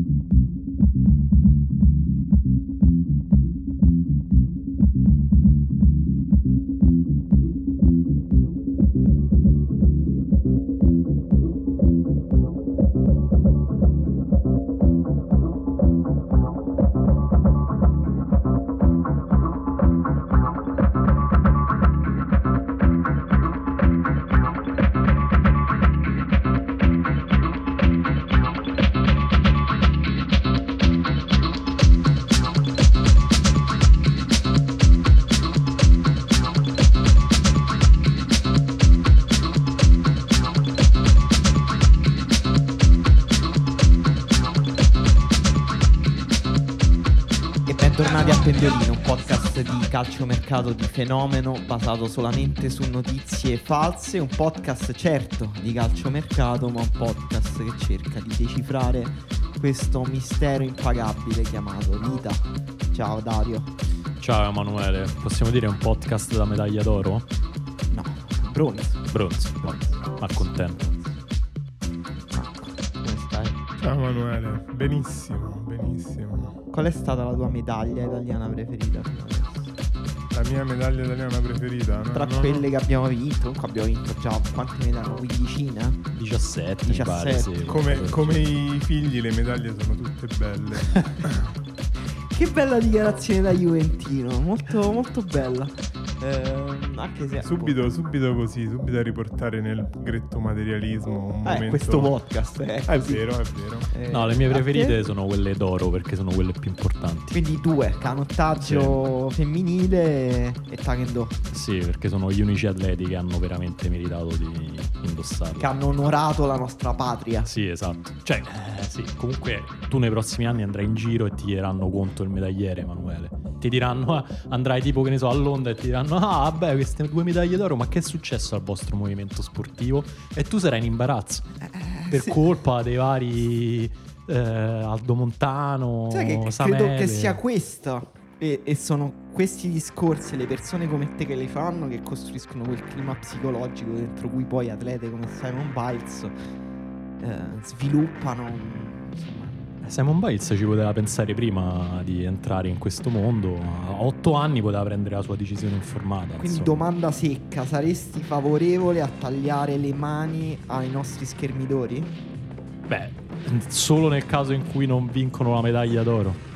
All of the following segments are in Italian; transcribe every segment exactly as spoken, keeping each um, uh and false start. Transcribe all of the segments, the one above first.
Bentornati a Pendolino, un podcast di calciomercato di fenomeno basato solamente su notizie false, un podcast certo di calciomercato, ma un podcast che cerca di decifrare questo mistero impagabile chiamato vita. Ciao Dario. Ciao Emanuele, possiamo dire un podcast da medaglia d'oro? No, bronzo. Bronzo, ma contento. Come stai? Ciao Emanuele, benissimo, benissimo. Qual è stata la tua medaglia italiana preferita fino adesso? La mia medaglia italiana preferita? No, Tra no, quelle no. che abbiamo vinto, comunque abbiamo vinto già quante medaglie? Quindicina? diciassette, diciassette. mi pare, sì. Come, come i figli, le medaglie sono tutte belle. Che bella dichiarazione da Juventino, molto molto bella. Eh, anche se Subito, subito così, subito a riportare nel gretto materialismo un eh, momento. questo podcast eh, È così. vero, è vero. Eh, No, le mie a preferite te? sono quelle d'oro perché sono quelle più importanti. Quindi due, canottaggio femminile e taekwondo, Sì, perché sono gli unici atleti che hanno veramente meritato di indossarle. che hanno onorato la nostra patria. Sì, esatto. Cioè, eh, sì, comunque tu nei prossimi anni andrai in giro e ti chiederanno conto il medagliere, Emanuele. Ti diranno, ah, andrai tipo, che ne so, a Londra e ti diranno, ah, vabbè, queste due medaglie d'oro, ma che è successo al vostro movimento sportivo? E tu sarai in imbarazzo per sì. colpa dei vari eh, Aldo Montano, Sai che Samele. credo che sia questa e, e sono questi discorsi, le persone come te che li fanno, che costruiscono quel clima psicologico dentro cui poi atlete come Simone Biles eh, sviluppano, insomma. Simone Biles ci poteva pensare prima di entrare in questo mondo. A otto anni poteva prendere la sua decisione informata. Quindi insomma. domanda secca, saresti favorevole a tagliare le mani ai nostri schermidori? Beh, solo nel caso in cui non vincono la medaglia d'oro.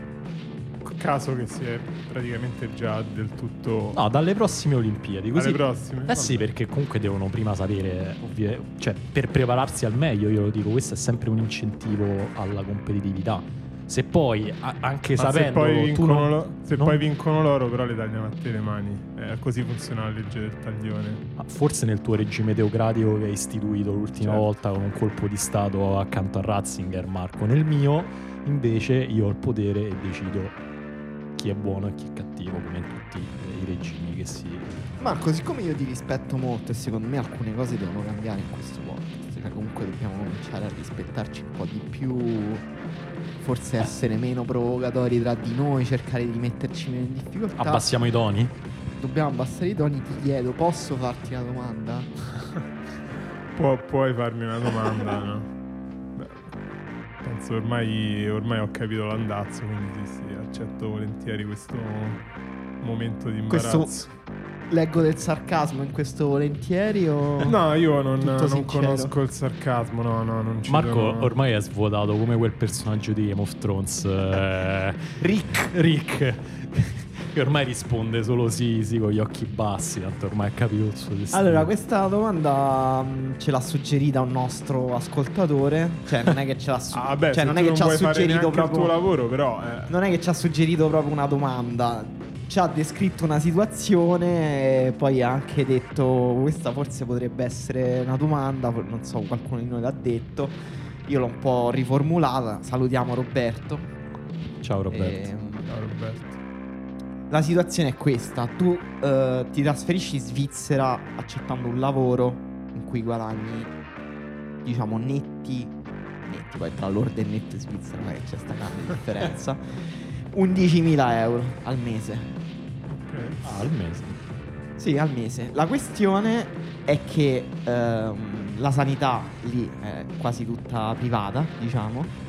Caso che si è praticamente già del tutto. No, dalle prossime Olimpiadi. Così... Alle prossime? Eh sì, perché comunque devono prima sapere, ovvie... cioè per prepararsi al meglio, io lo dico, questo è sempre un incentivo alla competitività. Se poi, a- anche Ma sapendo, se poi tu vincono, non... lo- se non- poi vincono l'oro, però le tagliano a te le mani. Eh, così funziona la legge del taglione. Ah, forse nel tuo regime teocratico che hai istituito l'ultima Certo. volta con un colpo di stato accanto a Ratzinger, Marco. Nel mio, invece, io ho il potere e decido chi è buono e chi è cattivo, come in tutti i regimi che si... Marco, siccome io ti rispetto molto e secondo me alcune cose devono cambiare in questo podcast, cioè comunque dobbiamo cominciare a rispettarci un po' di più, forse essere meno provocatori tra di noi, cercare di metterci meno in difficoltà. Abbassiamo i toni? Dobbiamo abbassare i toni, ti chiedo, posso farti una domanda? Pu- puoi farmi una domanda, no? Beh, penso ormai, ormai ho capito l'andazzo, quindi sì, sì, accetto volentieri questo momento di imbarazzo. Questo leggo del sarcasmo in questo volentieri o... No, io non, Tutto non sincero? conosco il sarcasmo, no, no, non ci Marco sono... ormai è svuotato come quel personaggio di Game of Thrones, eh, Rick. Rick, che ormai risponde solo sì, sì, con gli occhi bassi, tanto ormai ha capito il suo destino. Allora, questa domanda mh, ce l'ha suggerita un nostro ascoltatore. Cioè, non è che ce l'ha su- Ah, beh, cioè, se non tu è che non ci ha vuoi fare suggerito neanche proprio il tuo lavoro, però... Eh. Non è che ci ha suggerito proprio una domanda. Ci ha descritto una situazione e poi ha anche detto questa forse potrebbe essere una domanda, non so, qualcuno di noi l'ha detto. Io l'ho un po' riformulata. Salutiamo Roberto. Ciao Roberto. Ehm, Ciao Roberto. La situazione è questa: tu eh, ti trasferisci in Svizzera accettando un lavoro in cui guadagni, diciamo, netti, netti, poi tra lordo e netto in Svizzera non è che c'è sta grande differenza, undicimila euro al mese. Ok. Ah, al mese. Sì, al mese. La questione è che ehm, la sanità lì è quasi tutta privata, diciamo,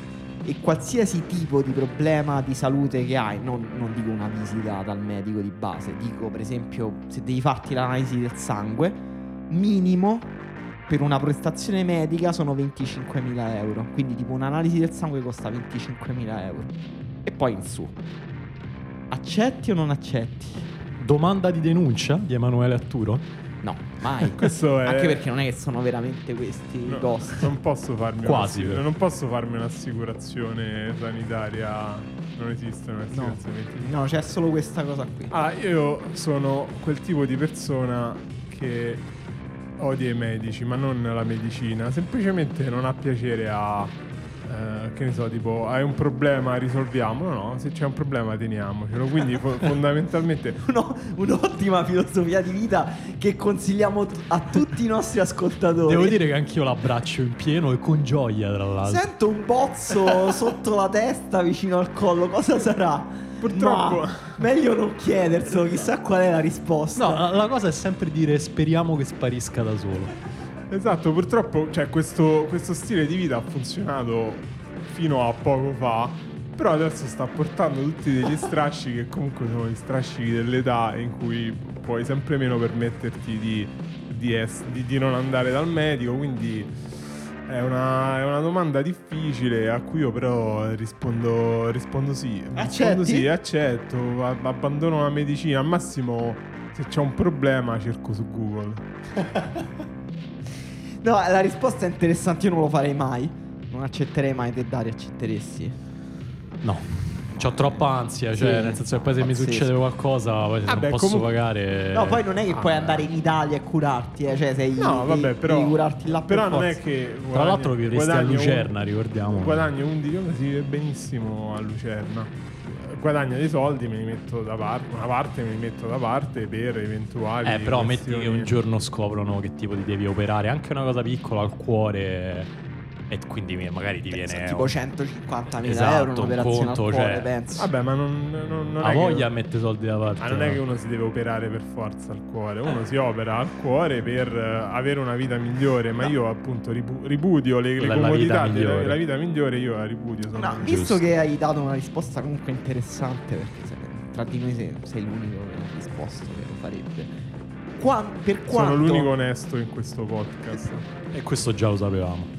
e qualsiasi tipo di problema di salute che hai, non, non dico una visita dal medico di base, dico per esempio se devi farti l'analisi del sangue, minimo per una prestazione medica sono venticinquemila euro. Quindi tipo un'analisi del sangue costa venticinquemila euro e poi in su. Accetti o non accetti? Domanda di denuncia di Emanuele Atturo? No, mai. Questo è... Anche perché non è che sono veramente questi i No, costi. non posso farmi Quasi, un'assic- però. non posso farmi un'assicurazione sanitaria. Non esiste No, un'assicurazione. no, c'è solo questa cosa qui. Ah, io sono quel tipo di persona che odia i medici, ma non la medicina. Semplicemente non ha piacere a... eh, che ne so, tipo, hai un problema, risolviamolo. No, se c'è un problema teniamocelo. Quindi fo- fondamentalmente... Uno- un'ottima filosofia di vita che consigliamo t- a tutti i nostri ascoltatori. Devo dire che anch'io l'abbraccio in pieno e con gioia, tra l'altro. Sento un bozzo sotto la testa vicino al collo, cosa sarà? Purtroppo- Ma meglio non chiederselo, chissà qual è la risposta. No, la, la cosa è sempre dire speriamo che sparisca da solo. Esatto, purtroppo cioè, questo, questo stile di vita ha funzionato fino a poco fa, però adesso sta portando tutti degli strascichi che comunque sono gli strascichi dell'età in cui puoi sempre meno permetterti di, di, ess- di- di non andare dal medico, quindi è una, è una domanda difficile a cui io però rispondo, rispondo sì. Rispondo Accetti? sì, accetto, a- abbandono la medicina, al massimo se c'è un problema cerco su Google. No, la risposta è interessante, io non lo farei mai. Non accetterei mai. Te Dario accetteresti? No. C'ho troppa ansia, cioè Sì, nel senso che poi se mi pazzesco. succede qualcosa, poi se Vabbè, non posso comunque- pagare. No, poi non è che Ah, puoi beh. andare in Italia e curarti, eh. Cioè sei No, vabbè, devi, però devi curarti là per però non forza. è che Tra guadagni- l'altro vivresti a guadagni un- Lucerna, ricordiamo. Guadagno undici, si vive benissimo a Lucerna. Guadagno dei soldi, me li metto da parte, una parte me li metto da parte per eventuali Eh, però metti che questioni- un giorno scoprono che tipo ti devi operare anche una cosa piccola al cuore e quindi magari ti viene Sono tipo centocinquantamila Esatto, euro un un'operazione conto, al cuore, cioè- penso. Vabbè, ma non, non, non ha è voglia a che... mettere soldi da parte. Ma non è no? che uno si deve operare per forza al cuore, uno si opera al cuore per eh, avere una vita migliore, ma io appunto ripu- ripudio le, le La- la comodità vita della migliore. la vita migliore, io la ripudio. Sono No, giusto. visto che hai dato una risposta comunque interessante, perché se- tra di noi sei, sei l'unico che ha risposto che lo farebbe. Qua- per quanto, Sono l'unico onesto in questo podcast. E questo già lo sapevamo.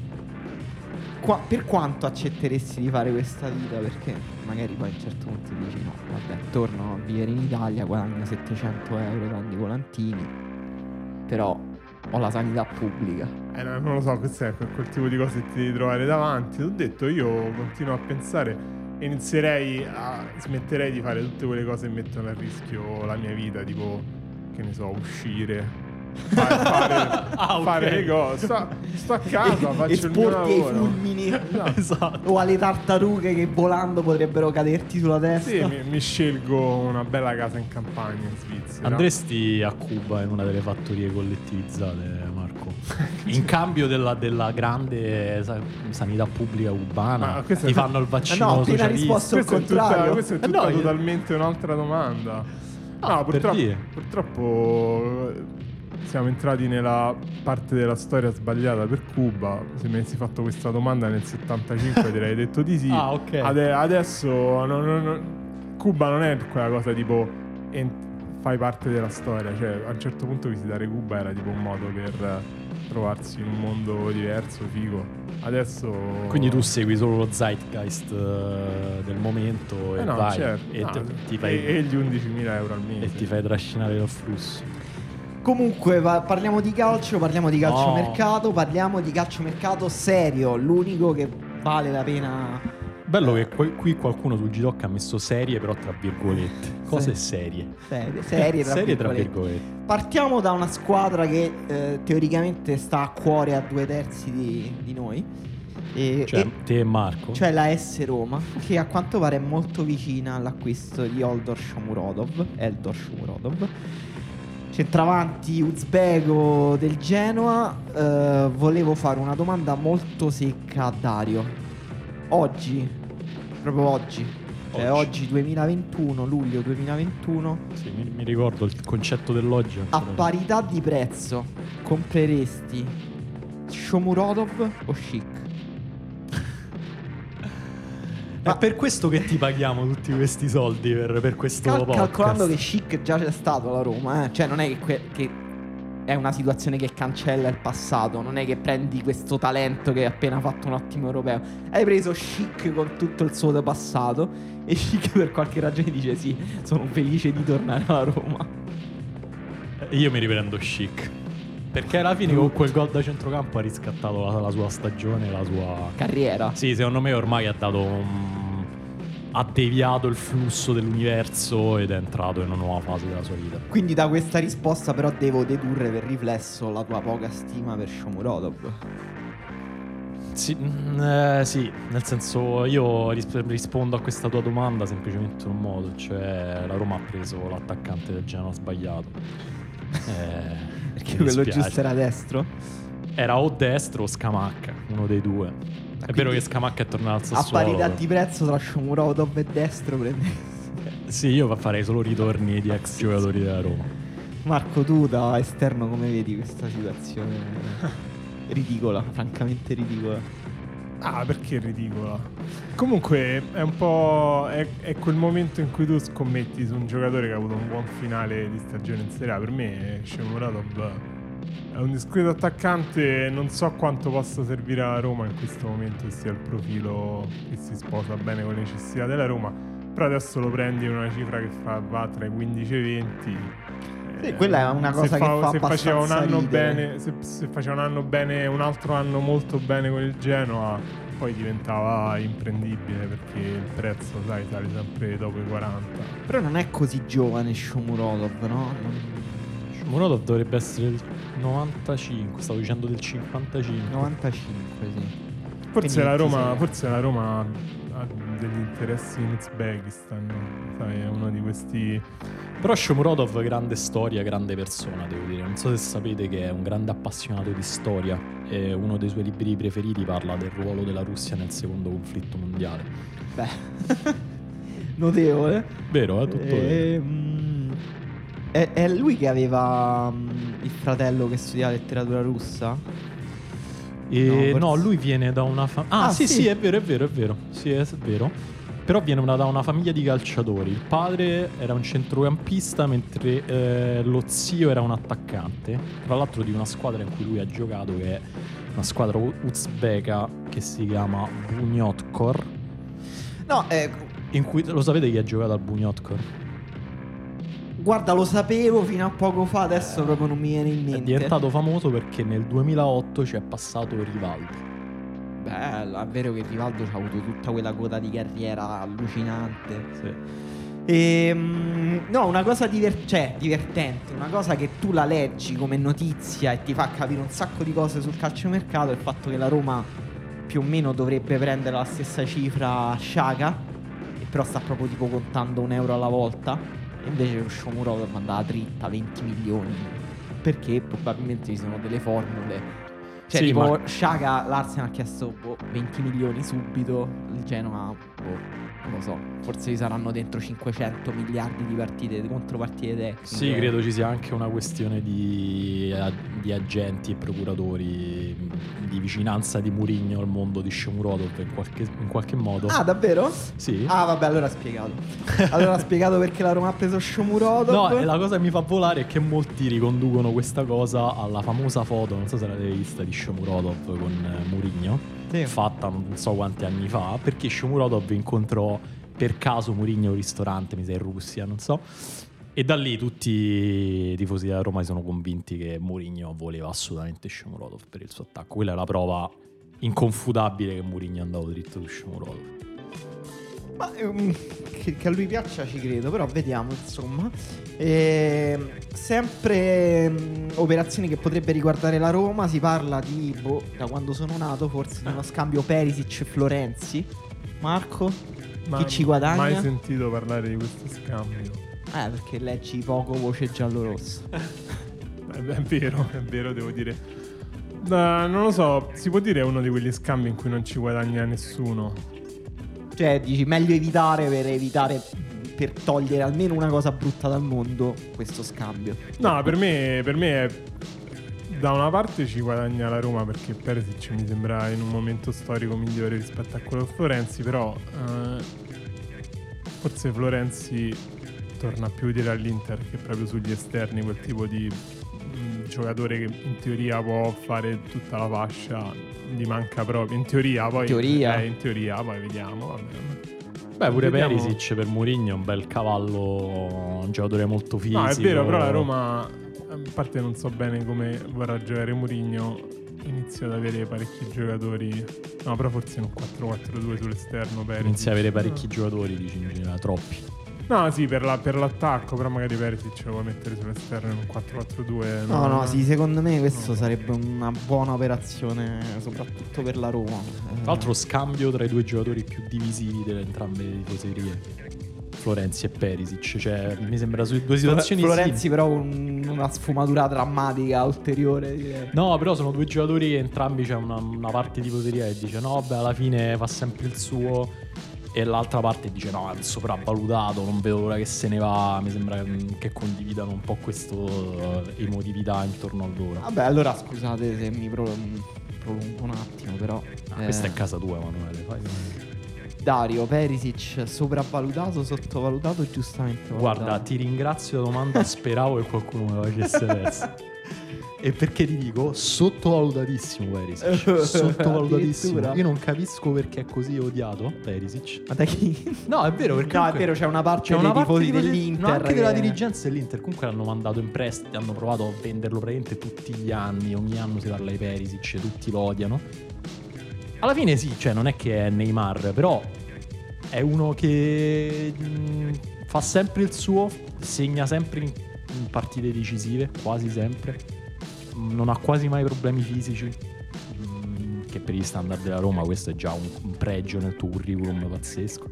qua- per quanto accetteresti di fare questa vita? Perché magari poi a un certo punto dici no, vabbè, torno a vivere in Italia, guadagno settecento euro dando i volantini, però ho la sanità pubblica. Eh, no, non lo so, questo è quel, quel tipo di cose che ti devi trovare davanti. T'ho detto, io continuo a pensare e inizierei a smetterei di fare tutte quelle cose che mettono a rischio la mia vita, tipo, che ne so, uscire, fare, fare, Ah, ok. fare le cose. Sto, sto a casa, faccio il mio Esporti ai lavoro. fulmini Esatto. o alle tartarughe che volando potrebbero caderti sulla testa. Sì, mi, mi scelgo una bella casa in campagna in Svizzera. Andresti a Cuba in una delle fattorie collettivizzate, Marco? In cambio della, della grande sa- sanità pubblica cubana, Ma questo ti è- fanno il vaccino Eh no, appena socialista. risposto al Questa è tutta, contrario. questa è Eh tutta no, io- totalmente un'altra domanda. Ah, No, per purtroppo, dire. purtroppo eh, siamo entrati nella parte della storia sbagliata per Cuba. Se mi avessi fatto questa domanda nel settantacinque ti avrei detto di sì. Ah, ok. Ade- adesso non- non- non- Cuba non è quella cosa tipo en- fai parte della storia. Cioè, a un certo punto visitare Cuba era tipo un modo per eh, trovarsi in un mondo diverso, figo. Adesso Quindi tu segui solo lo zeitgeist eh, del momento e Eh no, vai certo. e, No, te- ti fai, e, e gli undicimila euro al mese. e ti fai trascinare dal flusso. Comunque va- parliamo di calcio, parliamo di calciomercato, No. parliamo di calciomercato serio, l'unico che vale la pena. Bello che qui, qui qualcuno sul G-Doc ha messo serie però tra virgolette. Cose serie. Serie, serie, tra, Serie tra virgolette. virgolette. Partiamo da una squadra che eh, teoricamente sta a cuore a due terzi di, di noi. E, Cioè e- te e Marco. cioè la S Roma, che a quanto pare è molto vicina all'acquisto di Eldor Shomurodov. Eldor Shomurodov. Centravanti uzbeko del Genoa. eh, volevo fare una domanda molto secca a Dario. Oggi, proprio oggi, cioè Oggi. oggi duemilaventuno, luglio duemilaventuno, Sì, mi, mi ricordo il concetto dell'oggi. a ancora. parità di prezzo compreresti Shomurodov o Schick? Ma è per questo che ti paghiamo tutti questi soldi per, per questo Cal- podcast. calcolando che Schick già c'è stato alla Roma, eh? Cioè non è che, que- che è una situazione che cancella il passato, non è che prendi questo talento che ha appena fatto un ottimo europeo. Hai preso Schick con tutto il suo passato e Schick per qualche ragione dice sì, sono felice di tornare alla Roma. Io mi riprendo Schick, perché alla fine con quel gol da centrocampo ha riscattato la, la sua stagione, la sua Carriera. Sì, secondo me ormai ha dato un... ha deviato il flusso dell'universo ed è entrato in una nuova fase della sua vita. Quindi da questa risposta però devo dedurre per riflesso la tua poca stima per Shomurodov. Sì, mm, eh, sì, nel senso io ris- rispondo a questa tua domanda semplicemente in un modo, cioè la Roma ha preso l'attaccante del Genoa sbagliato. Eh, Perché mi quello dispiace. giusto era destro. Era o destro o Scamacca, uno dei due. È vero che Scamacca è tornato al A Sassuolo. parità di prezzo tra Shomurodov e destro prende. Sì, io farei solo ritorni di ex giocatori della Roma. Marco, tu da esterno come vedi questa situazione? Ridicola, francamente ridicola. Ah, perché è ridicola? Comunque è un po'. È, è quel momento in cui tu scommetti su un giocatore che ha avuto un buon finale di stagione in Serie A. Per me Shomurodov è un discreto attaccante, non so quanto possa servire alla Roma in questo momento, sia il profilo che si sposa bene con le necessità della Roma, però adesso lo prendi in una cifra che fa, va tra i quindici e i venti. Sì, quella è una cosa se che fa se faceva un abbastanza anno ridere. bene, se, se faceva un anno bene, un altro anno molto bene con il Genoa, poi diventava imprendibile perché il prezzo, sai, sale sempre dopo i quaranta. Però non è così giovane Shomurodov, no? Non- Shomurodov dovrebbe essere il novantacinque, stavo dicendo del cinquantacinque. novantacinque, sì. Forse Quindi la Roma, ventisei. forse la Roma ha degli interessi in Uzbekistan, sai, è uno di questi. Però Shomurodov, grande storia, grande persona, devo dire. Non so se sapete che è un grande appassionato di storia e uno dei suoi libri preferiti parla del ruolo della Russia nel secondo conflitto mondiale. Beh, notevole. Vero, eh? Tutto vero. Ehm, è, è lui che aveva mm, il fratello che studiava letteratura russa? E No, forse- no, lui viene da una famiglia. Ah, Ah, sì, sì. sì, è vero, è vero, è vero. Sì, è vero. Però viene una- da una famiglia di calciatori. Il padre era un centrocampista, mentre eh, lo zio era un attaccante. Tra l'altro di una squadra in cui lui ha giocato, che è una squadra u- uzbeka che si chiama Bunyotkor. No, eh, In cui lo sapete chi ha giocato al Bunyotkor? guarda, lo sapevo fino a poco fa, adesso proprio non mi viene in È mente. diventato famoso perché nel duemilaotto ci è passato Rivaldo. Bello, è vero che Rivaldo ha avuto tutta quella coda di carriera allucinante. Sì. Ehm, no, una cosa diver- cioè, divertente, una cosa che tu la leggi come notizia e ti fa capire un sacco di cose sul calciomercato è il fatto che la Roma più o meno dovrebbe prendere la stessa cifra a Sciaga, e però sta proprio tipo contando un euro alla volta, e invece lo Shomurodov andava dritta venti milioni, perché probabilmente ci sono delle formule. Cioè, Sì, tipo, ma- Sciaga, l'Arsenal ha chiesto boh, venti milioni subito, il Genoa, boh, non lo so, forse ci saranno dentro cinquecento miliardi di partite, di contropartite tecniche. Sì, credo ci sia anche una questione di, di agenti e procuratori, di vicinanza di Mourinho al mondo di Shomurodov in qualche, in qualche modo. Ah, davvero? Sì. Ah, vabbè, allora ha spiegato. Allora ha spiegato perché la Roma ha preso Shomurodov. No, e la cosa che mi fa volare è che molti riconducono questa cosa alla famosa foto, non so se l'avete vista, di Shomurodov con eh, Mourinho, Sì. fatta non so quanti anni fa, perché Shomurodov incontrò per caso Mourinho al ristorante, mi sa in Russia, non so. E da lì tutti i tifosi della Roma si sono convinti che Mourinho voleva assolutamente Shomurodov per il suo attacco. Quella è la prova inconfutabile che Mourinho è andato dritto su Shomurodov. Ma ehm, che, che a lui piaccia ci credo, però vediamo insomma. Ehm, sempre ehm, operazioni che potrebbe riguardare la Roma. Si parla di, boh, da quando sono nato forse, di uno scambio Perisic-Florenzi. Marco? Ma Chi ci guadagna? Mai sentito parlare di questo scambio? Eh, perché leggi poco voce giallorossa. È, è vero, è vero, devo dire. Da- non lo so, si può dire è uno di quegli scambi in cui non ci guadagna nessuno. Cioè, dici meglio evitare per evitare, per togliere almeno una cosa brutta dal mondo, questo scambio. No, per me, per me è da una parte ci guadagna la Roma perché Perisic mi sembra in un momento storico migliore rispetto a quello di Florenzi, però eh, forse Florenzi torna più utile all'Inter che proprio sugli esterni, quel tipo di mh, giocatore che in teoria può fare tutta la fascia, gli manca proprio, in teoria poi teoria. Eh, in teoria poi vediamo, va bene. Beh, pure Vediamo. Perisic per Mourinho è un bel cavallo, un giocatore molto fisico. No, è vero, però la Roma, a parte non so bene come vorrà giocare Mourinho, inizia ad avere parecchi giocatori. No, però forse in un quattro quattro due sull'esterno Perisic. Inizia ad avere parecchi giocatori, dici in generale, troppi. No, sì, per, la, per l'attacco, però magari Perisic lo puoi mettere sull'esterno in un quattro quattro due. No, no, sì, secondo me questo no. sarebbe una buona operazione, soprattutto per la Roma. Tra l'altro scambio tra i due giocatori più divisivi delle entrambe le tifoserie, Florenzi e Perisic. Cioè, mi sembra su due situazioni Florenzi sì. però un, una sfumatura drammatica ulteriore, direi. No, però sono due giocatori che entrambi c'è una, una parte tifoseria che dice no, beh, alla fine fa sempre il suo, e l'altra parte dice no, è un sopravvalutato, non vedo l'ora che se ne va. Mi sembra che condividano un po' questa uh, emotività intorno a loro. Vabbè, allora scusate se mi pro- prolungo un attimo, però Ah, eh, questa è casa tua, Emanuele. Fai... Dario, Perisic sopravvalutato, sottovalutato o giustamente valutato? Guarda, ti ringrazio la domanda, speravo che qualcuno me la facesse adesso. E perché ti dico sottovalutatissimo Perisic, sottovalutatissimo. Addirittura? Io non capisco perché è così odiato Perisic. Ma da chi? No, è vero, perché No, è comunque vero, c'è una parte c'è dei una parte tifosi di- dell'Inter no, anche della che- dirigenza dell'Inter. Comunque l'hanno mandato in prestito, hanno provato a venderlo praticamente tutti gli anni. Ogni anno si parla di Perisic, tutti lo odiano. Alla fine sì, cioè non è che è Neymar, però è uno che mh, fa sempre il suo, segna sempre in, in partite decisive, quasi sempre. Mh, Non ha quasi mai problemi fisici, mh, che per gli standard della Roma questo è già un, un pregio nel tuo curriculum pazzesco.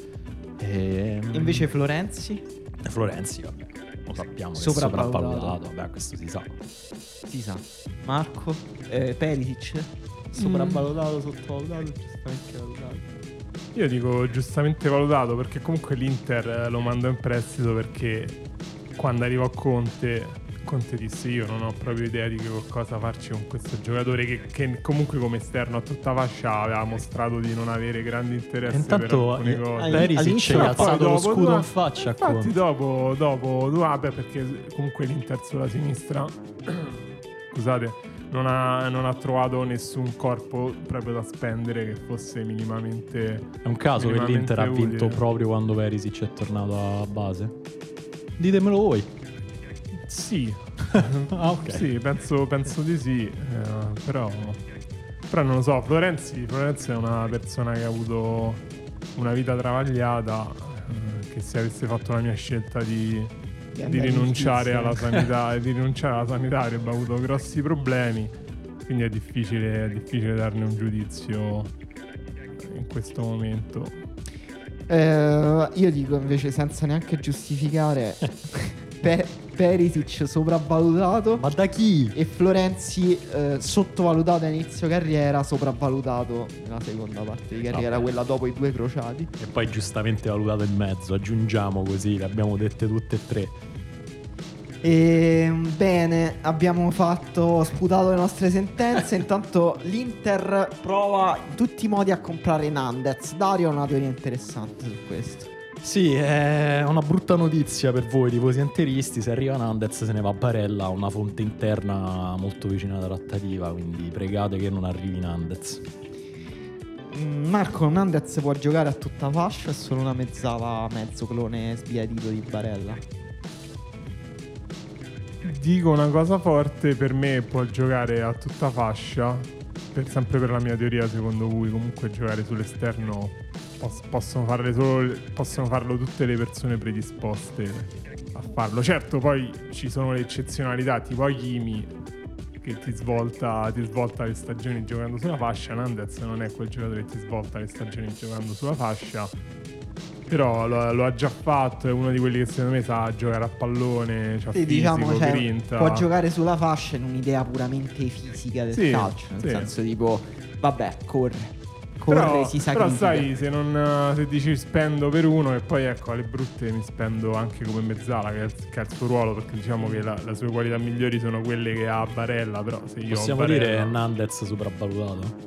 E, mh, Invece Florenzi? Florenzi, vabbè, lo sappiamo, che è Sopravvalutato. sopravvalutato, vabbè, questo si sa. Si sa. Marco? Eh, Perisic? Sopravvalutato, sottovalutato, giustamente valutato. Io dico giustamente valutato perché comunque l'Inter lo mandò in prestito perché quando arrivò Conte, Conte disse io non ho proprio idea di che cosa farci con questo giocatore che, che comunque come esterno a tutta fascia aveva mostrato di non avere grande interesse Intanto per alcune eh, cose. All- Perisic all'inizio- gli ha poi alzato lo dopo scudo due- in faccia a Infatti Conte. dopo, dopo, vabbè perché comunque l'Inter sulla sinistra, scusate, non ha, non ha trovato nessun corpo proprio da spendere che fosse minimamente... È un caso che minimamente l'Inter ha vinto utile. proprio quando Perisic è tornato a base? Ditemelo voi. Sì, Ah, ok. sì, penso, penso di sì, eh, però, però non lo so, Florenzi, Florenzi è una persona che ha avuto una vita travagliata, eh, che se avesse fatto la mia scelta di, Di di andare in rinunciare Svizzera. alla sanità, di rinunciare alla sanità avrebbe avuto grossi problemi, quindi è difficile, è difficile darne un giudizio in questo momento. Eh, io dico invece senza neanche giustificare Pe- Perisic sopravvalutato Ma da chi? e Florenzi eh, sottovalutato a inizio carriera, sopravvalutato nella seconda parte di carriera, Vabbè. quella dopo i due crociati. E poi giustamente valutato in mezzo. Aggiungiamo così, le abbiamo dette tutte e tre. E bene, abbiamo fatto sputato le nostre sentenze. Intanto l'Inter prova in tutti i modi a comprare Nandez. Dario ha una teoria interessante su questo. Sì, è una brutta notizia per voi tifosi interisti. Se arriva Nandez se ne va a Barella, una fonte interna molto vicina alla trattativa, quindi pregate che non arrivi Nandez. Mm, Marco, Nandez può giocare a tutta fascia, è solo una mezzala, mezzo clone sbiadito di Barella. Dico una cosa forte, per me può giocare a tutta fascia, per, sempre per la mia teoria secondo cui comunque giocare sull'esterno pos- possono, farle solo, possono farlo tutte le persone predisposte a farlo. Certo poi ci sono le eccezionalità tipo Hakimi che ti svolta, ti svolta le stagioni giocando sulla fascia. Nandez non è quel giocatore che ti svolta le stagioni giocando sulla fascia, però lo, lo ha già fatto, è uno di quelli che secondo me sa giocare a pallone, c'ha Sì, fisico, diciamo, cioè, grinta. può giocare sulla fascia in un'idea puramente fisica del Sì, calcio, nel sì. senso tipo, vabbè, corre. corre, però, si però sacrifica. sai, se, non, se dici spendo per uno e poi ecco alle brutte mi spendo anche come mezzala, che è, che è il suo ruolo, perché diciamo che la, le sue qualità migliori sono quelle che ha a Barella, però se io Possiamo ho Barella, dire Nandez sopravvalutato?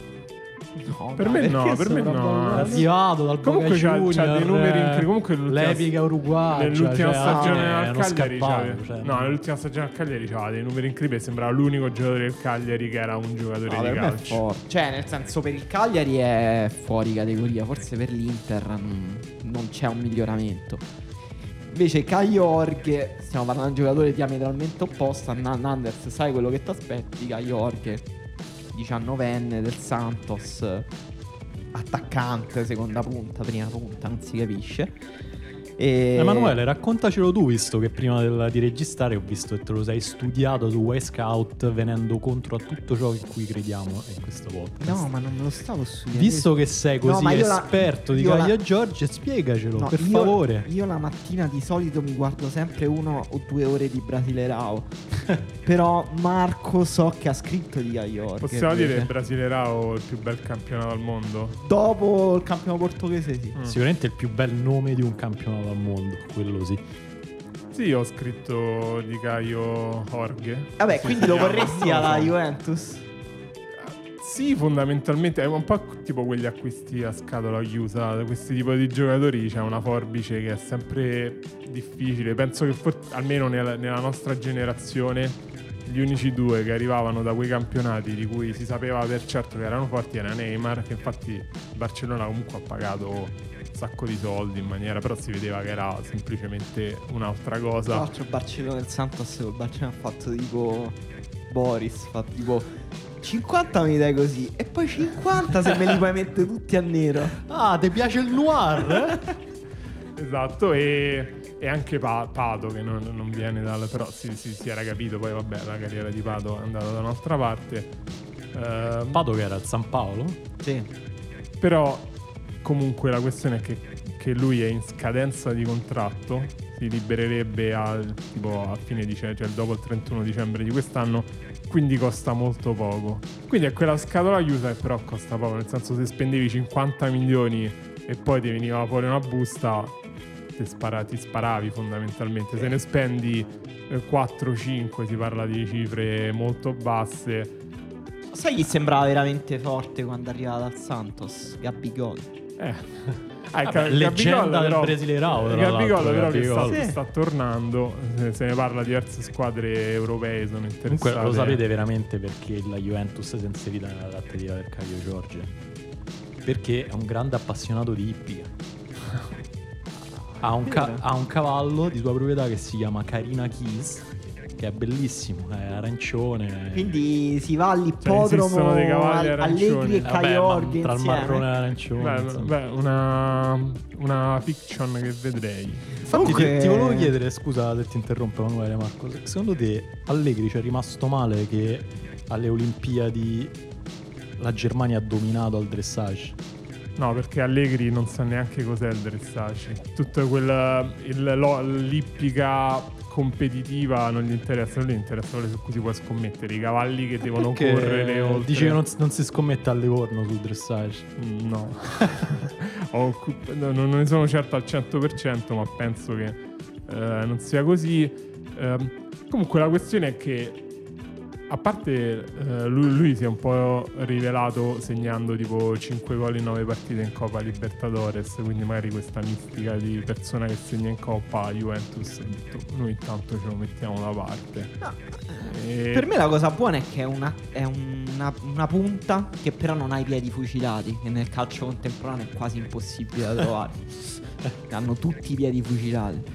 No, per no, me no, perché per me no. sopravvalutato? Arrivato dal Comunque Boca c'ha, Junior, c'ha dei numeri incredibili. Comunque l'ultima- l'epica uruguaya, nell'ultima cioè, stagione è al uno Cagliari scappato, c'aveva- cioè, no, nell'ultima stagione al Cagliari c'aveva dei numeri incredibili. Sembrava l'unico giocatore del Cagliari che era un giocatore No, di per me è calcio. forte. Cioè, nel senso, per il Cagliari è fuori categoria. Forse per l'Inter non, non c'è un miglioramento. Invece Caio Jorge, stiamo parlando di un giocatore diametralmente opposto a Nan- Nandez. Sai quello che ti aspetti? Caio Jorge, diciannovenne del Santos, attaccante, seconda punta, prima punta, non si capisce. E... Emanuele, raccontacelo tu, visto che prima del- di registrare ho visto che te lo sei studiato su Y Scout, venendo contro a tutto ciò in cui crediamo in questo podcast. No, ma non me lo stavo studiando. Visto che sei No, così ma io la- esperto di io la- Caio Giorgio, spiegacelo, No, per io- favore. Io la mattina di solito mi guardo sempre uno o due ore di Brasilerao. Però Marco so che ha scritto di Caio Jorge. Possiamo dire che invece. Brasilerao è il più bel campionato al mondo? Dopo il campionato portoghese, sì. Mm. Sicuramente il più bel nome di un campionato al mondo, quello sì. Sì, ho scritto di Caio Jorge. Vabbè, Sì, quindi si lo chiama, vorresti non lo alla so. Juventus? Sì, fondamentalmente è un po' tipo quegli acquisti a scatola chiusa. Questi tipi di giocatori c'è una forbice che è sempre difficile. Penso che for- almeno nella, nella nostra generazione gli unici due che arrivavano da quei campionati di cui si sapeva per certo che erano forti era Neymar, che infatti il Barcellona comunque ha pagato un sacco di soldi in maniera, però si vedeva che era semplicemente un'altra Tra cosa. l'altro il Barcellona del Santos, il Barcellona ha fatto tipo Boris, fa tipo cinquanta mi dai così e poi cinquanta se me li puoi mettere tutti a nero. Ah, ti piace il noir? eh? Esatto, e, e anche Pa- Pato che non, non viene dal... però si, si, si era capito, poi vabbè la carriera di Pato è andata da un'altra parte. Ehm, Pato che era il San Paolo? Sì. Però comunque la questione è che, che lui è in scadenza di contratto, si libererebbe al, tipo a fine dicembre, cioè dopo il trentuno dicembre di quest'anno, quindi costa molto poco. Quindi è quella scatola chiusa che però costa poco, nel senso se spendevi cinquanta milioni e poi ti veniva fuori una busta, ti, spara, ti sparavi fondamentalmente. Se ne spendi eh, quattro cinque si parla di cifre molto basse. Sai chi sembrava veramente forte quando arrivava dal Santos? Gabigol. Eh. Ah, Vabbè, Ga- leggenda Gabigol, del però- Brasileirao, tra Gabigol l'altro, però che sta, Gabigol. Sì. sta tornando, se, se ne parla, diverse squadre europee sono interessate. Comunque lo sapete veramente perché la Juventus si è inserita nella tratteria del Caio Giorgio? Perché è un grande appassionato di ippica. Ha un, ca- ha un cavallo di sua proprietà che si chiama Carina Keys, che è bellissimo, è arancione. Quindi si va esistono all'ippodromo dei cavalli Al- arancioni. Allegri e Vabbè, Caio ma Jorge tra il insieme. marrone e l'arancione. Beh, insomma. beh, una, una fiction che vedrei. Infatti Comunque- ti, ti volevo chiedere, scusa se ti interrompo Emanuele Marco, se- secondo te Allegri ci è rimasto male che alle Olimpiadi la Germania ha dominato al dressage? No, perché Allegri non sa neanche cos'è il dressage. Tutta quella il, lo- l'ippica competitiva non gli interessa, non gli interessa quelle su cui si può scommettere, i cavalli che devono Perché correre oltre. dice che non, non si scommette a Livorno sul dressage. Mm, No. Ho- no, non ne sono certo al cento per cento, ma penso che eh, non sia così. Ehm, comunque la questione è che a parte eh, lui, lui si è un po' rivelato segnando tipo cinque gol in nove partite in Coppa Libertadores, quindi magari questa mistica di persona che segna in Coppa Juventus ha detto noi intanto ce lo mettiamo da parte. No, E- Per me la cosa buona è che è una, è una, una punta che però non ha i piedi fucilati, che nel calcio contemporaneo è quasi impossibile da trovare. Hanno tutti i piedi fucilati.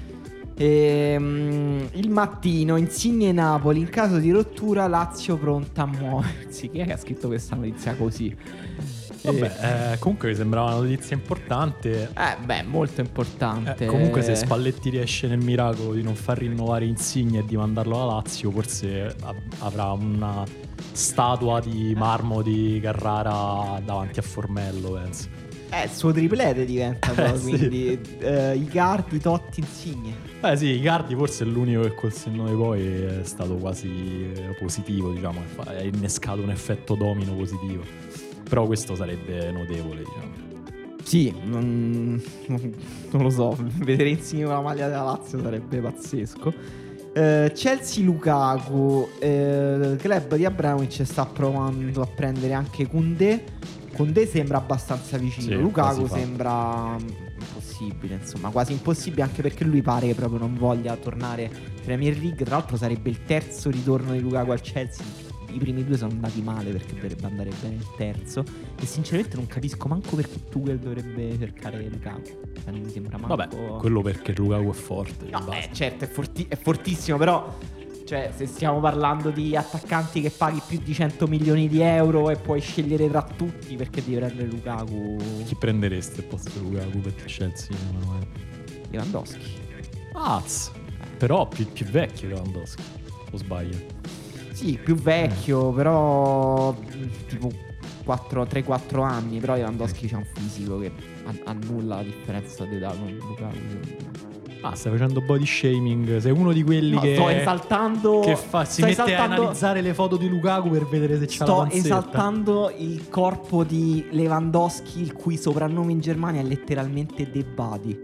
Ehm, il mattino, Insigne Napoli, in caso di rottura Lazio pronta a muoversi. Chi è che ha scritto questa notizia così? Vabbè, eh, comunque mi sembrava una notizia importante. Eh, beh, molto importante. Eh, comunque se Spalletti riesce nel miracolo di non far rinnovare Insigne e di mandarlo alla Lazio, forse av- avrà una statua di marmo di Carrara davanti a Formello, penso. Eh, il suo triplete diventa però, Eh, sì. quindi eh, Icardi, Totti, Insigne. Beh sì, Icardi forse è l'unico che col senno di poi è stato quasi eh, positivo, diciamo, ha innescato un effetto domino positivo. Però questo sarebbe notevole, diciamo. Sì, non, non lo so, vedere insieme la maglia della Lazio sarebbe pazzesco. eh, Chelsea Lukaku, eh, il club di Abramovich sta provando a prendere anche Koundé. Koundé sembra abbastanza vicino, Sì, Lukaku quasi sembra impossibile, insomma quasi impossibile, anche perché lui pare che proprio non voglia tornare in Premier League. Tra l'altro sarebbe il terzo ritorno di Lukaku al Chelsea. I primi due sono andati male, perché dovrebbe andare bene il terzo. E sinceramente non capisco manco perché Tuchel dovrebbe cercare Lukaku. Cioè, non mi sembra manco... Vabbè, quello perché Lukaku è forte. No, basta. eh, certo, è, forti- è fortissimo, però... Cioè, se stiamo parlando di attaccanti che paghi più di cento milioni di euro e puoi scegliere tra tutti, perché devi prendere Lukaku? Chi prendereste al posto di Lukaku per il Chelsea, Emanuele? Lewandowski. Az. Però più, più vecchio Lewandowski, o sbaglio? Sì, più vecchio, però tipo tre quattro anni. Però Lewandowski c'ha un fisico che annulla la differenza di età con Lukaku. Ah, stai facendo body shaming. Sei uno di quelli No, che sto esaltando che fa, si sto mette esaltando, a analizzare le foto di Lukaku per vedere se c'ha la sto panzetta. esaltando il corpo di Lewandowski, il cui soprannome in Germania è letteralmente The Body.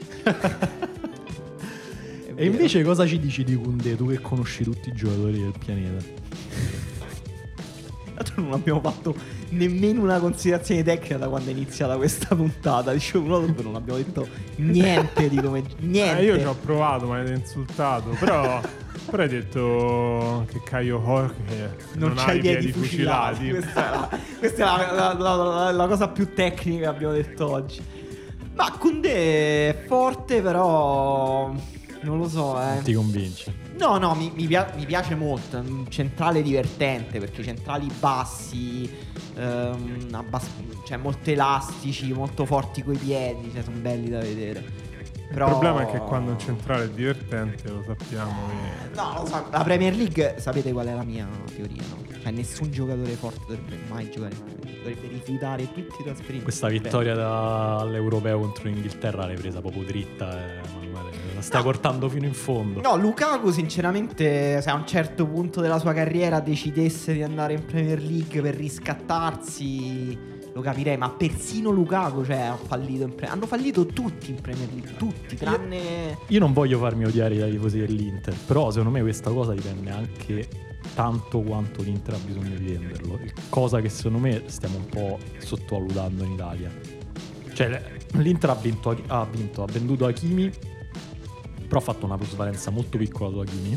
E invece cosa ci dici di Koundé, tu che conosci tutti i giocatori del pianeta? Non abbiamo fatto nemmeno una considerazione tecnica da quando è iniziata questa puntata. Dicevo, uno dove non abbiamo detto niente di come... Niente. Eh, io ci ho provato, ma avete insultato. Però, però hai detto che Caio Jorge non, non c'ha ha i i piedi piedi fucilati. fucilati. Questa è, la, questa è la, la, la, la, la cosa più tecnica che abbiamo detto oggi. Ma Koundé è forte, però... Non lo so, eh. Non ti convince? No, no, mi, mi, pia- mi piace molto. È un centrale divertente, perché i centrali bassi, ehm, abbass- cioè molto elastici, molto forti coi piedi, cioè sono belli da vedere. Però... Il problema è che quando un centrale è divertente, lo sappiamo che... No, lo so, la Premier League, sapete qual è la mia teoria, no? Cioè nessun giocatore forte dovrebbe mai giocare in Premier League. Dovrebbe rifiutare tutti i trasferimenti. Questa vittoria da- all'Europeo contro l'Inghilterra l'hai presa proprio dritta, eh, Emanuele. La stai No. portando fino in fondo. No, Lukaku sinceramente, se a un certo punto della sua carriera decidesse di andare in Premier League per riscattarsi, lo capirei. Ma persino Lukaku, cioè, ha fallito in pre- hanno fallito tutti in Premier League, tutti, tranne... Io non voglio farmi odiare dai tifosi dell'Inter, però secondo me questa cosa dipende anche tanto quanto l'Inter ha bisogno di venderlo. Cosa che secondo me stiamo un po' sottovalutando in Italia. Cioè l'Inter ha vinto, ha vinto, ha venduto Hakimi, però ha fatto una plusvalenza molto piccola su Hakimi,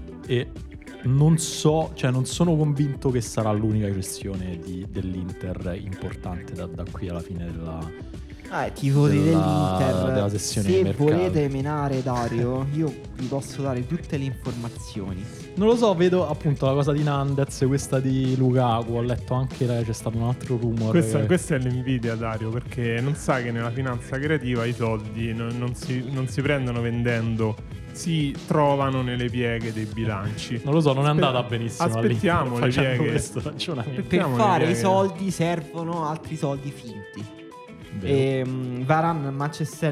e non so, cioè non sono convinto che sarà l'unica cessione di, dell'Inter importante da, da qui alla fine della... Ah, tifosi della- dell'Inter, della sessione se di mercato. volete menare Dario, io vi posso dare tutte le informazioni. Non lo so, vedo appunto la cosa di Nandez, questa di Lukaku, ho letto anche che c'è stato un altro rumor. Questa, che... questa è l'invidia, Dario, perché non sa che nella finanza creativa i soldi non, non, si, non si prendono vendendo, si trovano nelle pieghe dei bilanci. Non lo so, non è Aspe- andata benissimo aspettiamo all'Inter le facendo pieghe. questo ragionamento. Per Aspettiamo le fare i pieghe. soldi servono altri soldi finti. Vero. E, um, Varane Manchester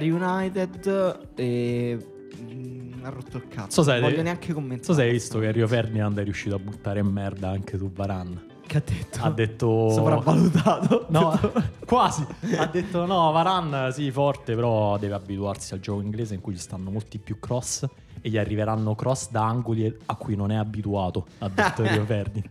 United e mm, ha rotto il cazzo. So se non hai- voglio neanche commentare. Non so se hai visto che Rio Ferdinand è riuscito a buttare in merda anche su Varane. Che ha detto? Ha detto... Sopravvalutato. No, quasi. Ha detto no, Varane sì, forte, però deve abituarsi al gioco inglese in cui ci stanno molti più cross e gli arriveranno cross da angoli a cui non è abituato, ha detto Rio Ferdinand.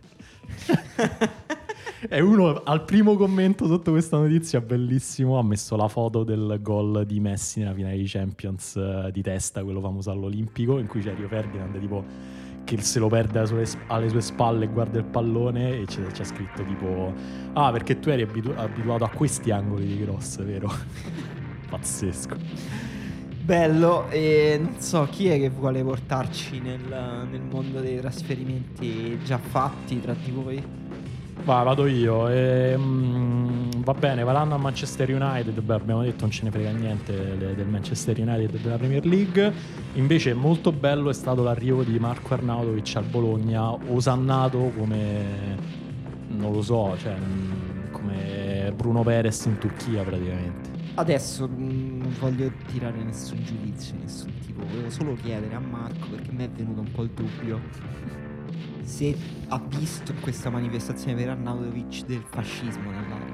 E uno al primo commento sotto questa notizia bellissimo ha messo la foto del gol di Messi nella finale di Champions, eh, di testa, quello famoso all'Olimpico, in cui c'è Rio Ferdinand tipo che se lo perde alle sue, alle sue spalle e guarda il pallone, e c'è, c'è scritto tipo ah, perché tu eri abitu- abituato a questi angoli di cross, vero? Pazzesco. Bello. E non so chi è che vuole portarci nel, nel mondo dei trasferimenti già fatti tra di voi. Va, vado io. Ehm, va bene, Varane a Manchester United. Beh, abbiamo detto non ce ne frega niente le- del Manchester United e della Premier League. Invece molto bello è stato l'arrivo di Marco Arnautovic al Bologna, osannato come non lo so, cioè mm, come Bruno Perez in Turchia praticamente. Adesso mm, non voglio tirare nessun giudizio, nessun tipo. Volevo solo chiedere a Marco, perché mi è venuto un po' il dubbio, se ha visto in questa manifestazione per Arnautovic del fascismo nell'aria.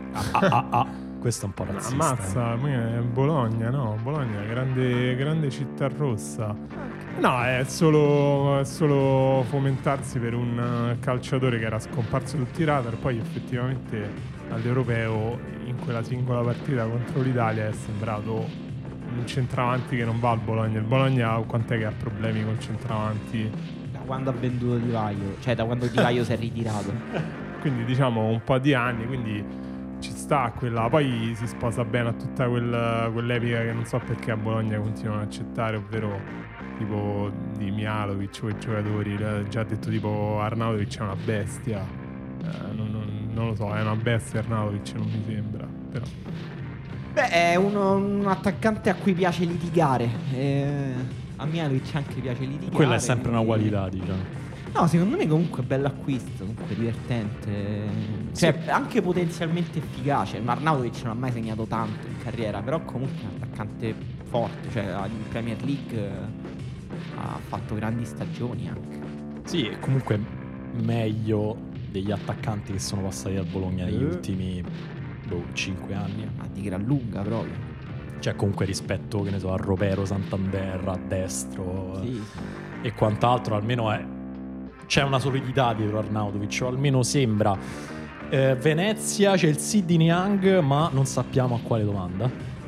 Ah, ah, ah, ah. Questo è un po' razzista. Ammazza, eh. Bologna, no? Bologna, grande, grande città rossa. No, è solo, è solo fomentarsi per un calciatore che era scomparso tutti i radar. Poi effettivamente all'Europeo, in quella singola partita contro l'Italia, è sembrato un centravanti che non va al Bologna. Il Bologna quant'è che ha problemi col centravanti? Da quando ha venduto Di Vaio, cioè da quando Di Vaio si è ritirato. Quindi diciamo un po' di anni, quindi ci sta quella. Poi si sposa bene a tutta quel, quell'epica che non so perché a Bologna continuano ad accettare, ovvero tipo di Mihalovic, quei giocatori. Già detto tipo Arnautovic è una bestia, eh, non, non, non lo so, è una bestia Arnautovic, non mi sembra, però Beh, è uno, un attaccante a cui piace litigare. Eh, a Mihalovic anche piace litigare. Quella è sempre una quindi- qualità, diciamo. No, secondo me comunque è bello acquisto, comunque divertente. Cioè, anche potenzialmente efficace. Arnautovic non ha mai segnato tanto in carriera, però comunque è un attaccante forte. Cioè, in Premier League eh, ha fatto grandi stagioni anche. Sì, è comunque meglio degli attaccanti che sono passati dal Bologna negli Eh. ultimi boh, cinque anni. Ma di gran lunga proprio. Cioè comunque rispetto, che ne so, a Ropero, Santander, a Destro Sì, sì. e quant'altro, almeno è c'è una solidità dietro Arnautovic, o almeno sembra. eh, Venezia, c'è il Sidi Niang, ma non sappiamo a quale domanda.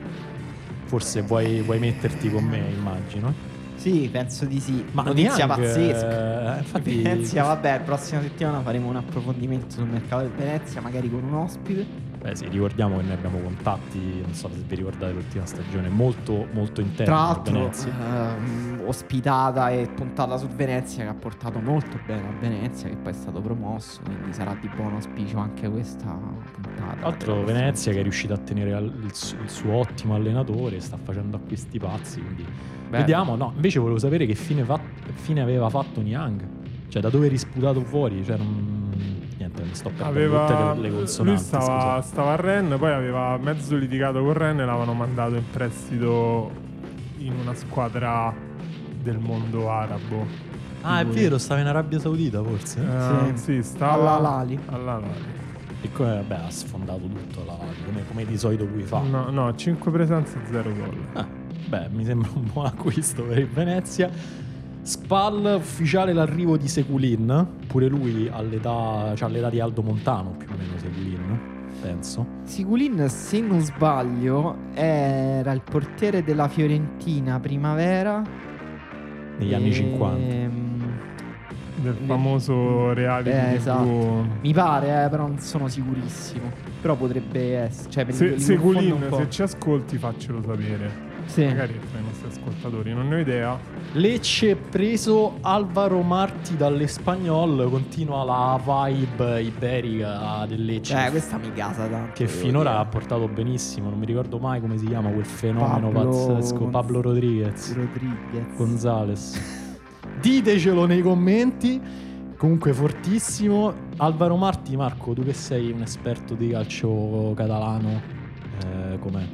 Forse vuoi, vuoi metterti con me, immagino. Sì, penso di sì. Ma Notizia Niang, pazzesca. eh, infatti, Venezia, vabbè, la prossima settimana faremo un approfondimento sul mercato del Venezia, magari con un ospite. Beh sì, ricordiamo che noi abbiamo contatti, non so se vi ricordate l'ultima stagione, molto molto interna Tra a l'altro, Venezia. ehm, ospitata e puntata su Venezia, che ha portato molto bene a Venezia, che poi è stato promosso, quindi sarà di buon auspicio anche questa puntata. Tra l'altro Venezia che è riuscita a tenere al- il, su- il suo ottimo allenatore, sta facendo acquisti pazzi, quindi Bello. vediamo. No, invece volevo sapere che fine, fa- fine aveva fatto Niang, cioè da dove è risputato fuori, cioè non... niente, mi sto perdendo aveva, tutte le, le consonanti. lui stava, scusate. stava a Rennes, poi aveva mezzo litigato con Rennes e l'avevano mandato in prestito in una squadra del mondo arabo. Ah, è vero, stava in Arabia Saudita forse. Eh, Sì. sì, stava All'Al-Ahly. all'Al-Ahly. E come, vabbè, ha sfondato tutto la, come, come di solito lui fa. No, no, cinque presenze e zero gol. Ah, beh, mi sembra un buon acquisto per il Venezia. Spal, ufficiale l'arrivo di Sekulin. Pure lui all'età, cioè all'età di Aldo Montano, più o meno Sekulin, penso. Sigulin, se non sbaglio, era il portiere della Fiorentina primavera. Negli anni cinquanta. Ehm, Del ne- famoso reality Eh, T V. esatto. Mi pare, eh, però non sono sicurissimo. Però potrebbe essere. Cioè, per Se, li se confondo Gulin, un po'. se ci ascolti, faccelo sapere. Sì. Magari tra i nostri ascoltatori, non ne ho idea. Lecce preso Alvaro Marti dall'Espagnol. Continua la vibe iberica del Lecce. Eh, questa mi casa tanto. Che devo finora dire. ha portato benissimo. Non mi ricordo mai come si chiama quel fenomeno Pablo pazzesco. Gonz- Pablo Rodriguez. Rodriguez. Gonzales. Ditecelo nei commenti. Comunque fortissimo. Alvaro Marti, Marco, tu che sei un esperto di calcio catalano, eh, com'è?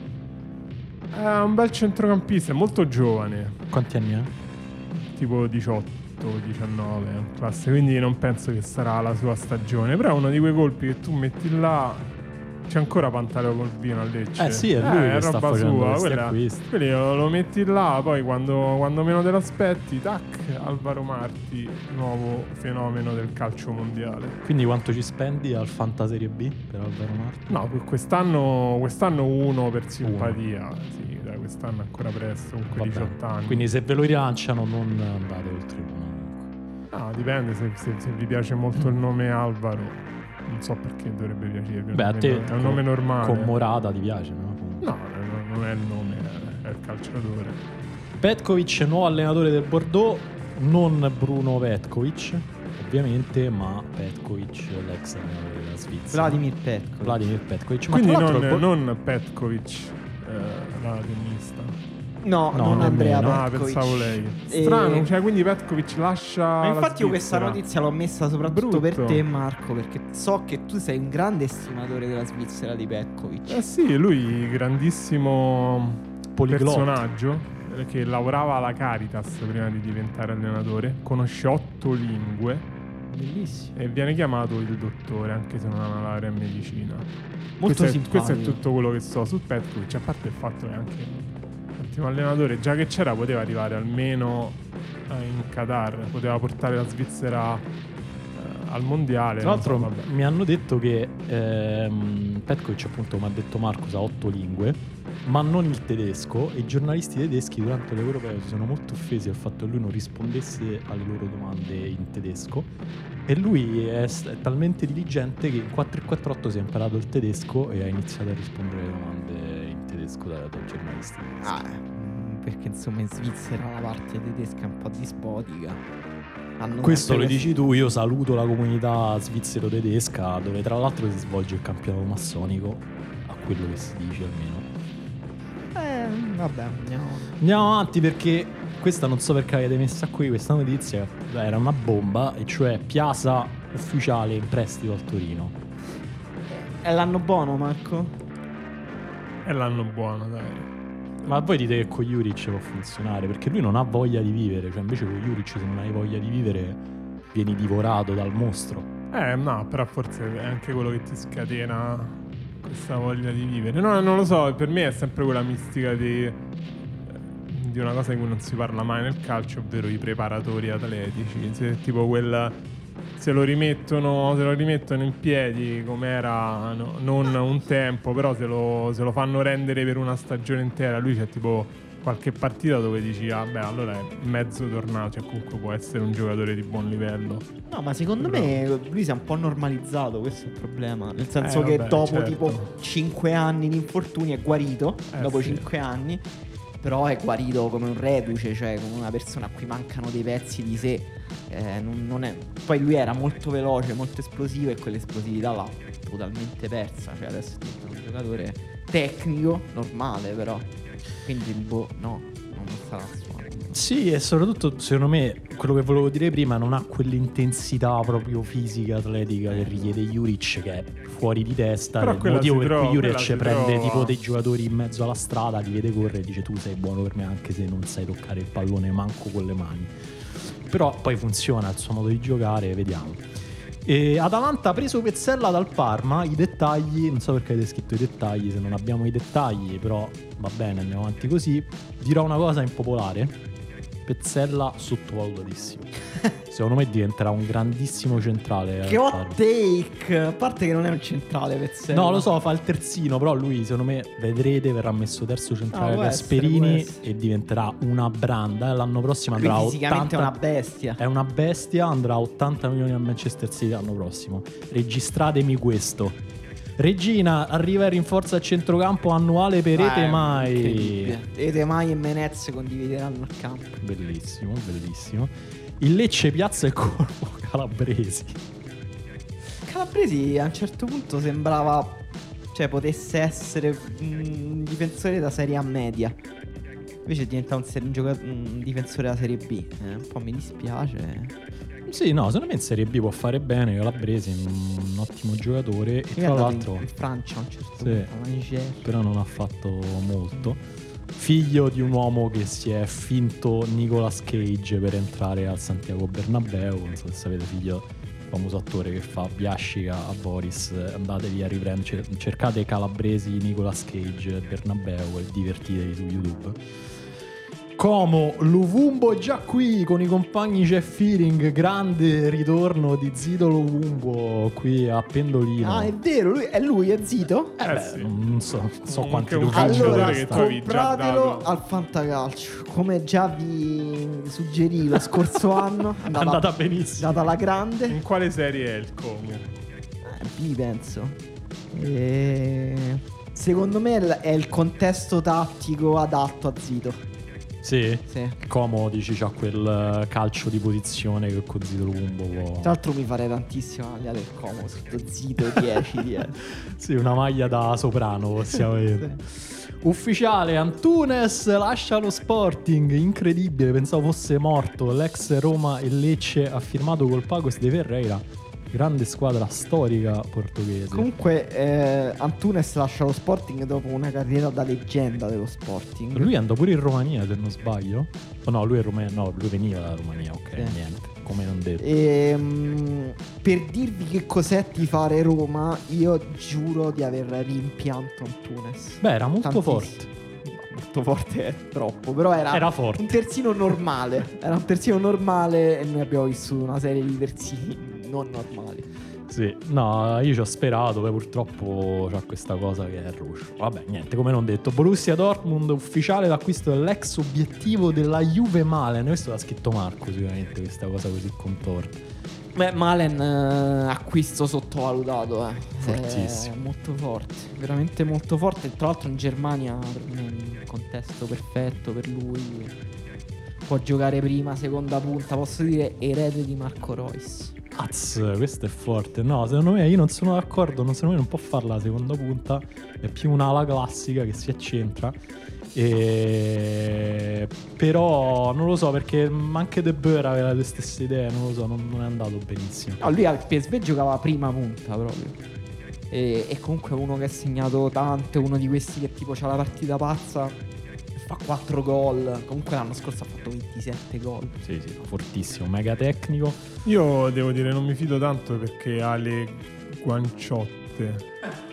È un bel centrocampista, è molto giovane, Quanti anni ha? tipo diciotto diciannove, classe, quindi non penso che sarà la sua stagione. Però è uno di quei colpi che tu metti là. C'è ancora Pantaleo col vino a Lecce. Eh sì, è lui che sta roba facendo sua, questi quella- acquisti. quelli lo, lo metti là, poi quando, quando meno te l'aspetti, tac, Alvaro Marti, nuovo fenomeno del calcio mondiale. Quindi quanto ci spendi al Fantaserie B per Alvaro Marti? No, que- quest'anno, quest'anno uno per simpatia. Sì, dai, quest'anno è ancora presto, comunque Vabbè. diciotto anni. Quindi se ve lo rilanciano non andate oltre uno. No, dipende se, se- se vi piace molto il nome Alvaro. Non so perché dovrebbe piacervi. è un Beh, a nome- te è un nome normale. con Morata ti piace, no? No, no, non è il nome, è- è il calciatore. Petkovic, nuovo allenatore del Bordeaux, non Bruno Petkovic, ovviamente, ma Petkovic, l'ex allenatore della Svizzera. Vladimir Petkovic. Vladimir Petkovic. Ma Quindi tra non, l'altro il Bo- non Petkovic, eh, la tennista. No, No, non nemmeno. Andrea Ah, Petkovic. pensavo lei. E- Strano, cioè quindi Petkovic lascia. Ma la infatti io questa Svizzera. notizia l'ho messa soprattutto Brutto. per te, Marco, perché so che tu sei un grande estimatore della Svizzera di Petkovic. Eh sì, lui grandissimo Poliglotta. personaggio eh, che lavorava alla Caritas prima di diventare allenatore, conosce otto lingue, Bellissimo. E viene chiamato il dottore, anche se non ha una laurea in medicina. Molto questo è, simpatico. questo è tutto quello che so su Petkovic, a parte il fatto che è anche un ottimo allenatore. Già che c'era poteva arrivare almeno eh, in Qatar, poteva portare la Svizzera eh, al mondiale. Tra l'altro non so, vabbè. mi hanno detto che ehm, Petkovic, appunto, come ha detto Marco, sa otto lingue, ma non il tedesco, e i giornalisti tedeschi durante l'Europeo si sono molto offesi al fatto che lui non rispondesse alle loro domande in tedesco, e lui è, è talmente diligente che in quattro e quarantotto si è imparato il tedesco e ha iniziato a rispondere alle domande in tedesco dai, dai giornalisti tedeschi. Ah, perché insomma in Svizzera la parte tedesca è un po' dispotica. Hanno Questo lo sempre dici tu, io saluto la comunità svizzero-tedesca, dove tra l'altro si svolge il campionato massonico, a quello che si dice almeno. Eh, vabbè, andiamo. Andiamo avanti, perché questa non so perché l'avete messa qui, questa notizia era una bomba, e cioè Piazza ufficiale in prestito al Torino. È l'anno buono, Marco? È l'anno buono, dai. Ma voi dite che con Juric può funzionare, perché lui non ha voglia di vivere, cioè invece con Juric se non hai voglia di vivere vieni divorato dal mostro. Eh no, però forse è anche quello che ti scatena questa voglia di vivere. No, non lo so, per me è sempre quella mistica di, di una cosa di cui non si parla mai nel calcio, ovvero i preparatori atletici. Se, tipo quel, se lo rimettono, se lo rimettono in piedi come era no, non un tempo, però se lo, se lo fanno rendere per una stagione intera, lui c'è tipo qualche partita dove dici ah beh, allora è mezzo tornato, cioè comunque può essere un giocatore di buon livello. No, ma secondo Però... me lui si è un po' normalizzato, questo è il problema. Nel senso Eh, che vabbè, dopo certo. tipo cinque anni di infortuni è guarito, Eh, dopo sì. cinque anni, però è guarito come un reduce, cioè come una persona a cui mancano dei pezzi di sé. Eh, non, non è... Poi lui era molto veloce, molto esplosivo, e quell'esplosività l'ha totalmente persa. Cioè adesso è diventato un giocatore tecnico, normale però. Quindi il boh, no, non sarà suono. Sì, e soprattutto secondo me quello che volevo dire prima, non ha quell'intensità proprio fisica, atletica che richiede Juric, che è fuori di testa. Però Il quella motivo si per trova- cui Juric quella si prende trova. tipo dei giocatori in mezzo alla strada, li vede correre e dice tu sei buono per me anche se non sai toccare il pallone manco con le mani. Però poi funziona il suo modo di giocare, vediamo. E Atalanta ha preso Pezzella dal Parma, i dettagli, non so perché avete scritto i dettagli, se non abbiamo i dettagli, però va bene, andiamo avanti così. Dirò una cosa impopolare: Pezzella sottovalutatissimo. Secondo me diventerà un grandissimo centrale. Che al hot Parma. take! A parte che non è un centrale, Pezzella. No, lo so, fa il terzino, però lui secondo me, vedrete, verrà messo terzo centrale Ah, può Gasperini essere, può essere. e diventerà una branda. L'anno prossimo Lui andrà a fisicamente ottanta... è una bestia. È una bestia, andrà a ottanta milioni a Manchester City l'anno prossimo. Registratemi questo. Regina, arriva il rinforzo al centrocampo annuale per Ah, è Etemai. incredibile. Etemai e Menez condivideranno il campo. Bellissimo, bellissimo. Il Lecce piazza il corpo Calabresi. Calabresi a un certo punto sembrava, cioè, potesse essere un difensore da Serie A media. Invece è diventato un, ser- un, gioca- un difensore da Serie B. Eh, un po' mi dispiace. Sì, no, secondo me in Serie B può fare bene. Calabresi è un ottimo giocatore. E Lui è tra andato l'altro in, in Francia a un certo Sì. punto, alla Niger. però non ha fatto molto. Figlio di un uomo che si è finto Nicolas Cage per entrare al Santiago Bernabeu. Non so se sapete, figlio del famoso attore che fa Biascica a Boris. Andatevi a riprendere, cercate Calabresi, Nicolas Cage, Bernabeu e divertitevi su YouTube. Como, Luvumbo è già qui con i compagni, c'è feeling, grande ritorno di Zito Luvumbo qui a Pendolino. Ah, è vero, lui, è lui, è Zito? Eh Eh beh, sì. non so, non so Comunque quanti un Luvumbo calciatore Allora, che tu sta. avevi già compratelo dato. al Fantacalcio. Come già vi suggerì lo scorso anno. È È andata benissimo. andata alla grande. In quale serie è il Como? Eh, B penso. E... Secondo me è il contesto tattico adatto a Zito. Sì? Sì. Como dici c'ha quel calcio di posizione che con Zito Luvumbo può... Tra l'altro mi farei tantissimo la maglia del Como, scritto Zito dieci dietro. Sì, una maglia da soprano possiamo dire. Ufficiale, Antunes lascia lo Sporting, incredibile, pensavo fosse morto. L'ex Roma e Lecce ha firmato col Pagos de Ferreira, grande squadra storica portoghese. Comunque eh, Antunes lascia lo Sporting dopo una carriera da leggenda dello Sporting. Lui andò pure in Romania, se non sbaglio. O no, lui è romano, no, lui veniva dalla Romania, ok, Sì. niente. come non detto. E, um, per dirvi che cos'è tifare Roma, io giuro di aver rimpianto Antunes. Beh, era molto Tantissimo. forte. Molto forte è troppo, però era, Era forte. un terzino normale. Era un terzino normale e noi abbiamo vissuto una serie di terzini non normali. Sì, no, io ci ho sperato, poi purtroppo c'ha questa cosa che è Ruscio. Vabbè, niente, come non detto. Borussia Dortmund, ufficiale l'acquisto dell'ex obiettivo della Juve Malen. Questo l'ha scritto Marco sicuramente, questa cosa così contorta. Beh, Malen eh, acquisto sottovalutato, eh. Fortissimo. È molto forte, veramente molto forte. Tra l'altro in Germania per me è un contesto perfetto per lui. Può giocare prima, seconda punta, posso dire erede di Marco Reus. Cazzo, questo è forte. No, secondo me io non sono d'accordo. Non, secondo me non può fare la seconda punta. È più un'ala classica che si accentra. E... Però non lo so, perché anche De Boer aveva le stesse idee. Non lo so, non, non è andato benissimo. No, lui al P S V giocava prima punta proprio. E, e comunque uno che ha segnato tanto. Uno di questi che tipo c'ha la partita pazza, fa quattro gol. Comunque l'anno scorso ha fatto ventisette gol. Sì, sì, fortissimo, mega tecnico. Io devo dire non mi fido tanto perché ha le guanciotte.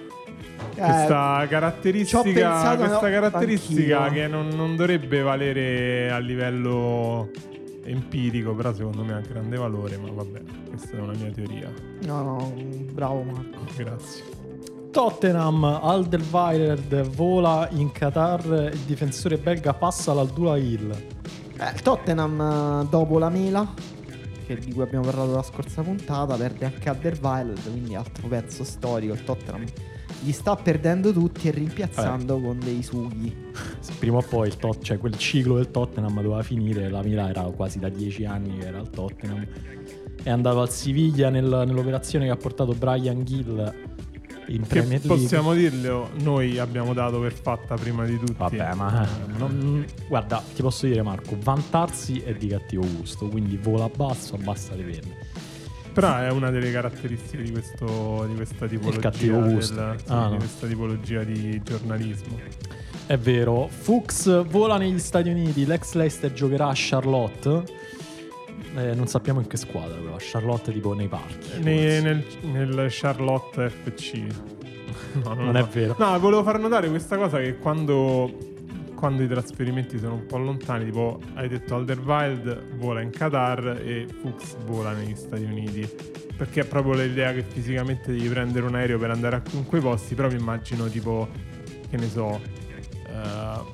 Questa Eh, caratteristica, ci ho pensato, questa no, caratteristica anch'io. che non, non dovrebbe valere a livello empirico, però secondo me ha grande valore, ma vabbè, questa è una mia teoria. No, no, bravo Marco. Grazie. Tottenham, Alderweireld vola in Qatar, il difensore belga passa all'Al Hill. Eh, il Tottenham eh, dopo la mela, che di cui abbiamo parlato la scorsa puntata, perde anche Alderweireld, quindi altro pezzo storico. Il Tottenham gli sta perdendo tutti e rimpiazzando eh. con dei sughi. Prima o poi il Tot- cioè quel ciclo del Tottenham doveva finire. La Mila era quasi da dieci anni che era al Tottenham. È andato al Siviglia nel, nell'operazione che ha portato Bryan Gill in che Premier League. possiamo dirlo, noi abbiamo dato per fatta prima di tutti. Vabbè, ma non, guarda, ti posso dire Marco, vantarsi è di cattivo gusto, quindi vola basso, abbassa le penne. Però è una delle caratteristiche di, questo, di questa tipologia il cattivo gusto. del, sì, ah, di no. questa tipologia di giornalismo. È vero. Fuchs vola negli Stati Uniti, l'ex Leicester giocherà a Charlotte. Eh, non sappiamo in che squadra, però a Charlotte tipo nei parchi. Ne, nel, nel Charlotte F C. No, non, non è vero. No, volevo far notare questa cosa che quando, quando i trasferimenti sono un po' lontani, tipo hai detto Alderweireld vola in Qatar e Fuchs vola negli Stati Uniti, perché è proprio l'idea che fisicamente devi prendere un aereo per andare a in quei posti. Però mi immagino tipo, che ne so, uh,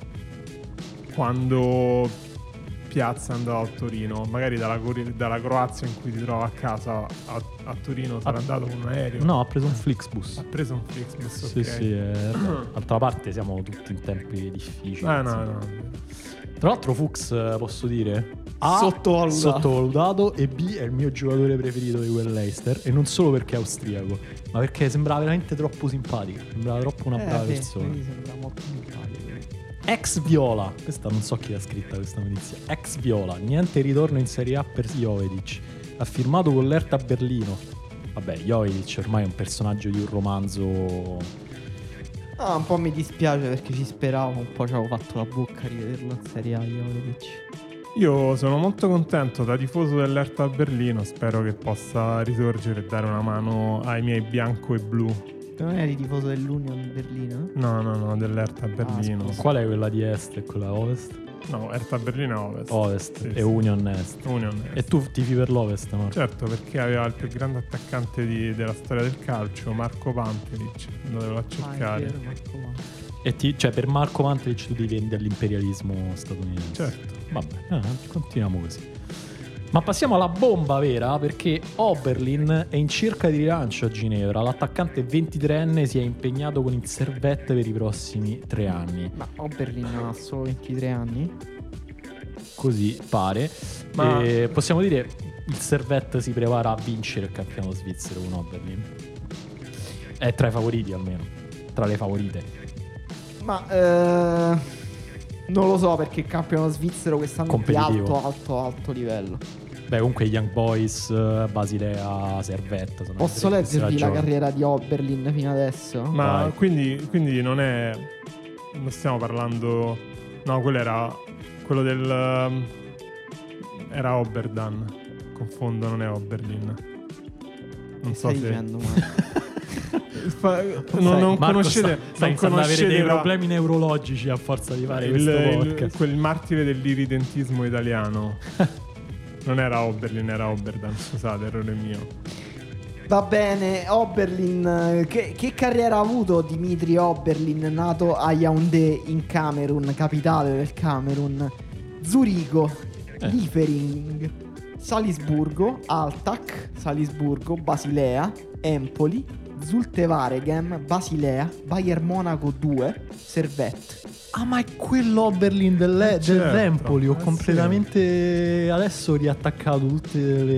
quando Piazza andò a Torino, magari dalla, dalla Croazia in cui si trova a casa a, a Torino sarà Ah, andato con un aereo. No, ha preso un Flixbus. Ha preso un Flixbus, Sì, ok. sì. Eh, d'altra parte siamo tutti in tempi difficili. Ah, no, insomma. no. Tra l'altro Fuchs, posso dire, A, Sottovalutato. sottovalutato, e B, è il mio giocatore preferito di quel Leicester. E non solo perché è austriaco, ma perché sembrava veramente troppo simpatico. Sembrava troppo una Eh, brava sì, persona. mi sembra molto simpatico. Ex Viola, questa non so chi ha scritta questa notizia. Ex Viola, niente ritorno in Serie A per Jovetic. Ha firmato con l'Hertha Berlino. Vabbè, Jovetic ormai è un personaggio di un romanzo. Ah, un po' mi dispiace perché ci speravo, un po' ci avevo fatto la bocca a rivederlo in Serie A. Jovetic. Io sono molto contento da tifoso dell'Hertha Berlino. Spero che possa risorgere e dare una mano ai miei bianco e blu. Non eri tifoso dell'Union Berlino? No, no, no, dell'Hertha Berlino. scusa. Qual è quella di est e quella ovest? No, Hertha Berlino è ovest. Ovest Sì, e sì. Union est. Union Est. E tu tifi per l'ovest, Marco? Certo, perché aveva il più grande attaccante di- della storia del calcio, Marco Pantelic. Andatelo a cercare. Ah, è vero, Marco Mann. E ti, cioè per Marco Pantelic tu ti vendi all'imperialismo statunitense. Certo. Vabbè, eh, continuiamo così. Ma passiamo alla bomba vera, perché Oberlin è in cerca di rilancio a Ginevra. L'attaccante ventitreenne si è impegnato con il Servette per i prossimi tre anni. Ma Oberlin ha solo ventitré anni? Così pare. Ma- E possiamo dire il Servette si prepara a vincere il campionato svizzero con Oberlin. È tra i favoriti almeno. Tra le favorite. Ma eh, non lo so perché il campionato svizzero quest'anno è di Competitivo. alto, alto, alto livello. Beh, comunque Young Boys, Basilea, Servette sono Posso le tre che se leggervi la giocano. carriera di Oberlin fino adesso? Ma Vai. quindi, quindi non è. Non stiamo parlando. No, quello era. Quello del. um, Era Oberdan. confondo, non è Oberlin. Non Che so stai se dicendo, Marco? Fa- non, non Marco conoscete, sta, sta non iniziando ad avere conoscete dei la- problemi neurologici a forza di fare il, questo il- podcast. quel martire dell'iridentismo italiano. Non era Oberlin, era Oberdan. Scusate, errore mio. Va bene, Oberlin, che, che carriera ha avuto Dimitri Oberlin, nato a Yaoundé in Camerun, capitale del Camerun, Zurigo, Eh. Liefering, Salisburgo, Altac, Salisburgo, Basilea, Empoli, Zulte Waregem, Basilea, Bayern Monaco due, Servette. Ah, ma è quello Oberlin del, Eh, certo. del Empoli. Ho Eh, completamente adesso riattaccato tutti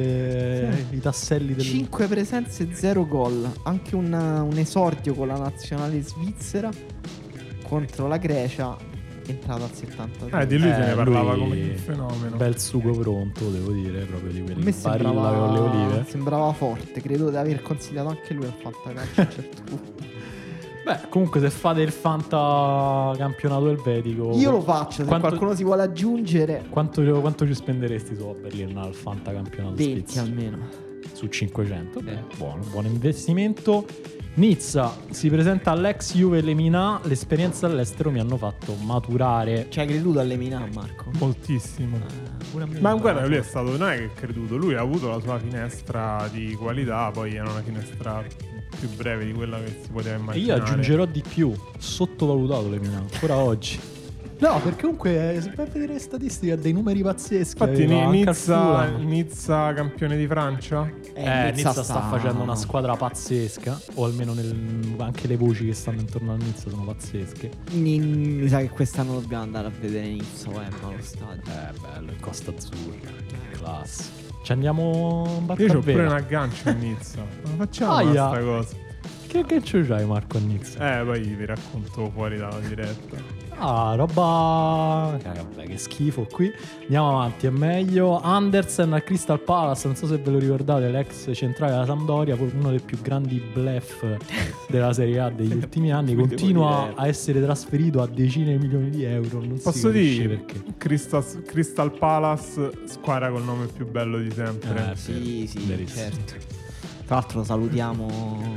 Sì. i tasselli del cinque presenze, zero gol. Anche un, un esordio con la nazionale svizzera contro la Grecia, entrato al settantatré. Eh, di lui Eh, se ne parlava lui- come di un fenomeno. bel sugo pronto, devo dire, proprio di A quelli me in barilla con le sembrava, olive. sembrava forte. Credo di aver consigliato anche lui al fantacalcio a un certo punto. Beh, comunque se fate il Fanta campionato elvetico, Io lo faccio. Se Quanto- qualcuno si vuole aggiungere, Quanto, quanto ci spenderesti su Oberlin al Fanta campionato venti svizzero? almeno. Su cinquecento? Beh, Eh. buono, buon investimento. Nizza si presenta all'ex Juve Lemina. L'esperienza all'estero mi hanno fatto maturare. Ci hai creduto alle Milan, Marco? Moltissimo. Eh, pure a me Ma mi guarda, pare. lui è stato, non è che è creduto, lui ha avuto la sua finestra di qualità, poi era una finestra più breve di quella che si poteva E immaginare. io aggiungerò di più. Sottovalutato Lemina, ancora oggi. No, perché comunque se vai a vedere le statistiche ha dei numeri pazzeschi. Infatti aveva anche al Nizza, Fulham. Nizza campione di Francia? Eh, Nizza sta facendo una squadra pazzesca. O almeno nel- anche le voci che stanno intorno al Nizza sono pazzesche. Mi, mi sa che quest'anno dobbiamo andare a vedere Nizza, eh, ma allo stadio. Eh, bello, in Costa Azzurra. Classe. Ci andiamo in barca Io a c'ho pure un vela. aggancio a Nizza. Ma facciamo Aia. questa cosa? Che aggancio c'hai, Marco, a Nizza? Eh, poi vi racconto fuori dalla diretta. Ah, roba. Eh, vabbè, che schifo qui. Andiamo avanti, è meglio. Andersen al Crystal Palace. Non so se ve lo ricordate, l'ex centrale della Sampdoria, uno dei più grandi bluff della Serie A degli ultimi anni. Devo Continua dire. a essere trasferito a decine di milioni di euro. Non si Posso capisce dire, perché. Crystal, Crystal Palace, squadra col nome più bello di sempre. Eh, Sì, sì, verissimo. certo. Tra l'altro salutiamo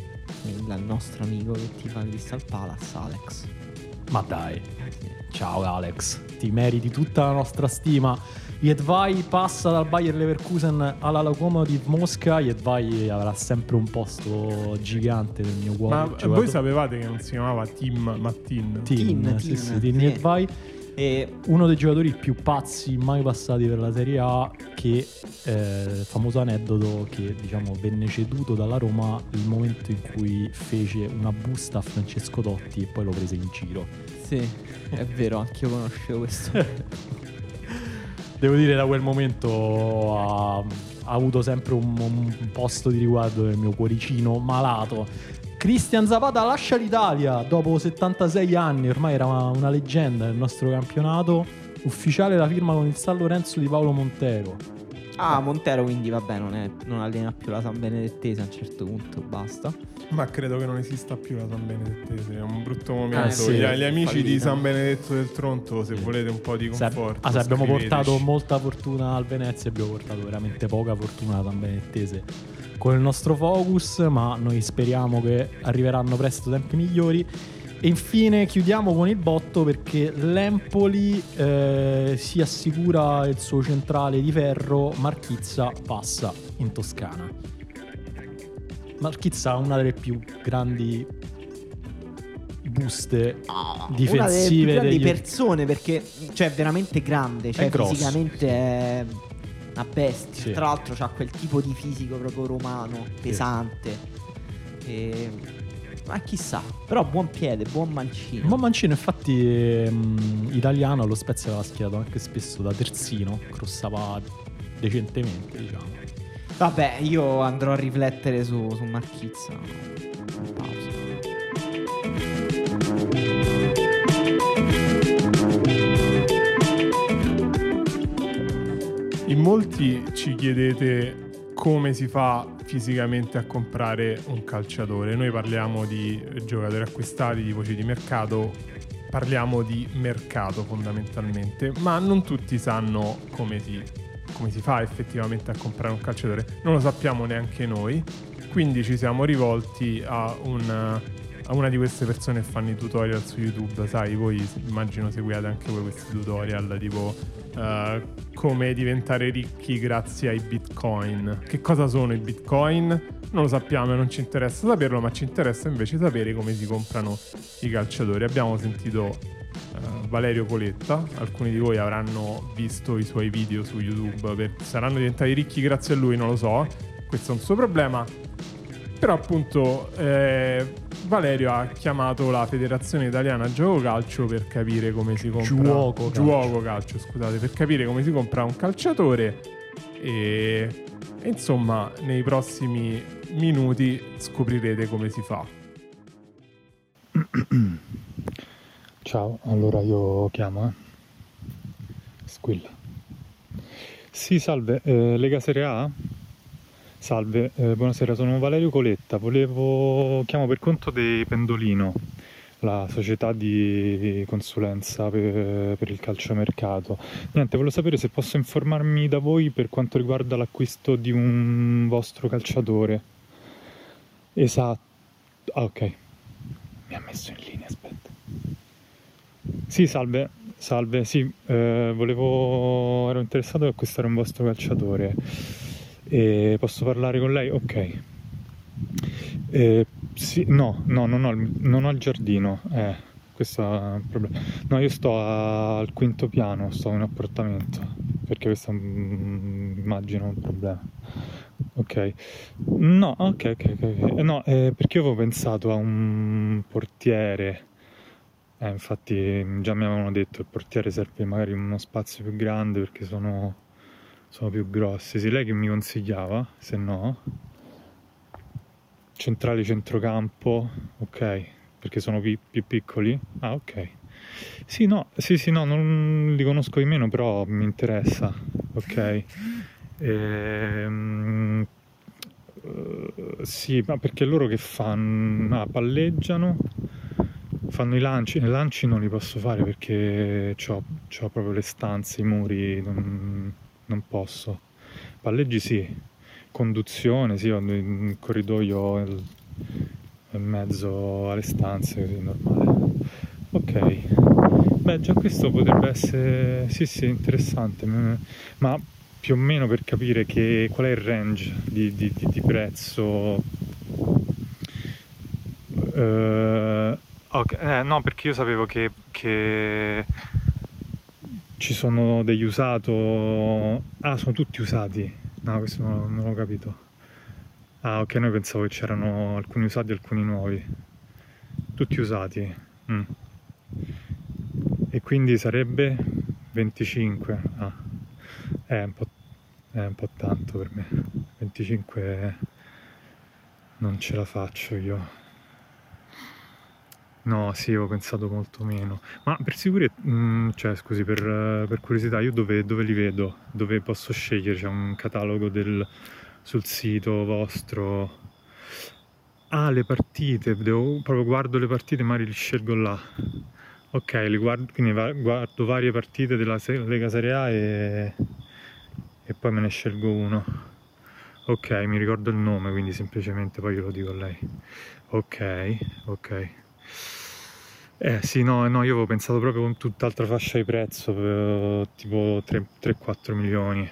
il nostro amico che tifa Crystal Palace, Alex. Ma dai. Ciao Alex, ti meriti tutta la nostra stima. Jedvai passa dal Bayer Leverkusen alla Lokomotiv Mosca. Jedvai avrà sempre un posto gigante nel mio cuore. Ma Giocatore- voi sapevate che non si chiamava Tim ma Tin? Tin, Tin, sì, Tin, sì, Tin sì. Jedvai. E Uno dei giocatori più pazzi mai passati per la Serie A, che eh, famoso aneddoto che diciamo venne ceduto dalla Roma il momento in cui fece una busta a Francesco Totti e poi lo prese in giro. sì, è vero, anche io conoscevo questo. Devo dire, da quel momento ha, ha avuto sempre un, un posto di riguardo nel mio cuoricino malato. Cristian Zapata lascia l'Italia dopo settantasei anni, ormai era una, una leggenda del nostro campionato. Ufficiale la firma con il San Lorenzo di Paolo Montero. Ah, Montero quindi vabbè, non, è, non allena più la San Benedettese a un certo punto, basta. Ma credo che non esista più la San Benedettese. È un brutto momento. Eh, sì. gli, gli amici di Fallita. San Benedetto del Tronto, se Sì. volete un po' di Se, conforto, ah, se abbiamo scriveteci. portato molta fortuna al Venezia, abbiamo portato veramente poca fortuna alla San Benedettese con il nostro focus, ma noi speriamo che arriveranno presto tempi migliori. E infine chiudiamo con il botto, perché l'Empoli eh, si assicura il suo centrale di ferro. Marchizza passa in Toscana. Marchizza ha una delle più grandi buste Ah, difensive una delle più grandi degli- persone, perché cioè è veramente grande, cioè È grosso. fisicamente è una bestia. Sì. Tra l'altro c'ha quel tipo di fisico proprio romano, pesante. E... ma chissà, però buon piede, buon mancino. Ma Mancino infatti ehm, italiano allo Spezia l'ha schierato anche spesso da terzino, crossava decentemente, diciamo. Vabbè, io andrò a riflettere su, su Marchizza. In pausa. In molti ci chiedete come si fa fisicamente a comprare un calciatore. Noi parliamo di giocatori acquistati, di voci di mercato, parliamo di mercato fondamentalmente, ma non tutti sanno come si come si fa effettivamente a comprare un calciatore, non lo sappiamo neanche noi, quindi ci siamo rivolti a un... a una di queste persone che fanno i tutorial su YouTube. Sai, voi immagino seguiate anche voi questi tutorial tipo uh, come diventare ricchi grazie ai bitcoin. Che cosa sono i bitcoin? Non lo sappiamo e non ci interessa saperlo, ma ci interessa invece sapere come si comprano i calciatori. Abbiamo sentito uh, Valerio Coletta, alcuni di voi avranno visto i suoi video su YouTube, per, saranno diventati ricchi grazie a lui, non lo so, questo è un suo problema. Però appunto eh, Valerio ha chiamato la Federazione Italiana Gioco Calcio per capire come si compra Giuoco calcio. Giuoco calcio, scusate, per capire come si compra un calciatore e, e insomma nei prossimi minuti scoprirete come si fa. Ciao, allora io chiamo, eh. Squilla. Sì, salve, eh, Lega Serie A? Salve, eh, buonasera, sono Valerio Coletta, volevo... chiamo per conto di Pendolino, la società di consulenza per, per il calciomercato. Niente, volevo sapere se posso informarmi da voi per quanto riguarda l'acquisto di un vostro calciatore. Esatto. Ah, ok. Mi ha messo in linea, aspetta. Sì, salve, salve, sì, eh, volevo... ero interessato ad acquistare un vostro calciatore. E posso parlare con lei? Ok. Eh, sì, no, no, non ho, il, non ho il giardino. Eh, questo è un problema. No, io sto a, al quinto piano, sto in un appartamento. Perché questo è un, immagino un problema. Ok. No, ok, ok, ok. No, eh, perché io avevo pensato a un portiere. Eh, infatti già mi avevano detto che il portiere serve magari uno spazio più grande perché sono... sono più grossi. Sì, lei che mi consigliava? Se no, centrali centrocampo, ok, perché sono pi- più piccoli. Ah, ok. Sì, no, sì, sì, no, non li conosco di meno, però mi interessa. Ok. Ehm, uh, sì, ma perché loro che fanno? Ah, palleggiano, fanno i lanci. I lanci non li posso fare perché c'ho, c'ho proprio le stanze, i muri, non... non posso. Palleggi sì, conduzione sì, ho il corridoio in mezzo alle stanze, così normale. Ok, beh già questo potrebbe essere, sì sì, interessante, ma più o meno per capire che, qual è il range di, di, di, di prezzo. Uh, ok, eh, no, perché io sapevo che, che ci sono degli usato. Ah, sono tutti usati. No, questo non, non l'ho capito. Ah, ok, noi pensavo che c'erano alcuni usati e alcuni nuovi. Tutti usati. Mm. E quindi sarebbe venticinque. Ah, è un po', è un po' tanto per me. venticinque non ce la faccio io. No, sì, ho pensato molto meno. Ma per sicurezza, mh, cioè scusi, per, per curiosità, io dove, dove li vedo? Dove posso scegliere? C'è un catalogo del, sul sito vostro? Ah, le partite, devo, proprio guardo le partite, magari li scelgo là. Ok, li guardo, quindi va, guardo varie partite della Lega Serie A e, e poi me ne scelgo uno. Ok, mi ricordo il nome, quindi semplicemente poi glielo dico a lei. Ok, ok. Eh sì, no, no, io avevo pensato proprio con tutt'altra fascia di prezzo, per, tipo tre quattro milioni.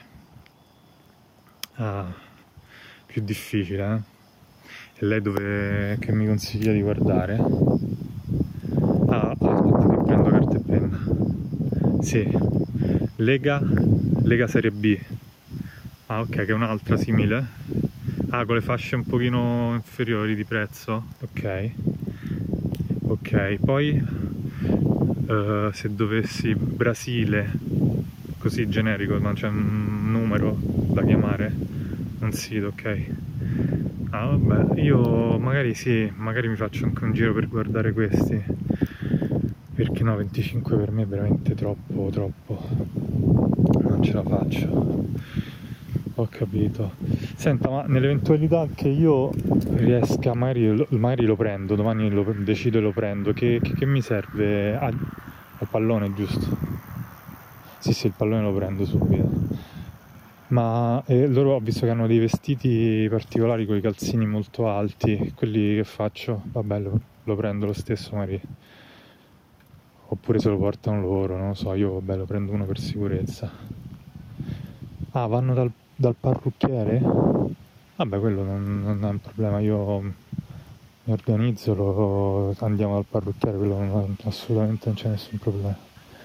Ah, più difficile, eh? E lei dove, che mi consiglia di guardare? Ah, aspetta che prendo carta e penna. Sì, Lega, Lega Serie B. Ah, ok, che è un'altra simile. Ah, con le fasce un pochino inferiori di prezzo. Ok. Ok, poi uh, se dovessi Brasile, così generico, ma c'è un numero da chiamare, un sito, ok. Ah vabbè, io magari sì, magari mi faccio anche un giro per guardare questi, perché no, venticinque per me è veramente troppo, troppo, non ce la faccio. Ho capito. Senta, ma nell'eventualità che io riesca, magari, magari lo prendo, domani lo decido e lo prendo, che, che, che mi serve? Ah, al pallone, giusto? Sì, sì, il pallone lo prendo subito. Ma eh, loro ho visto che hanno dei vestiti particolari con i calzini molto alti. Quelli che faccio? Vabbè, lo, lo prendo lo stesso magari. Oppure se lo portano loro, non lo so, io vabbè lo prendo uno per sicurezza. Ah, vanno dal, dal parrucchiere? Vabbè, quello non, non è un problema, io mi organizzo, lo, andiamo dal parrucchiere, quello non, assolutamente non c'è nessun problema.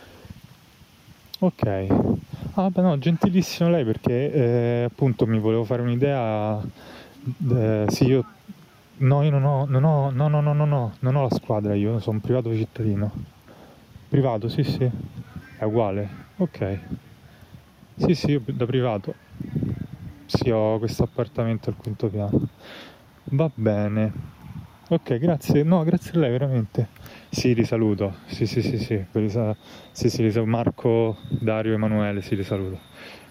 Ok. Ah, vabbè, no, gentilissimo lei, perché eh, appunto mi volevo fare un'idea. Eh, sì, io no, io non ho, non ho, no, no, no, no, no, non ho la squadra, io sono un privato cittadino. Privato, sì, sì, è uguale. Ok. Sì, sì, io da privato. Sì, ho questo appartamento al quinto piano. Va bene. Ok, grazie. No, grazie a lei, veramente. Sì, li saluto. Sì, sì, sì, sì. Sì, sì, li saluto. Marco, Dario, Emanuele, sì, li saluto.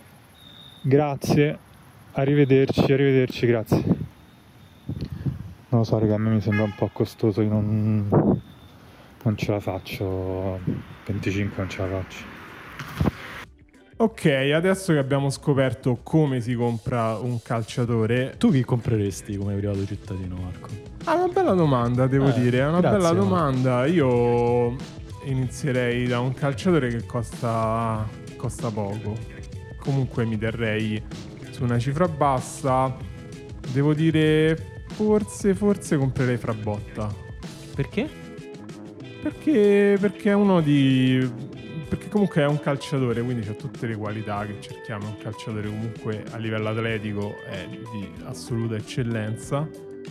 Grazie. Arrivederci, arrivederci, grazie. Non lo so, raga, a me mi sembra un po' costoso, io non, non ce la faccio. venticinque non ce la faccio. Ok, adesso che abbiamo scoperto come si compra un calciatore, Tu chi compreresti come privato cittadino, Marco? ah, una bella domanda, devo Eh, dire, è una grazie, bella Marco. domanda. Io inizierei da un calciatore che costa, costa poco. Comunque mi terrei su una cifra bassa. Devo dire, forse, forse comprerei Frabotta. Perché? Perché, perché è uno di... Perché comunque è un calciatore, quindi c'ha tutte le qualità che cerchiamo. È un calciatore comunque a livello atletico è di assoluta eccellenza.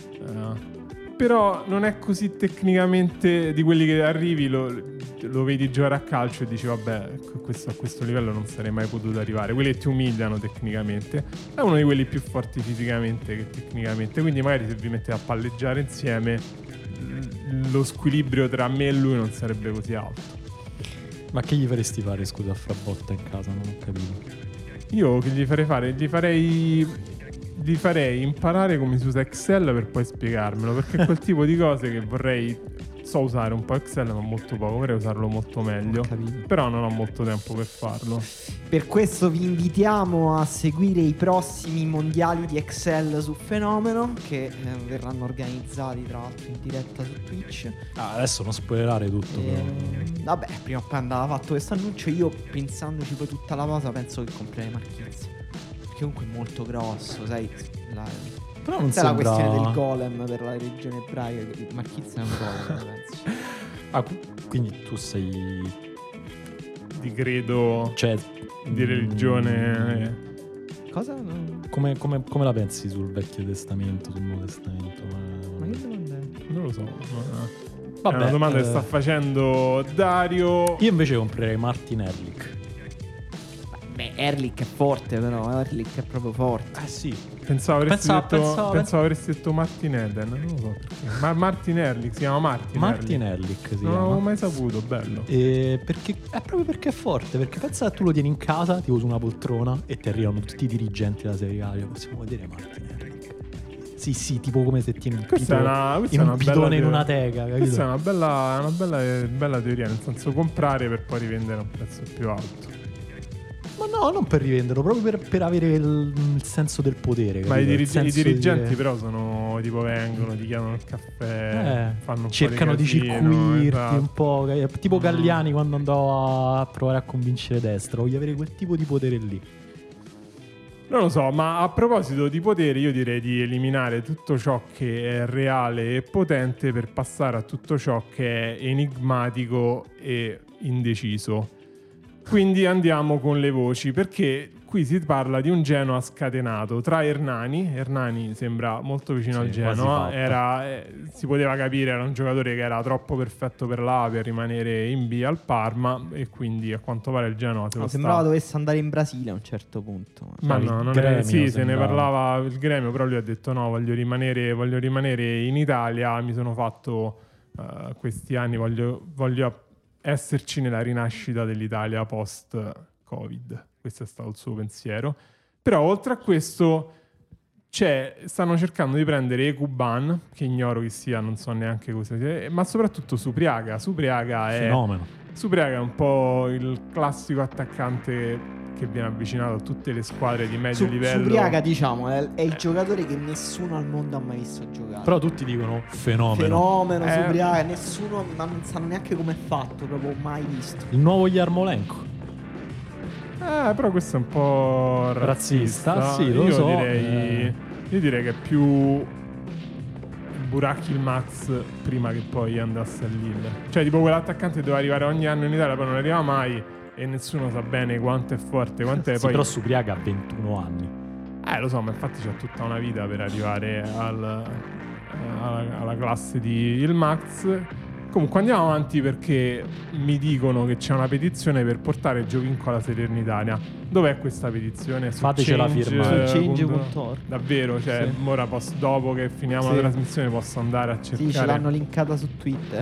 Uh, però non è così tecnicamente di quelli che arrivi, lo, lo vedi giocare a calcio e dici vabbè, questo, a questo livello non sarei mai potuto arrivare. Quelli che ti umiliano tecnicamente. È uno di quelli più forti fisicamente che tecnicamente. Quindi magari se vi mettete a palleggiare insieme, lo squilibrio tra me e lui non sarebbe così alto. Ma che gli faresti fare, scusa, a Frabotta in casa? Non ho capito. Io che gli farei fare? Gli farei gli farei imparare come si usa Excel per poi spiegarmelo, perché è quel tipo di cose che vorrei. So usare un po' Excel ma molto poco, vorrei usarlo molto meglio, però non ho molto tempo per farlo. Per questo vi invitiamo a seguire i prossimi mondiali di Excel su Fenomeno, che eh, verranno organizzati tra l'altro in diretta su Twitch. Ah, adesso non spoilerare tutto, E, però. vabbè, prima o poi andava fatto questo annuncio. Io, pensandoci poi tutta la cosa, penso che comprerei Marchizzi, perché comunque è molto grosso, sai, la, Però non sai la sembra... questione del golem per la religione ebraica, che Marchizzi è un golem, penso. Ah, quindi tu sei... Di credo, Cioè... di religione. mm, Cosa? No. Come, come, come la pensi sul Vecchio Testamento, sul Nuovo Testamento? Ma che domanda è? Non lo so. Ma... Vabbè, è una domanda eh, che sta facendo Dario. Io invece comprerei Martin Ehrlich. Beh, Erlich è forte, però Erlich è proprio forte. Eh sì. Pensavo avresti, Pensavo- detto, pensavo- pensavo avresti detto Martin Eden. Non lo so perché. Ma Martin Ehrlich si chiama Martin. Martin Ehrlich. Ehrlich si Non chiama. l'avevo mai saputo, bello. E perché è proprio perché è forte. Perché pensa che tu lo tieni in casa, tipo su una poltrona, e ti arrivano tutti i dirigenti della Serie A. Possiamo vedere Martin Ehrlich. Sì, sì, tipo come se tieni un Questa è pitone, una, questa in è un una pitone bella in una teoria. teca, capito? Questa è una bella, una bella, bella teoria, nel senso comprare per poi rivendere a un prezzo più alto. Ma no, non per rivenderlo, proprio per, per avere il, il senso del potere. Ma i, capito? Il dirige- i senso di dirigenti dire- però sono tipo vengono, ti chiedono il caffè, Eh, fanno un cercano po' di, di, casino, circuirti esatto. un po', eh, tipo Mm. Galliani quando andò a provare a convincere destra. Voglio avere quel tipo di potere lì. Non lo so, ma a proposito di potere, io direi di eliminare tutto ciò che è reale e potente per passare a tutto ciò che è enigmatico e indeciso. Quindi andiamo con le voci, perché qui si parla di un Genoa scatenato tra Hernani. Hernani sembra molto vicino Sì, al quasi Genoa, fatta. era, eh, si poteva capire, era un giocatore che era troppo perfetto per l'A per rimanere in B al Parma, e quindi a quanto pare il Genoa se No, lo sembrava sta... dovesse andare in Brasile a un certo punto. Ma il no, non Gremio è, sì, se ne sembrava. parlava il Gremio, però lui ha detto no, voglio rimanere, voglio rimanere in Italia, mi sono fatto uh, questi anni, voglio, voglio esserci nella rinascita dell'Italia post-Covid. Questo è stato il suo pensiero. Però oltre a questo c'è, stanno cercando di prendere Ekuban, che ignoro chi sia, non so neanche cosa sia, ma soprattutto Supriaga. Supriaga è... Fenomeno. Supriaga è un po' il classico attaccante che viene avvicinato a tutte le squadre di medio Su, livello. Subriaga, diciamo, è, è il giocatore che nessuno al mondo ha mai visto giocare. Però tutti dicono fenomeno. Fenomeno, Eh. Subriaga, nessuno, ma non sanno neanche come è fatto, proprio mai visto. Il nuovo Yarmolenko. Eh, però questo è un po' razzista. Razzista, sì, lo io so, Direi, eh. Io direi che è più Burak Yilmaz prima che poi andasse all'Lille. Cioè, tipo quell'attaccante doveva arrivare ogni anno in Italia, poi non arriva mai e nessuno sa bene quanto è forte, quanto è Sì, poi... però Subriaga ha ventuno anni. Eh, lo so, ma infatti c'è tutta una vita per arrivare al, alla, alla classe di Yilmaz. Comunque andiamo avanti perché mi dicono che c'è una petizione per portare Giovinco alla Salernitana. Dov'è questa petizione? Su Fatecela Change, firmare. Su change punto- punto org. Davvero? Cioè, Sì. ora posso, dopo che finiamo Sì. la trasmissione posso andare a cercare. Sì, ce l'hanno linkata su Twitter.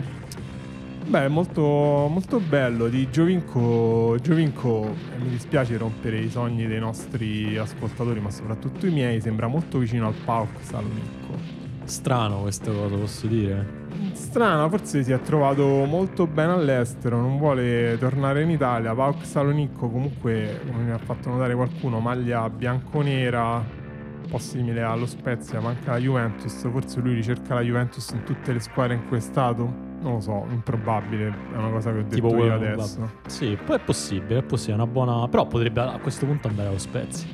Beh, è molto, molto bello. Di Giovinco, Giovinco, eh, mi dispiace rompere i sogni dei nostri ascoltatori, ma soprattutto i miei, sembra molto vicino al P A O K Salonicco. Strano questa cosa, posso dire. Strano, forse si è trovato molto bene all'estero, non vuole tornare in Italia. P A O K Salonicco comunque, come mi ha fatto notare qualcuno, maglia bianconera, un po' simile allo Spezia, ma anche alla Juventus. Forse lui ricerca la Juventus in tutte le squadre in cui è stato. Non lo so, improbabile, è una cosa che ho detto Tipo io quello- adesso. vabbè. Sì, poi è possibile, è possibile, è una buona. Però potrebbe a questo punto andare allo Spezia.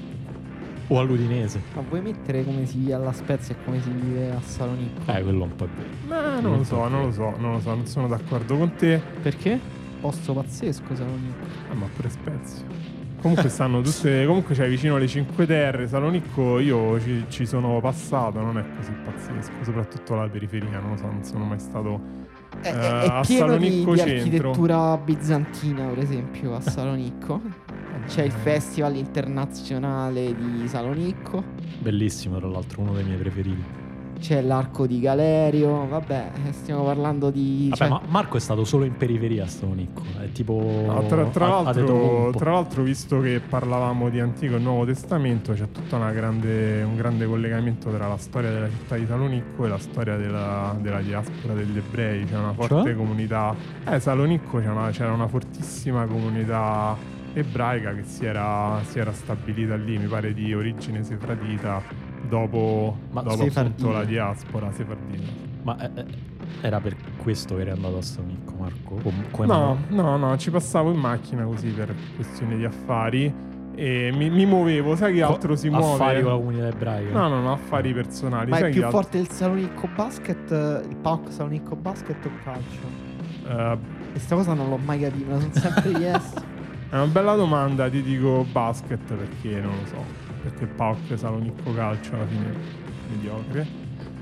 O all'Udinese. Ma vuoi mettere come si vive alla Spezia e come si vive a Salonicco? Eh, quello un po' è vero. Ma non lo so, non lo so, non lo so, non sono d'accordo con te. Perché? Posto pazzesco Salonicco. Ah, ma pure Spezia. Comunque stanno tutte. Comunque c'è vicino alle Cinque Terre. Salonicco io ci, ci sono passato, non è così pazzesco. Soprattutto la periferia, non lo so, non sono mai stato. È, Eh, è- è a pieno di, Salonicco di centro. architettura bizantina, per esempio, a Salonicco. C'è il Eh. Festival internazionale di Salonicco. Bellissimo, tra l'altro, uno dei miei preferiti. C'è l'arco di Galerio. Vabbè, stiamo parlando di. Vabbè, cioè- ma Marco è stato solo in periferia a Salonicco. È tipo. No, tra, tra a- a l'altro, Tetocompo. tra l'altro, visto che parlavamo di Antico e Nuovo Testamento, c'è tutto una grande, un grande collegamento tra la storia della città di Salonicco e la storia della, della diaspora degli ebrei. C'è una forte Cioè? comunità. Eh, Salonicco c'era una, c'era una fortissima comunità ebraica che si era, si era stabilita lì, mi pare di origine sefardita, dopo, Ma dopo sefardita. appunto la diaspora sefardita. Ma eh, eh, era per questo che eri andato a Salonicco, Marco? Com- come No, mai? no, no, ci passavo in macchina così per questioni di affari e mi, mi muovevo, sai che altro si muove? Affari con la comunità ebraica? No, no, no, affari personali. Ma sai è che più altro- forte il Salonicco Basket, eh, il P A O K Salonicco Basket o calcio? Eh, Questa cosa non l'ho mai capito, me la sono sempre chiesto. è una bella domanda, ti dico basket perché non lo so, perché il P A O K Salonicco calcio alla fine è mediocre.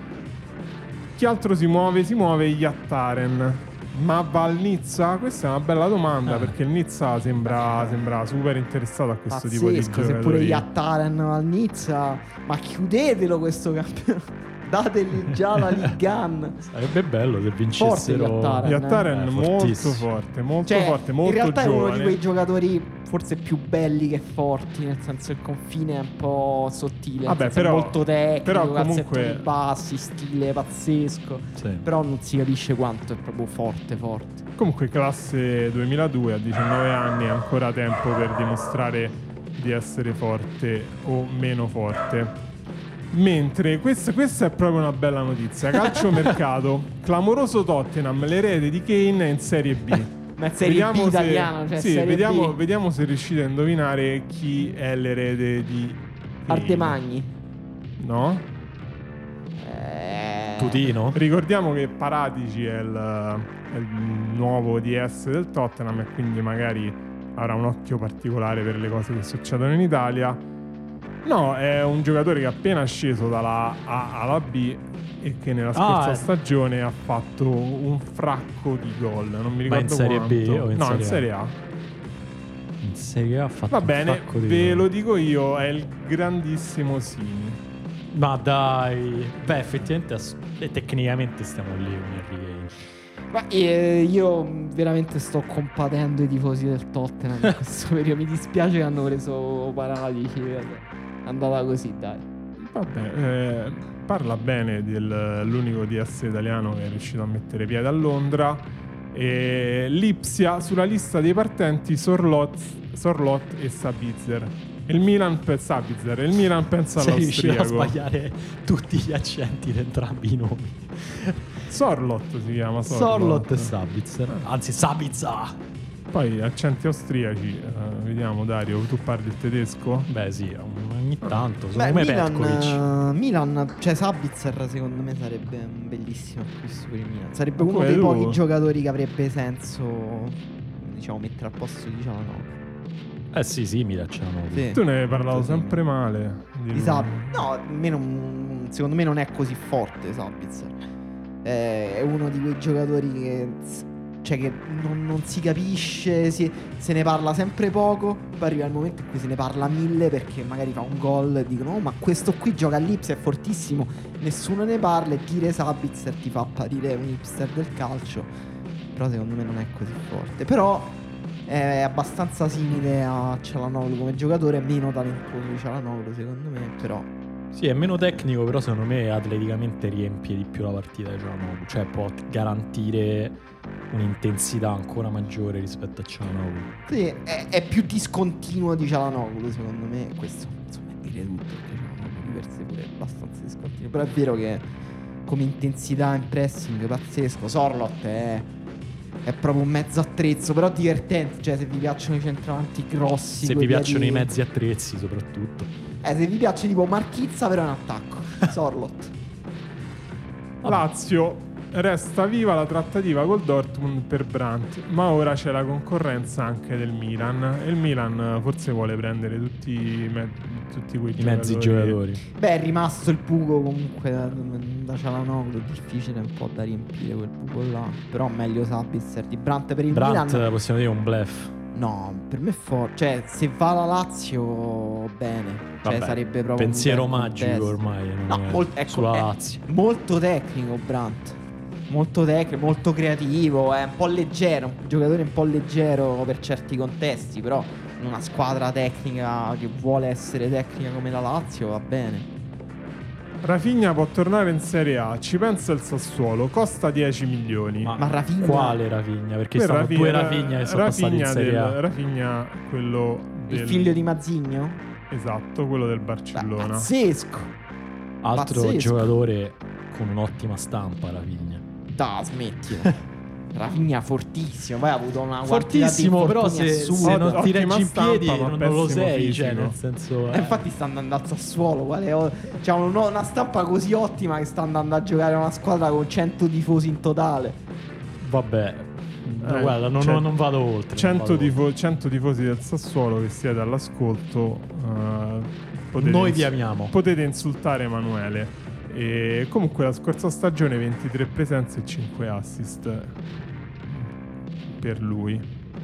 Chi altro si muove? Si muove Yattaren. Ma va al Nizza? Questa è una bella domanda Ah. perché il Nizza sembra, sembra super interessato a questo tipo di Pazzesco, giocatori. seppure Yattaren al Nizza. Ma chiudetelo questo campionato. Dategli già la Ligue uno. Sarebbe bello se Forte vincessero. Yattaren. Yattaren Eh, molto fortissimo. forte, molto Cioè, forte, molto in realtà giovane. è uno di quei giocatori forse più belli che forti, nel senso il confine è un po' sottile, Vabbè, nel senso è però- molto tecnico, però calzettoni comunque- bassi, stile pazzesco. Sì. Però non si capisce quanto è proprio forte forte. Comunque classe duemiladue, a diciannove anni, è ancora tempo per dimostrare di essere forte o meno forte. Mentre questa, questa è proprio una bella notizia. Calciomercato, clamoroso Tottenham, l'erede di Kane è in Serie B. Ma è Serie B se- italiana, cioè sì, Serie vediamo, B. vediamo se riuscite a indovinare chi è l'erede di Kane. Ardemagni. No? Eh... Tutino? Ricordiamo che Paratici è il, è il nuovo D S del Tottenham e quindi magari avrà un occhio particolare per le cose che succedono in Italia. No, è un giocatore che è appena sceso dalla A alla B e che nella scorsa Ah, eh. stagione ha fatto un fracco di gol. Non mi Ma ricordo in Serie B quanto. o in no, Serie in A? Serie A. In Serie A ha fatto Va un bene, sacco di ve gol. lo dico io, è il grandissimo Sini. Ma dai. Beh, effettivamente ass- e tecnicamente stiamo lì con Harry Kane. Ma eh, io veramente sto compatendo i tifosi del Tottenham in questo periodo. Mi dispiace che hanno preso Paratici. È andata così, dai. Vabbè, eh, parla bene dell'unico D S italiano che è riuscito a mettere piede a Londra. E Lipsia sulla lista dei partenti Sorloz Sorloth e Sabitzer. Il Milan per Sabitzer, il Milan pensa Sei riuscito a all'austriaco. sbagliare tutti gli accenti di entrambi i nomi. Sorloth si chiama Sorloth. Sorloth e Sabitzer. Anzi, Sabitzer. Poi accenti austriaci, eh, vediamo Dario, tu parli il tedesco? Beh sì, ogni tanto. Beh, Secondo me Milan, Petkovic. eh, Milan, cioè Sabitzer secondo me sarebbe un bellissimo acquisto per il Milan. Sarebbe uno Poi dei lui- pochi giocatori che avrebbe senso, diciamo, mettere al posto di Cialanoglu. Eh sì, sì, mi c'erano. Sì. Tu ne hai parlato Molto simile. sempre male. Di Di lui. Sab- no, almeno, mm, secondo me non è così forte Sabitzer. Eh, È uno di quei giocatori che, cioè, che non, non si capisce, si- se ne parla sempre poco. Poi arriva il momento in cui se ne parla mille perché magari fa un gol e dicono: oh, ma questo qui gioca all'Ipsia, è fortissimo. Nessuno ne parla e dire Sabitzer ti fa apparire un hipster del calcio. Però secondo me non è così forte. Però è abbastanza simile a Cialanoglu come giocatore, meno talentuoso di Cialanoglu secondo me, però Sì, è meno tecnico, però secondo me atleticamente riempie di più la partita di Cialanoglu. Cioè può garantire un'intensità ancora maggiore rispetto a Cialanoglu. sì, è, è più discontinuo di Cialanoglu secondo me. Questo insomma è dire tutto, perché Cialanoglu di per sé pure è abbastanza discontinuo. Però è vero che come intensità in pressing pazzesco. Sorloth è, è proprio un mezzo attrezzo, però divertente. Cioè se vi piacciono i centravanti grossi, Se coi vi piacciono piedi- i mezzi attrezzi soprattutto. Eh, se vi piace tipo Marchizza però in attacco. Sorloth. Lazio, resta viva la trattativa col Dortmund per Brandt, ma ora c'è la concorrenza anche del Milan e il Milan forse vuole prendere tutti i, me- tutti quei I mezzi giocatori. Beh, è rimasto il buco comunque da, da Cialanoglu, è difficile un po' da riempire quel buco là. Però meglio Sabitzer di Brandt per il Brandt Milan. possiamo dire un bluff. No, per me è forte. Cioè, se va la Lazio, bene. Cioè, Vabbè, sarebbe proprio un pensiero bel magico contesto. ormai. Non No, è molt- ecco, sulla è Lazio. molto tecnico Brandt. Molto tecnico, molto creativo. È un po' leggero, un giocatore un po' leggero per certi contesti. Però in una squadra tecnica che vuole essere tecnica come la Lazio va bene. Rafinha può tornare in Serie A, ci pensa il Sassuolo, costa dieci milioni. Ma Rafinha- Quale Rafinha? Perché Per stanno Rafinha- due Rafinha che sono passati in Rafinha Serie del- A. Rafinha, quello Il del, figlio di Mazzigno? esatto, quello del Beh, Barcellona. pazzesco. Altro pazzesco. giocatore con un'ottima stampa, Rafinha. Dai, smettila. Rafinha fortissimo. Poi ha avuto una quantità Fortissimo, di però infortuni se, assurdi. se non Ottima ti reggi in stampa, piedi ma non, non lo pessimo sei, fisico. cioè nel senso... E eh. infatti sta andando al Sassuolo. Quale ho... C'ha un- una stampa così ottima che sta andando a giocare a una squadra con cento tifosi in totale. Vabbè, no, Eh, guarda, non, cioè, non vado oltre. non cento, vado tifo- cento tifosi del Sassuolo che siete all'ascolto. eh, potete Noi vi ins- amiamo. Potete insultare Emanuele. E comunque la scorsa stagione ventitré presenze e cinque assist per lui.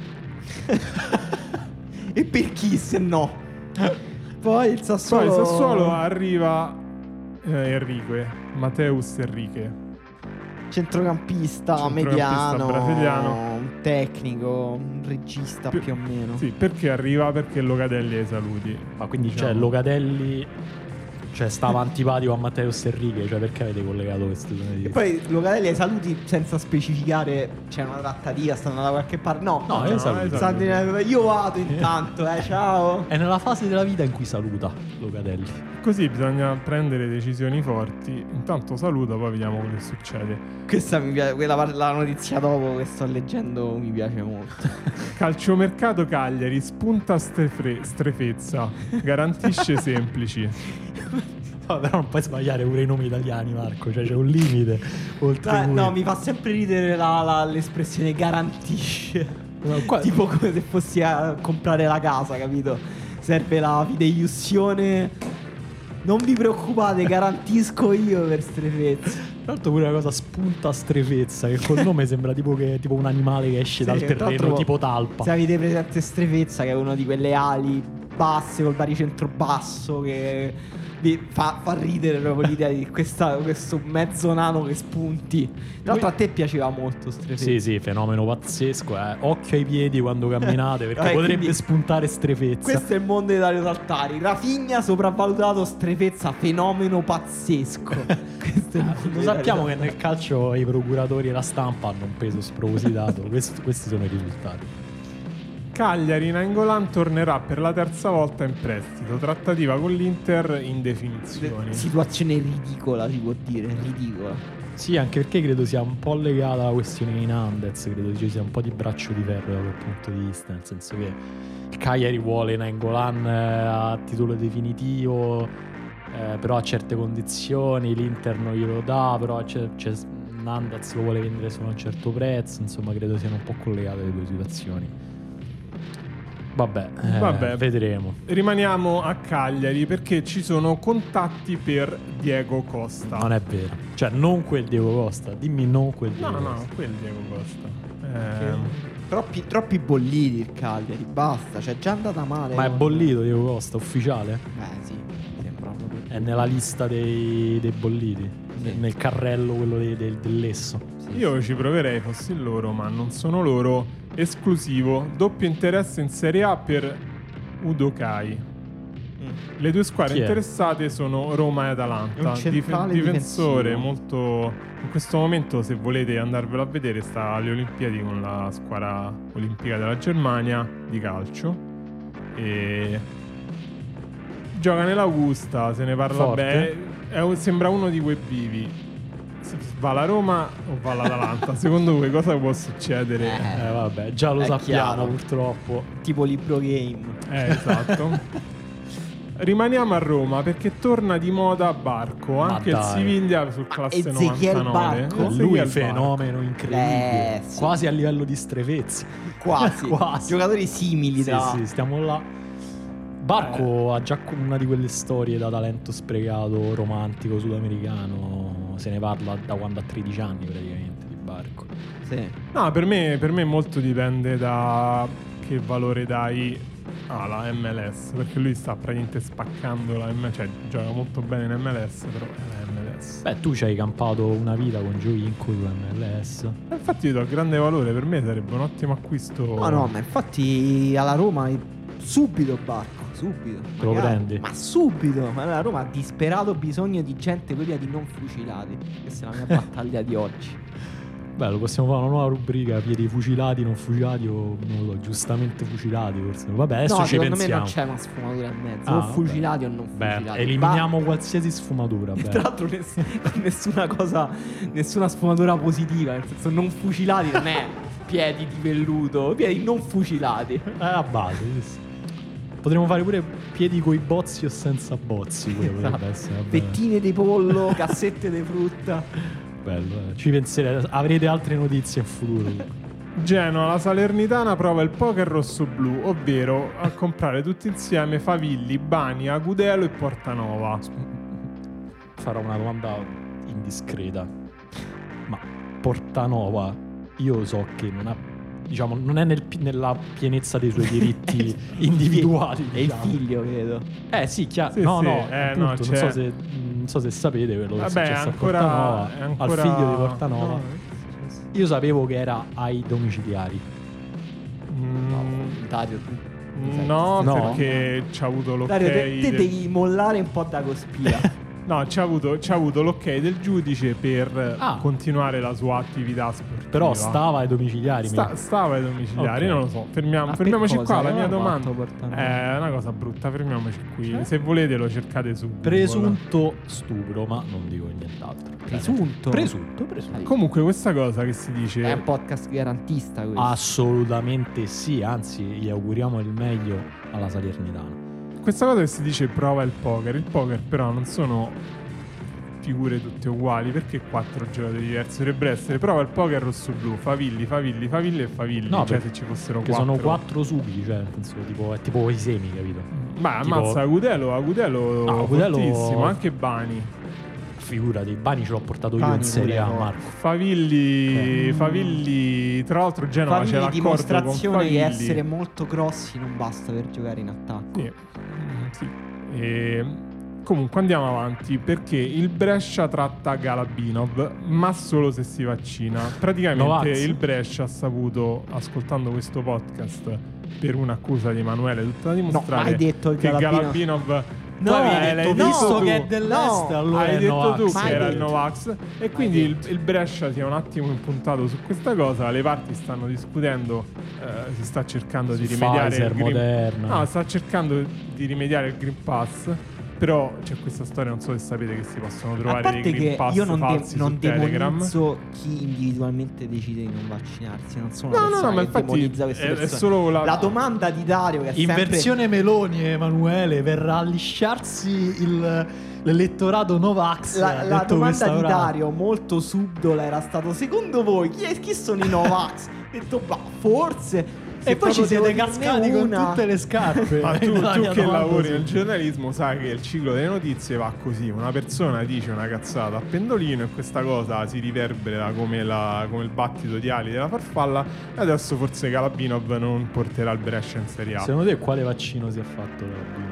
E per chi se no? Poi il Poi Sassuolo. il Sassuolo arriva eh, Enrique, Mateus Enrique. Centrocampista, Centrocampista mediano, brasiliano. un tecnico, un regista Più- più o meno. Sì, perché arriva? Perché Locatelli ai saluti. Ma quindi Diciamo. cioè Locatelli cioè stava antipatico a Matteo Serrighe, cioè perché avete collegato queste due E di... poi Locatelli ai saluti senza specificare c'è una trattativa, stanno da qualche parte. No, No, No, io saluto. esatto. stanno di- io vado intanto, eh, ciao. È nella fase della vita in cui saluta Locatelli. Così bisogna prendere decisioni forti. Intanto saluta, poi vediamo cosa succede. Questa mi piace, quella par- la notizia dopo che sto leggendo mi piace molto. Calciomercato Cagliari, spunta strefre- strefezza, garantisce semplici. No, però non puoi sbagliare pure i nomi italiani, Marco, cioè c'è un limite oltre Ah, cui... no, mi fa sempre ridere la- la- l'espressione garantisce. No, qua- Tipo come se fossi a comprare la casa, capito? Serve la fideiussione. Non vi preoccupate, garantisco io per strefezza. Tra l'altro pure una cosa spunta strefezza, che col nome sembra tipo, che, tipo un animale che esce Sì, dal tra terreno, l'altro, tipo talpa. Se avete presente strefezza, che è uno di quelle ali basse col baricentro basso che vi fa, fa ridere proprio l'idea di questa- questo mezzo nano che spunti. Tra l'altro a te piaceva molto strefezza. Sì, sì, fenomeno pazzesco. Eh. Occhio ai piedi quando camminate, perché Vabbè, potrebbe quindi- spuntare strefezza. Questo è il mondo di Dario Saltari. Rafinha sopravvalutato, strefezza, fenomeno pazzesco. Questo è il mondo Lo di sappiamo che Dario nel calcio i procuratori e la stampa hanno un peso spropositato. Questi, questi sono i risultati. Saltari. Cagliari, Nainggolan tornerà per la terza volta in prestito. Trattativa con l'Inter in definizioni. Situazione ridicola, si può dire, ridicola. Sì, anche perché credo sia un po' legata alla questione di Nandez, credo ci sia un po' di braccio di ferro da quel punto di vista, nel senso che il Cagliari vuole Nainggolan a titolo definitivo, eh, però a certe condizioni, l'Inter non glielo dà, però c'è, c'è Nandez lo vuole vendere solo a un certo prezzo, insomma credo siano un po' collegate le due situazioni. Vabbè, eh, Vabbè, vedremo. Rimaniamo a Cagliari perché ci sono contatti per Diego Costa. Non è vero. Cioè, non quel Diego Costa. Dimmi non quel Diego No, no, Costa. quel Diego Costa. Eh, Troppi, troppi bolliti il Cagliari, basta, cioè già andata male. Ma è con- bollito Diego Costa, ufficiale? Eh sì, sembra proprio. È nella lista dei, dei bolliti. Sì. Nel carrello quello dei, del, dell'esso. Sì, io ci proverei fossi loro, ma non sono loro. Esclusivo, doppio interesse in Serie A per Udokai. Mm. Le due squadre Chi è? interessate sono Roma e È Atalanta. un centrale difensore difensivo. molto. In questo momento, se volete andarvelo a vedere, sta alle Olimpiadi con la squadra olimpica della Germania di calcio. E gioca nell'Augusta, se ne parla Forte. bene. È un- sembra uno di quei vivi. Se va alla Roma o va all'Atalanta? Secondo voi cosa può succedere? Eh. Eh vabbè, già lo È sappiamo chiaro. purtroppo. Tipo libro game. Eh, esatto. Rimaniamo a Roma perché torna di moda Barco, Ma anche il dai. Siviglia sul classe Ezechiel novantanove. Barco? Ezechiel Lui è Barco. fenomeno incredibile. Eh, sì. Quasi a livello di Strevezzi. Quasi. Quasi. Giocatori simili Sì, tra... sì, stiamo là. Barco ha già una di quelle storie da talento sprecato, romantico, sudamericano. Se ne parla da quando ha tredici anni praticamente di Barco. Sì. No, per me, per me molto dipende da che valore dai alla M L S, perché lui sta praticamente spaccando la M L S, cioè gioca molto bene in M L S, però è la M L S. Beh, tu ci hai campato una vita con Giovinco su M L S. E infatti io do grande valore, per me sarebbe un ottimo acquisto. No, no, ma infatti alla Roma subito Barco, subito. Te lo Magari. prendi? Ma subito. Ma la Roma ha disperato bisogno di gente quella di non fucilati. Questa è la mia battaglia di oggi. Bello, possiamo fare una nuova rubrica, piedi fucilati, non fucilati o non lo so, giustamente fucilati forse. Vabbè, adesso no, ci secondo pensiamo. me non c'è una sfumatura in mezzo. Ah, o vabbè. fucilati o non Beh, fucilati. eliminiamo qualsiasi sfumatura. Ba- beh. Tra l'altro ness- nessuna cosa, nessuna sfumatura positiva. Nel senso, non fucilati non è piedi di velluto, piedi non fucilati. È la base, sì, sì. Potremmo fare pure piedi coi bozzi o senza bozzi. Pure potrebbe Esatto. essere, vabbè. Fettine di pollo, cassette di frutta. Bello, eh. Ci penserete, avrete altre notizie in futuro. Genoa, la Salernitana prova il poker rosso-blu, ovvero a comprare tutti insieme Favilli, Bani, Agudelo e Portanova. Farò una domanda indiscreta. Ma Portanova, io so che non ha, diciamo, non è nel pi- nella pienezza dei suoi diritti individuali. È il diciamo. figlio, credo. Eh sì, chiaro. Sì, no, sì, no, eh, appunto, no, non, c'è- so se, non so se sapete quello che è Vabbè, è successo ancora, a Portanova, è ancora... al figlio di Portanova. No, Io sapevo che era ai domiciliari. mm, Dario, tu. no, No. perché c'ha avuto l'ok Dario, te, te del- devi mollare un po' da cospira. No, c'ha avuto, c'ha avuto l'ok del giudice per Ah. continuare la sua attività sportiva. Però stava ai domiciliari. Sta- mi- stava ai domiciliari, Ok. non lo so. Fermiamo, Ma fermiamoci per cosa? qua. La Che mia aveva domanda fatto Portanova? è una cosa brutta. Fermiamoci qui. Cioè? Se volete, lo cercate su Google. Presunto stupro, ma non dico nient'altro. Presunto? Presunto, presunto. Comunque, questa cosa che si dice. È un podcast garantista questo. Assolutamente sì, anzi gli auguriamo il meglio alla Salernitana. Questa cosa che si dice prova il poker. Il poker, però, non sono figure tutte uguali. Perché quattro giocatori diversi? Dovrebbe essere prova il poker rosso-blu. Favilli, Favilli, Favilli e Favilli. No, cioè, perché- se ci fossero Che quattro. sono quattro sughli, cioè, nel senso, tipo, è tipo i semi, capito? Ma Tipo- ammazza Agudelo, Agudelo, No, Agudelo- fortissimo, anche Bani. Figurati, i Bani ce l'ho portato io Bani in Serie A, pure, no. Marco. Favilli, Favilli, tra l'altro Genova c'è Fammi l'accordo con dimostrazione Favilli. che essere molto grossi non basta per giocare in attacco. Sì, mm, sì. E comunque andiamo avanti perché il Brescia tratta Galabinov, ma solo se si vaccina. Praticamente Novax. il Brescia ha saputo, ascoltando questo podcast, per un'accusa di Emanuele tutta da dimostrare, mai detto il che Galabinov. Galabinov No, Poi eh, avevi l'hai detto, detto visto tu. che è dell'est, No, allora Hai è detto Novax. tu Mai che era il detto. Novax e quindi il, detto. il Brescia si è un attimo impuntato su questa cosa. Le parti stanno discutendo, eh, si sta cercando Su di rimediare Pfizer, il Green... Moderna. No, sta cercando di rimediare il Green Pass. Però c'è questa storia, non so se sapete, che si possono A trovare dei parte Green che Pass io non, de- falsi non su Telegram. demonizzo chi individualmente decide di non vaccinarsi. Non sono No, una no, persona no, ma che infatti demonizza queste è- è persone. solo la- domanda di Dario che è In sempre... versione Meloni, Emanuele, verrà a lisciarsi il, l'elettorato Novax. La, ha la detto domanda questa di frase. Dario molto subdola era stato: secondo voi chi, è, chi sono i Novax? Ho detto, bah, forse. Se E poi ci proprio siete devo dirne cascati con una- tutte le scarpe. Ma tu, Dai, tu la che domanda lavori sì. nel giornalismo sai che il ciclo delle notizie va così: una persona dice una cazzata a pendolino e questa cosa si riverbera come, la, come il battito di ali della farfalla, e adesso forse Calabinov non porterà il Brescia in Serie A. Secondo te quale vaccino si è fatto Calabino?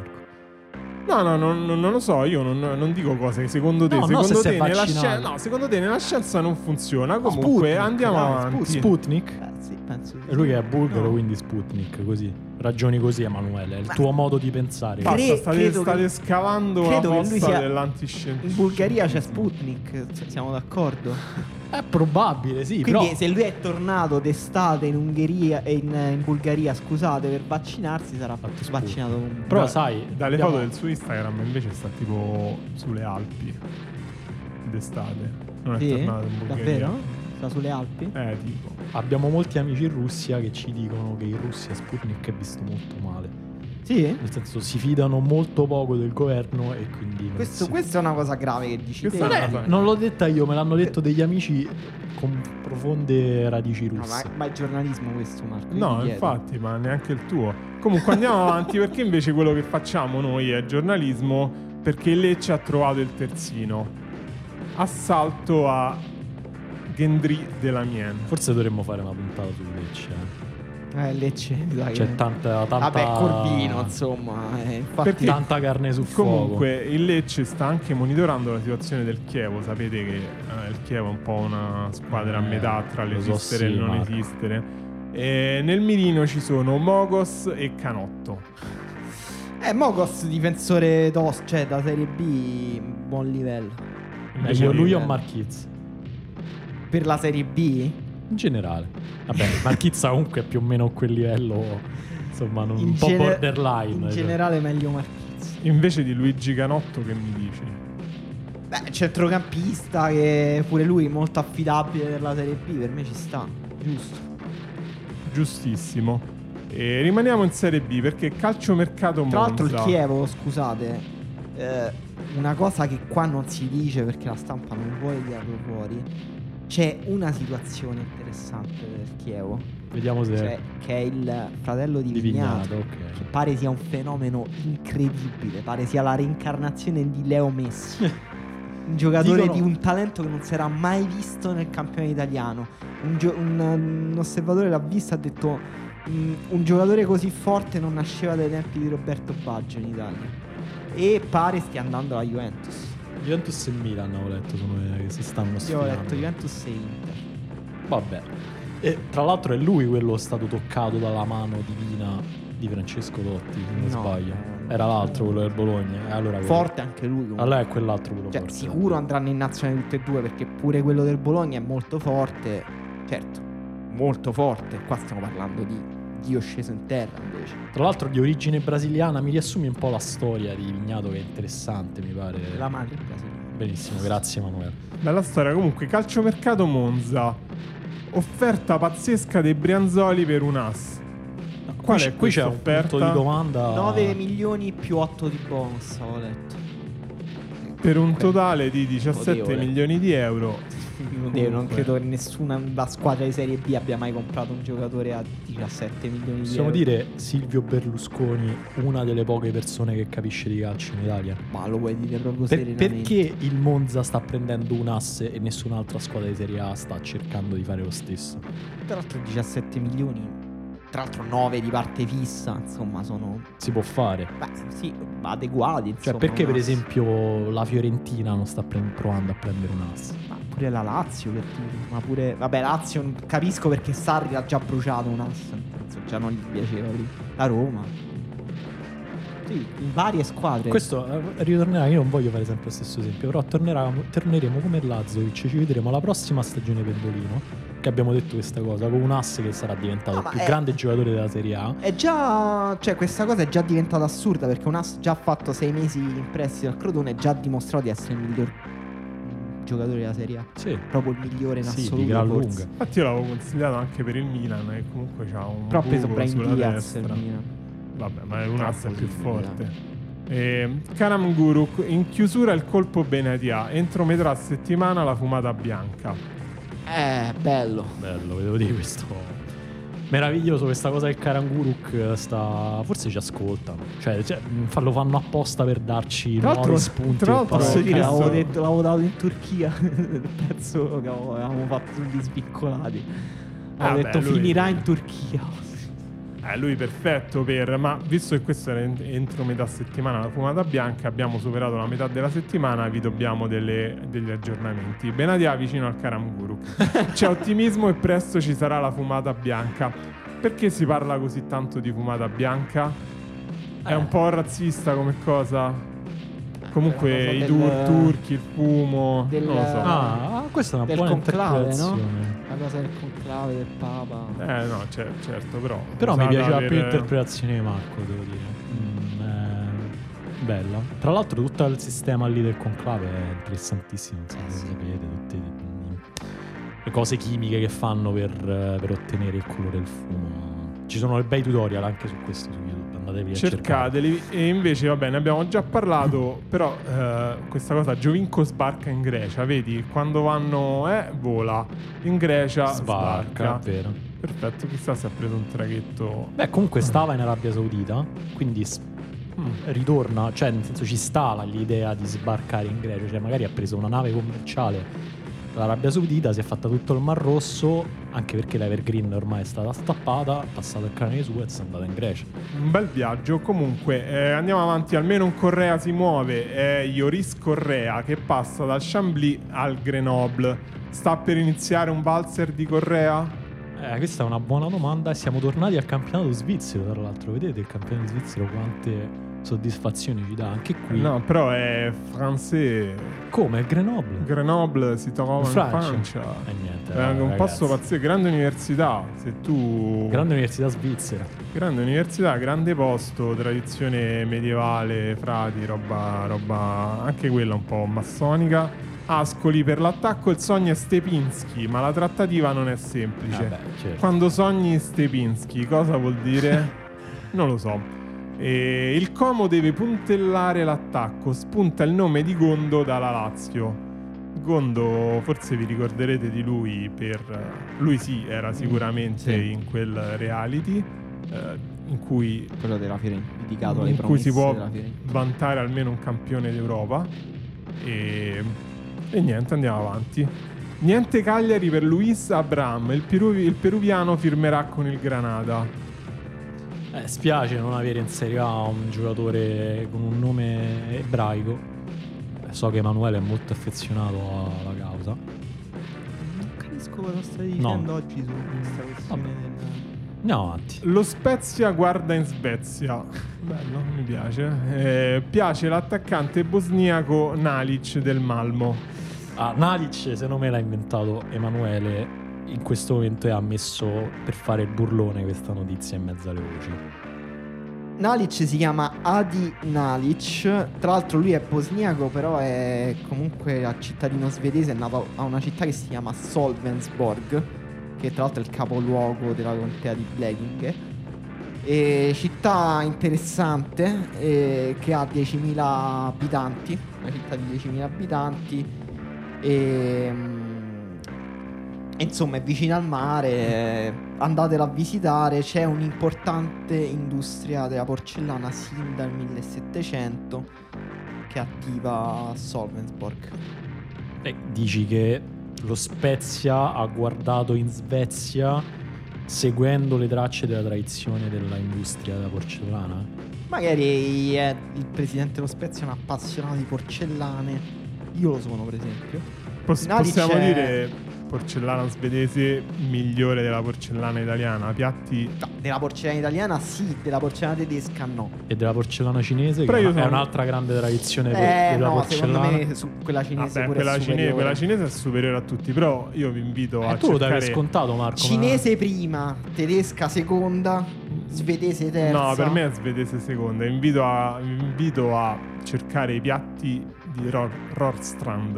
No, no, non, non lo so, io non, non dico cose che secondo te, No, no, secondo se te si è nella vaccinato. scienza, no, secondo te nella scienza non funziona. Comunque Sputnik, andiamo dai, avanti. Sputnik? Eh, sì, penso di E lui sì. che è bulgaro, No. quindi Sputnik, così. Ragioni così, Emanuele, è il Ma- tuo modo di pensare. Cre- Basta, state, credo state che- scavando una credo che lui fossa sia- dell'antiscienza. In Bulgaria c'è Sputnik, cioè, siamo d'accordo? È probabile, sì, Quindi però se lui è tornato d'estate in Ungheria e in, in Bulgaria, scusate, per vaccinarsi sarà Fatto Sputnik. vaccinato con... Però Da- sai, dalle abbiamo- foto del suo Instagram invece sta tipo sulle Alpi d'estate. Non è Sì? tornato in Bulgaria. Davvero? Sta sulle Alpi? Eh, tipo. abbiamo molti amici in Russia che ci dicono che in Russia Sputnik è visto molto male. Sì? Nel senso, si fidano molto poco del governo e quindi non Questo, si- questa è una cosa grave che dici Questa te. è Non, una è- cosa- non l'ho detta io, me l'hanno detto degli amici con profonde radici No, ma, russe. ma è giornalismo questo, Marco? io No, ti chiedo. infatti, ma neanche il tuo. Comunque andiamo avanti, perché invece quello che facciamo noi è giornalismo, perché il Lecce ha trovato il terzino. Assalto a Gendry dell'Amiens. Forse dovremmo fare una puntata sul Lecce. eh. Eh, Lecce, dai. C'è tanta, tanta, Vabbè, Corbino, insomma. eh, infatti... Perché- tanta carne sul Comunque il Lecce sta anche monitorando la situazione del Chievo. Sapete che eh, il Chievo è un po' una squadra a Eh, metà tra lo so, l'esistere e sì, il non Marco. esistere. E nel mirino ci sono Mogos e Canotto. Eh, Mogos, difensore tos, cioè da Serie B, buon livello. fuoco. Invece Meglio lui di- o Marchiz? Per la Serie B? In generale. Vabbè, Marchizza comunque è più o meno a quel livello, insomma, non- In un po' gene- borderline. In cioè. generale meglio Marchizzi. Invece di Luigi Canotto, che mi dici? Beh, centrocampista che pure lui molto affidabile per la Serie B, per me ci sta, giusto. Giustissimo. E rimaniamo in Serie B perché calciomercato Monza. Tra l'altro il Chievo, scusate, eh, una cosa che qua non si dice perché la stampa non vuole tirarlo fuori, c'è una situazione interessante del Chievo, Vediamo se cioè, che è il fratello di, di Vignato, Vignato, che ok. pare sia un fenomeno incredibile, pare sia la reincarnazione di Leo Messi. Un giocatore Dicono- di un talento che non si era mai visto nel campione italiano. Un, gio- un, un osservatore l'ha visto e ha detto: "Mm, un giocatore così forte non nasceva dai tempi di Roberto Baggio in Italia." E pare stia andando alla Juventus. Juventus e Milan ho letto sono le che si stanno Io ho sfidando. letto Juventus e Inter. Vabbè. E tra l'altro è lui quello stato toccato dalla mano divina di Francesco Totti, se non No, sbaglio. no. Era l'altro, quello del Bologna. E allora quello- Forte anche lui comunque. Allora è quell'altro quello Cioè, forte. sicuro andranno in nazionale tutte e due, perché pure quello del Bologna è molto forte. Certo, molto forte. Qua stiamo parlando di Dio sceso in terra invece. Tra l'altro di origine brasiliana, mi riassumi un po' la storia di Vignato che è interessante, mi pare. La madre brasiliana. Benissimo, grazie Emanuele. Bella storia. Comunque, calciomercato Monza. Offerta pazzesca dei Brianzoli per un ass. Qual qui, è qui c'è questa un offerta? punto di domanda. nove milioni più otto di bonus, avevo letto. Per un Comunque, totale di diciassette notevole. milioni di euro. non, devo- non Comunque. credo che nessuna la squadra di Serie B abbia mai comprato un giocatore a diciassette milioni di Possiamo euro. dire Silvio Berlusconi, una delle poche persone che capisce di calcio in Italia. Ma lo puoi dire proprio Per- serenamente. perché il Monza sta prendendo un asse e nessun'altra squadra di Serie A sta cercando di fare lo stesso? Tra l'altro diciassette milioni. Tra l'altro nove di parte fissa. Insomma, sono Si può fare. beh, sì, adeguati. Cioè, Insomma, perché un per ass. esempio la Fiorentina non sta pre- provando a prendere un asse? Ma pure la Lazio, per dire. Ma pure. Vabbè, Lazio non- capisco perché Sarri ha già bruciato un ass. Nel senso, già non gli piaceva prima. La Roma. Sì, in varie squadre. Questo eh, ritornerà, io non voglio fare sempre lo stesso esempio, però tornerà, torneremo come Lazovic, ci vedremo la prossima stagione Pendolino, che abbiamo detto questa cosa, con un asse che sarà diventato No, il ma più è- grande giocatore della Serie A. È già, cioè questa cosa è già diventata assurda, perché un As già fatto sei mesi in prestito al Crotone e già dimostrato di essere il miglior mm, giocatore della Serie A. Sì, Proprio il migliore in sì, di assoluto, gran forse. lunga. Infatti io l'avevo consigliato anche per il Milan, che comunque c'ha un Però ha preso buco Brian sulla Diaz destra. il Milan. Vabbè, ma è un Troppo asse più simile, forte. E Karam Guruk, in chiusura il colpo Benatia, entro metà settimana la fumata bianca. Eh, bello. Bello, vedevo dire questo. Meraviglioso questa cosa del Karanguruk sta... Forse ci ascoltano. Cioè, cioè fa- lo fanno apposta per darci Tra l'altro- nuovi spunti. tra e l'altro- Posso parole. dire, Cazzo. l'avevo detto, l'avevo dato in Turchia il pezzo che avevamo fatto sugli svincolati. Ah, Ho beh, detto lui- finirà in Turchia. Eh, lui perfetto per... Ma visto che questo era ent- entro metà settimana la fumata bianca, abbiamo superato la metà della settimana, vi dobbiamo delle- degli aggiornamenti. Benatia vicino al Karam Guruk. C'è ottimismo e presto ci sarà la fumata bianca. Perché si parla così tanto di fumata bianca? È Eh. un po' razzista come cosa? Comunque È una i cosa tur- del- turchi, il fumo, del- non lo so. Ah, questa è una Del buona conclave, no? interpretazione. La cosa del conclave del Papa. Eh no, cer- certo, però... Però mi usata piaceva per- più l'interpretazione di Marco, devo dire. Mm, è bella. Tra l'altro tutto il sistema lì del conclave è interessantissimo, non so Eh, se sì. sapete, tutte le- le cose chimiche che fanno per, per ottenere il colore del fumo. Ci sono dei bei tutorial anche su questo su YouTube, andatevi a cercare. Cercateli. E invece, va bene, ne abbiamo già parlato. Però eh, questa cosa, Giovinco sbarca in Grecia. Vedi, quando vanno, eh, vola. In Grecia Sbarca, sbarca. è vero. Perfetto, chissà se ha preso un traghetto. Beh, comunque stava in Arabia Saudita, quindi s- Mm. ritorna, cioè nel senso ci sta la- l'idea di sbarcare in Grecia, cioè magari ha preso una nave commerciale dall'Arabia Saudita, si è fatta tutto il Mar Rosso, anche perché l'Evergreen ormai è stata stappata, è passato il canale di Suez e è andata in Grecia. Un bel viaggio. Comunque, eh, andiamo avanti. Almeno un Correa si muove. È Yoris Correa che passa dal Chambly al Grenoble. Sta per iniziare un valzer di Correa? Eh, questa è una buona domanda e siamo tornati al campionato svizzero, tra l'altro. Vedete il campionato svizzero quante soddisfazioni ci dà anche qui. No, però è francese. Come? Il Grenoble? Grenoble si trova in In Francia. Francia. E niente, È anche un ragazzi. passo pazzesco. Grande università. Se tu. Grande università svizzera. Grande università, grande posto, tradizione medievale, frati, roba, roba anche quella un po' massonica. Ascoli per l'attacco, il sogno è Stepinski, ma la trattativa non è semplice. Vabbè, certo. Quando sogni Stepinski, cosa vuol dire? Non lo so. E il Como deve puntellare l'attacco, spunta il nome di Gondo dalla Lazio. Gondo, forse vi ricorderete di lui per... Lui sì, era sicuramente sì. in quel reality eh, in cui, Quello della Fiorentina, dedicato alle in cui si promesse può della Fiorentina. vantare almeno un campione d'Europa. E, e niente, andiamo avanti. Niente Cagliari per Luis Abram, il, peru- il peruviano firmerà con il Granada. Eh, spiace non avere in Serie A un giocatore con un nome ebraico. So che Emanuele è molto affezionato alla causa. Non capisco cosa stai No. dicendo oggi su questa questione del... Andiamo avanti. Lo Spezia guarda in Svezia. Bello, mi piace. Eh, piace l'attaccante bosniaco Nalic del Malmo. Ah, Nalic, se non me l'ha inventato Emanuele, in questo momento ha messo per fare il burlone questa notizia in mezzo alle voci. Nalic si chiama Adi Nalic, tra l'altro lui è bosniaco, però è comunque a cittadino svedese, è nato a una città che si chiama Solvensborg, che tra l'altro è il capoluogo della contea di Blekinge. E città interessante, eh, che ha diecimila abitanti, una città di diecimila abitanti e... mm, insomma è vicino al mare, eh, andatela a visitare, c'è un'importante industria della porcellana sin dal millesettecento che è attiva a Solvensborg. E dici che lo Spezia ha guardato in Svezia seguendo le tracce della tradizione della industria della porcellana? Magari è il presidente dello Spezia è un appassionato di porcellane, io lo sono per esempio. Poss- Nalic possiamo è- dire... porcellana svedese migliore della porcellana italiana. Piatti No, della porcellana italiana sì, della porcellana tedesca no. E della porcellana cinese, Però che io è sono- un'altra grande tradizione Eh della no, secondo porcellana. me su quella cinese Vabbè, pure quella, è cine- superiore. quella cinese è superiore a tutti. Però io vi invito a Eh, tu lo devi cercare. aver scontato, Marco. ma- Cinese prima, tedesca seconda, svedese terza. No, per me è svedese seconda. Invito a, vi invito a cercare i piatti di Ror- Rorstrand.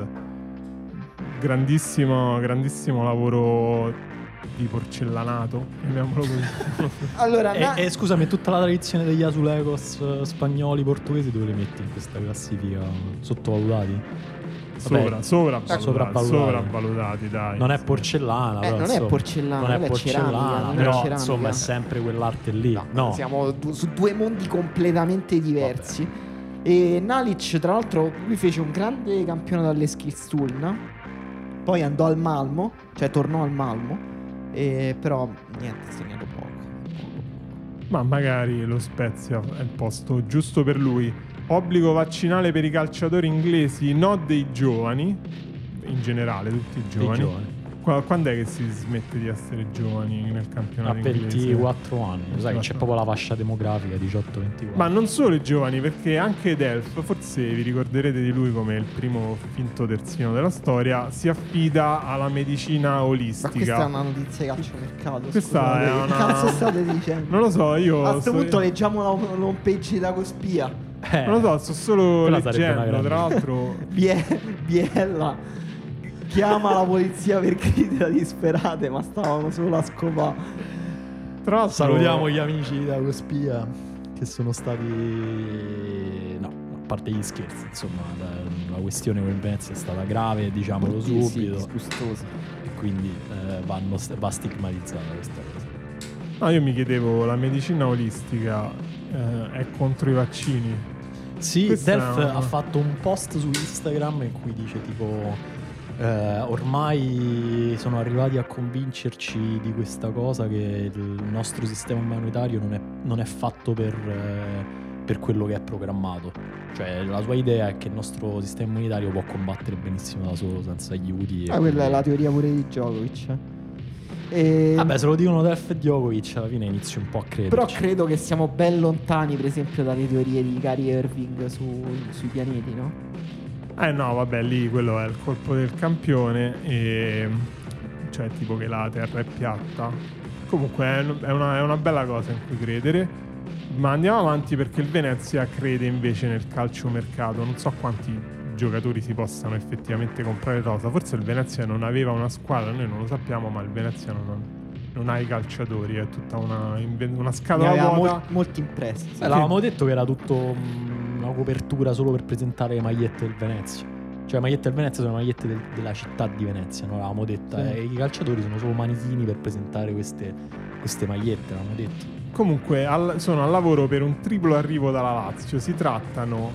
Grandissimo, grandissimo lavoro di porcellanato, chiamiamolo così. Allora, E, na- e scusami, tutta la tradizione degli azulejos eh, spagnoli, portoghesi, dove li metti in questa classifica? Sottovalutati? Sopra, sopravvalutati, sopravvalutati. sopravvalutati, dai. Non è Sì. porcellana, Eh, però, non è insomma, porcellana, non è quella è porcellana, ceramica, non è però ceramica. insomma è sempre quell'arte lì. no, No, siamo du- su due mondi completamente diversi. E Nalic, tra l'altro, lui fece un grande campionato all'Eskilstuna, poi andò al Malmo, cioè tornò al Malmo, e però niente, ha segnato poco. poco. Ma magari lo Spezia è il posto giusto per lui. Obbligo vaccinale per i calciatori inglesi, no dei giovani, in generale, tutti i dei giovani. giovani. Qua- quando è che si smette di essere giovani nel A campionato inglese? ventiquattro anni, sai che c'è ventiquattro. proprio la fascia demografica diciotto ventiquattro. Ma non solo i giovani, perché anche Delph, forse vi ricorderete di lui come il primo finto terzino della storia, si affida alla medicina Ma olistica. questa è una notizia di calciomercato. Questa scusate. è una- Che cazzo state dicendo? Non lo so, io... A questo sto- punto leggiamo la home page da Cospia. Eh, Non lo so, sto solo Quella sarebbe una leggendo, grande- tra l'altro... Bie- Biella chiama la polizia per grida disperate, ma stavano solo a scopare. Tra l'altro Salutiamo gli amici da Cospia che sono stati, no, a parte gli scherzi, insomma, la, la questione con il Venezia è stata grave, diciamolo Sì, sì, subito, disgustosi. e quindi eh, vanno, va stigmatizzata questa cosa. No, io mi chiedevo, la medicina olistica eh, è contro i vaccini? Sì, Questa Delph è una- ha fatto un post su Instagram in cui dice tipo eh, ormai sono arrivati a convincerci di questa cosa, che il nostro sistema immunitario non è, non è fatto per, eh, per quello che è programmato. Cioè la sua idea è che il nostro sistema immunitario può combattere benissimo da solo, senza aiuti. e Ah, quella è quindi- la teoria pure di Djokovic. eh. E... Vabbè, se lo dicono Delph e Djokovic alla fine inizio un po' a crederci. Però credo che siamo ben lontani, per esempio, dalle teorie di Kyrie Irving su- sui pianeti, no? Eh no, vabbè, lì quello è il colpo del campione, e cioè tipo che la terra è piatta. Comunque è, è una, è una bella cosa in cui credere. Ma andiamo avanti, perché il Venezia crede invece nel calciomercato. Non so quanti giocatori si possano effettivamente comprare rosa. Forse il Venezia non aveva una squadra, noi non lo sappiamo, ma il Venezia non, non ha i calciatori, è tutta una, inven- una Ne scatola aveva vuota. mol- molti impresti. Beh, l'avevamo detto che era tutto mh, una copertura solo per presentare le magliette del Venezia. Cioè le magliette del Venezia sono le magliette del- della città di Venezia, no? L'avevamo detta. Sì. E i calciatori sono solo manichini per presentare queste, queste magliette, l'avevamo detto. Comunque al- sono al lavoro per un triplo arrivo dalla Lazio. Si trattano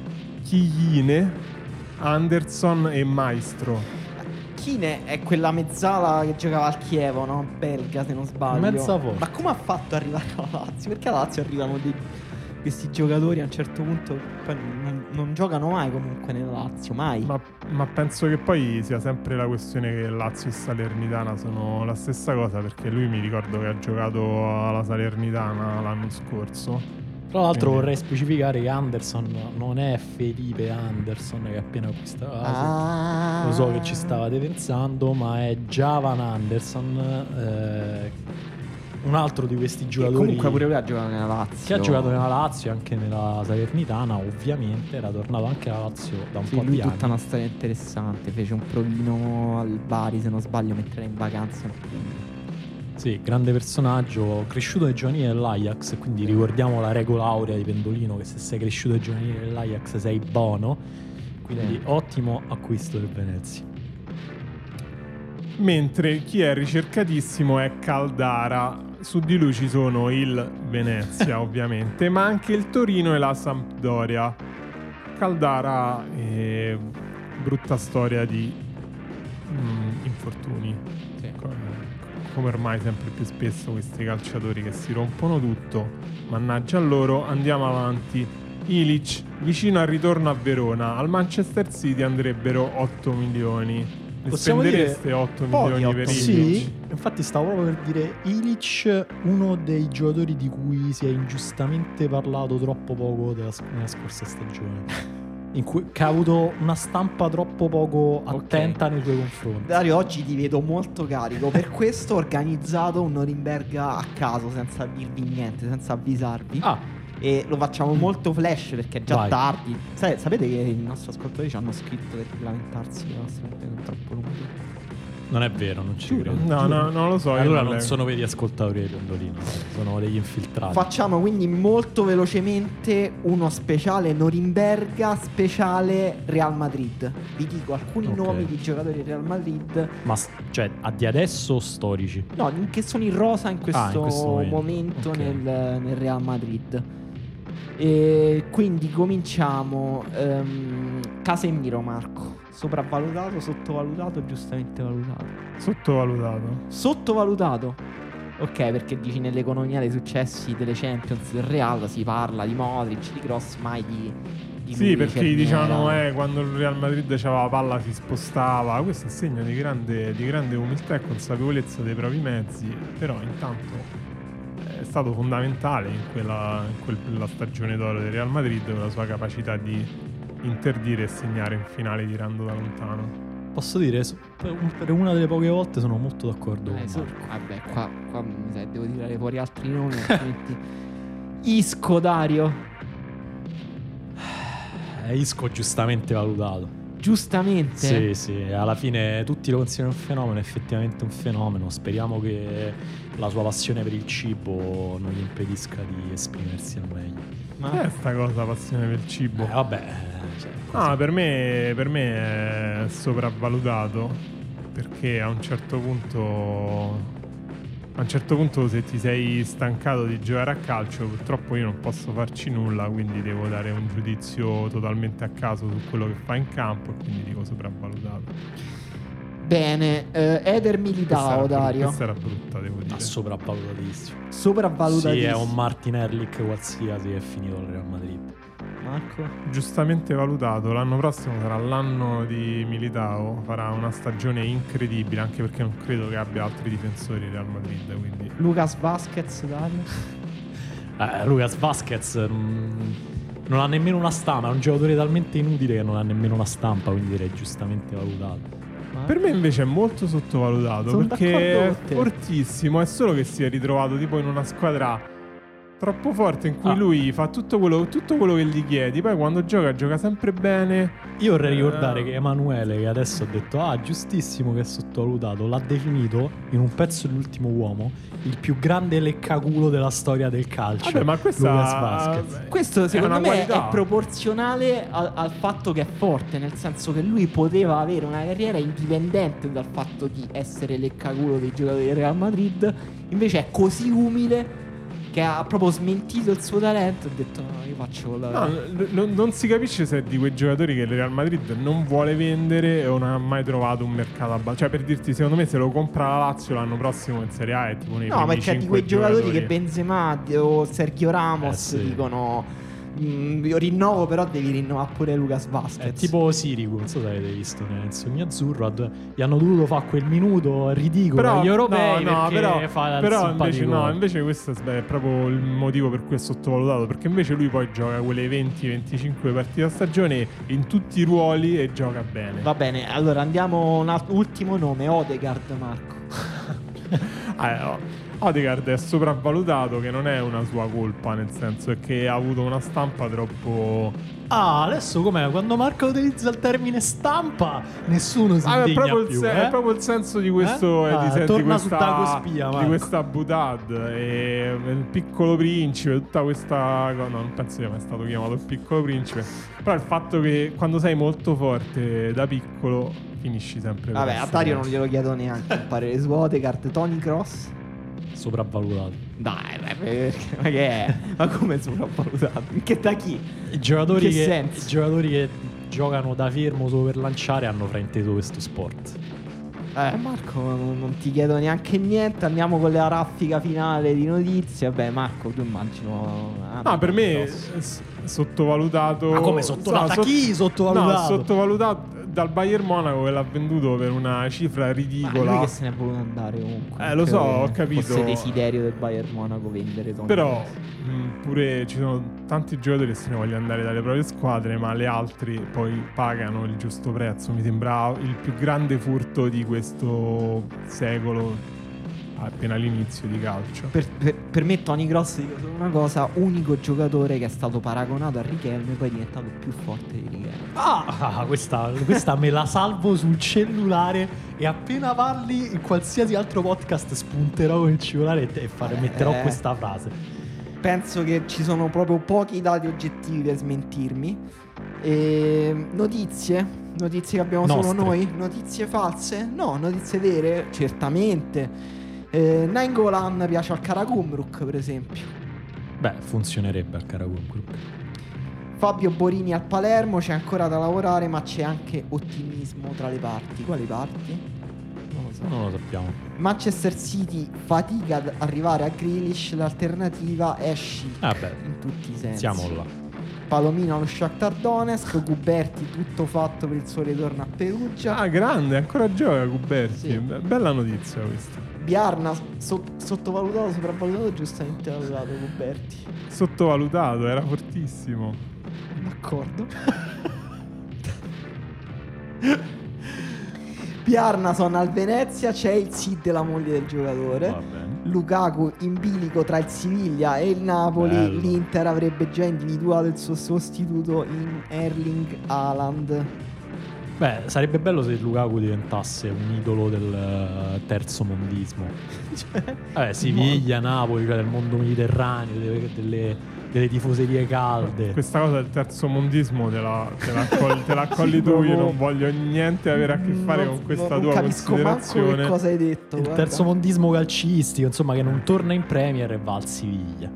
Chigne, Anderson e Maestro. Kine è quella mezzala che giocava al Chievo, no? Belga, se non sbaglio. Mezza forte. Ma come ha fatto ad arrivare alla Lazio? Perché alla Lazio arrivano dei- questi giocatori a un certo punto poi non, non giocano mai comunque nella Lazio, mai. Ma, ma penso che poi sia sempre la questione che Lazio e Salernitana sono la stessa cosa, perché lui mi ricordo che ha giocato alla Salernitana l'anno scorso. Tra l'altro Quindi- vorrei specificare che Anderson non è Felipe Anderson che ha appena acquistato. Ah. Lo so che ci stavate pensando, ma è Javan Anderson, eh, un altro di questi E giocatori comunque pure lui ha giocato nella Lazio. che ha giocato nella Lazio e anche nella Salernitana, ovviamente era tornato anche alla Lazio da un Sì, po' lui di tutta anni. una storia interessante. Fece un provino al Bari, se non sbaglio, mentre era in vacanza in Puglia. Sì, grande personaggio, cresciuto ai giovanili dell'Ajax, quindi ricordiamo la regola aurea di Pendolino, che se sei cresciuto ai giovanili dell'Ajax sei buono, quindi Sì. ottimo acquisto del Venezia. Mentre chi è ricercatissimo è Caldara. Su di lui ci sono il Venezia, ovviamente, ma anche il Torino e la Sampdoria. Caldara, eh, brutta storia di mm, infortuni. Co- Come ormai sempre più spesso questi calciatori che si rompono tutto, mannaggia a loro. Andiamo avanti. Ilic, vicino al ritorno a Verona. Al Manchester City andrebbero otto milioni. Le Possiamo spendereste dire otto pochi milioni per otto Ilic? Sì, infatti stavo proprio per dire Ilic, uno dei giocatori di cui si è ingiustamente parlato troppo poco della, nella scorsa stagione. In cui, che ha avuto una stampa troppo poco attenta Ok. nei suoi confronti. Dario, oggi ti vedo molto carico. Per questo ho organizzato un Norimberga a caso, senza dirvi niente, senza avvisarvi. Ah, E lo facciamo molto flash perché è già Vai. tardi. Sai- sapete che i nostri ascoltatori ci hanno scritto per lamentarsi che le nostre puntate sono troppo lunghe? non è vero, non ci Giuro. credo. No, no, non lo so. io Allora non non leggo. sono veri ascoltatori di Pendolino, sono degli infiltrati. Facciamo quindi molto velocemente uno speciale Norimberga, speciale Real Madrid. Vi dico alcuni Ok. nomi di giocatori del Real Madrid. Ma s- cioè, a di adesso o storici? No, che sono in rosa in questo, Ah, in questo momento. momento Ok. nel, nel Real Madrid. E quindi cominciamo. ehm, Casemiro, Marco. Sopravvalutato, sottovalutato, giustamente valutato. Sottovalutato. Sottovalutato. Ok, perché dici nell'economia dei successi delle Champions del Real si parla di Modric, di Kroos, mai di, di Sì, lui, perché Cerniera. diciamo eh, quando il Real Madrid c'aveva la palla si spostava. Questo è segno di grande, di grande umiltà e consapevolezza dei propri mezzi. Però intanto è stato fondamentale in quella, in quella stagione d'oro del Real Madrid con la sua capacità di interdire e segnare in finale tirando da lontano. Posso dire, s- per un- per una delle poche volte sono molto d'accordo Eh, con so- Marco. vabbè, qua, qua mi sa che devo tirare fuori altri nomi. altrimenti- Isco, Dario. È Isco giustamente valutato. Giustamente. Sì, sì, alla fine tutti lo considerano un fenomeno, è effettivamente un fenomeno. Speriamo che la sua passione per il cibo non gli impedisca di esprimersi al meglio. Ma- Che è sta cosa, passione per il cibo? Eh, vabbè, cioè, così. Ah, per me, per me è sopravvalutato perché a un certo punto a un certo punto se ti sei stancato di giocare a calcio purtroppo io non posso farci nulla, quindi devo dare un giudizio totalmente a caso su quello che fa in campo e quindi dico sopravvalutato. Bene, eh, Eder Militao, Questa era, Dario. questa era brutta, devo dire. Ma sopravvalutatissimo. Sopravvalutatissimo. Sì, è un Martin Erlich qualsiasi che è finito al Real Madrid. Marco. Giustamente valutato, l'anno prossimo sarà l'anno di Militao, farà una stagione incredibile anche perché non credo che abbia altri difensori Real Madrid, quindi Lucas Vasquez, Dario. Eh, Lucas Vasquez mm, non ha nemmeno una stampa, è un giocatore talmente inutile che non ha nemmeno una stampa, quindi direi giustamente valutato. Marco. per me invece è molto sottovalutato Sono perché è d'accordo con te. fortissimo, è solo che si è ritrovato tipo in una squadra troppo forte in cui Ah. lui fa tutto quello, tutto quello che gli chiedi, poi quando gioca gioca sempre bene. Io vorrei ricordare Eh. che Emanuele, che adesso ha detto ah giustissimo che è sottovalutato, l'ha definito in un pezzo dell'ultimo uomo il più grande leccaculo della storia del calcio. Vabbè, ma questa Lucas Vasquez. Questo è secondo una me qualità. è proporzionale al, al fatto che è forte, nel senso che lui poteva avere una carriera indipendente dal fatto di essere leccaculo dei giocatori del Real Madrid, invece è così umile che ha proprio smentito il suo talento e ha detto no, io faccio la... No, n- n- non si capisce se è di quei giocatori che il Real Madrid non vuole vendere o non ha mai trovato un mercato a ba- Cioè, per dirti, secondo me se lo compra la Lazio l'anno prossimo in Serie A è tipo nei No, primi perché è di cinque quei giocatori, giocatori che Benzema o Sergio Ramos Eh, sì. dicono "Mm, io rinnovo, però devi rinnovare pure Lucas È Vasquez". tipo Sirigu, non so se avete visto nel Sogno Azzurro, ad- gli hanno dovuto fare quel minuto ridicolo Però agli europei no, no, perché però, fa il però invece simpatico. no, invece questo è proprio il motivo per cui è sottovalutato, perché invece lui poi gioca quelle venti venticinque partite a stagione in tutti i ruoli e gioca bene. Va bene, allora andiamo un alt- ultimo nome, Odegaard, Marco. Ah, eh, oh. Odegaard è sopravvalutato, che non è una sua colpa, nel senso è che ha avuto una stampa troppo... Ah, adesso com'è? Quando Marco utilizza il termine stampa, nessuno si Ah, è, indigna proprio il più, se- eh? è proprio il senso di questo Eh? eh, Ah, di, se- di torna su questa, Dago Spia, di Marco. questa Butad e il piccolo principe, tutta questa cosa. No, non penso sia mai stato chiamato il piccolo principe. Però il fatto che quando sei molto forte da piccolo finisci sempre per Vabbè, a essere- Dario non glielo chiedo neanche il parere su Odegaard. Tony Cross? Sopravvalutato. Dai, dai, perché- ma che è? Ma come sopravvalutato? Che da chi? I giocatori, In che che, senso? i giocatori che giocano da fermo solo per lanciare hanno frainteso questo sport. Eh, Marco, non, non ti chiedo neanche niente. Andiamo con la raffica finale di notizie. Vabbè, Marco, tu immagino. ah, No, per me Cross. è s- sottovalutato. Ma come sottovalutato? No, Chi sottovalutato? No, sottovalutato. dal Bayern Monaco che l'ha venduto per una cifra ridicola. Ma lui che se ne è voluto andare comunque. Eh, lo so, ho capito. Forse desiderio del Bayern Monaco vendere Toni Però Kroos. mh, pure ci sono tanti giocatori che se ne vogliono andare dalle proprie squadre, ma le altre poi pagano il giusto prezzo. Mi sembra il più grande furto di questo secolo, appena all'inizio di calcio. Per, per, per me Toni Kroos, dico solo una cosa, unico giocatore che è stato paragonato a Riquelme e poi è diventato più forte di Riquelme. Ah, questa, questa me la salvo sul cellulare e appena parli in qualsiasi altro podcast spunterò con il cellulare e, e fare, Eh. metterò questa frase. Penso che ci sono proprio pochi dati oggettivi per smentirmi. E notizie? Notizie che abbiamo Nostre. solo noi? Notizie false? No, notizie vere? Certamente. Eh, Nainggolan piace al Karagümrük, per esempio. Beh, funzionerebbe al Karagümrük. Fabio Borini al Palermo, c'è ancora da lavorare, ma c'è anche ottimismo tra le parti. Quali parti? Non lo so. Non lo sappiamo. Manchester City fatica ad arrivare a Grealish, l'alternativa è Schick Vabbè, in tutti i sensi. siamo là. Palomino allo Shakhtar Donetsk, Guberti tutto fatto per il suo ritorno a Perugia. Ah, grande, ancora gioca Guberti. Sì. Be- Bella notizia questa. Biarna so- sottovalutato, sopravvalutato, giustamente valutato Guberti. Sottovalutato, era fortissimo. D'accordo. Bjarnason al Venezia, Chelsea della moglie del giocatore. Va bene. Lukaku in bilico tra il Siviglia e il Napoli. Bello. L'Inter avrebbe già individuato il suo sostituto in Erling Haaland. Beh, sarebbe bello se Lukaku diventasse un idolo del eh, terzo mondismo. Cioè, Eh, Siviglia, Napoli, cioè del mondo mediterraneo, delle, delle, delle tifoserie calde. Questa cosa del terzo mondismo te la, te la accogli, te la accogli Sì, tu. Io proprio- non voglio niente avere a che fare non- con questa non tua capisco manco considerazione. che cosa hai detto. Il guarda. terzo mondismo calcistico, insomma, che non torna in Premier e va al Siviglia.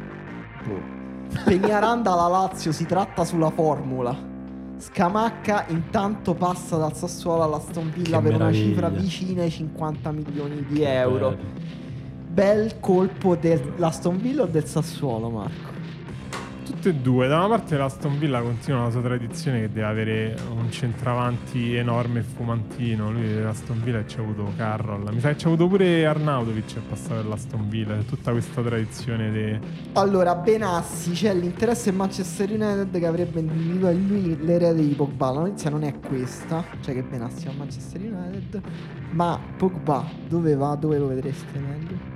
Peñaranda alla Lazio, si tratta sulla formula. Scamacca intanto passa dal Sassuolo all'Aston Villa Che per una meraviglia. cifra vicina ai cinquanta milioni di Che euro. bello. Bel colpo dell'Aston Villa o del Sassuolo, Marco? Tutte e due. Da una parte l'Aston Villa continua la sua tradizione che deve avere un centravanti enorme e fumantino. Lui dell'Aston Villa c'ha avuto Carroll. Mi sa che c'ha avuto pure Arnautovic è passato per l'Aston Villa. C'è tutta questa tradizione di... Allora, Benassi, c'è l'interesse del Manchester United che avrebbe individuato in lui l'erede di Pogba. La notizia non è questa, cioè che Benassi va al Manchester United, ma Pogba dove va? Dove lo vedreste meglio?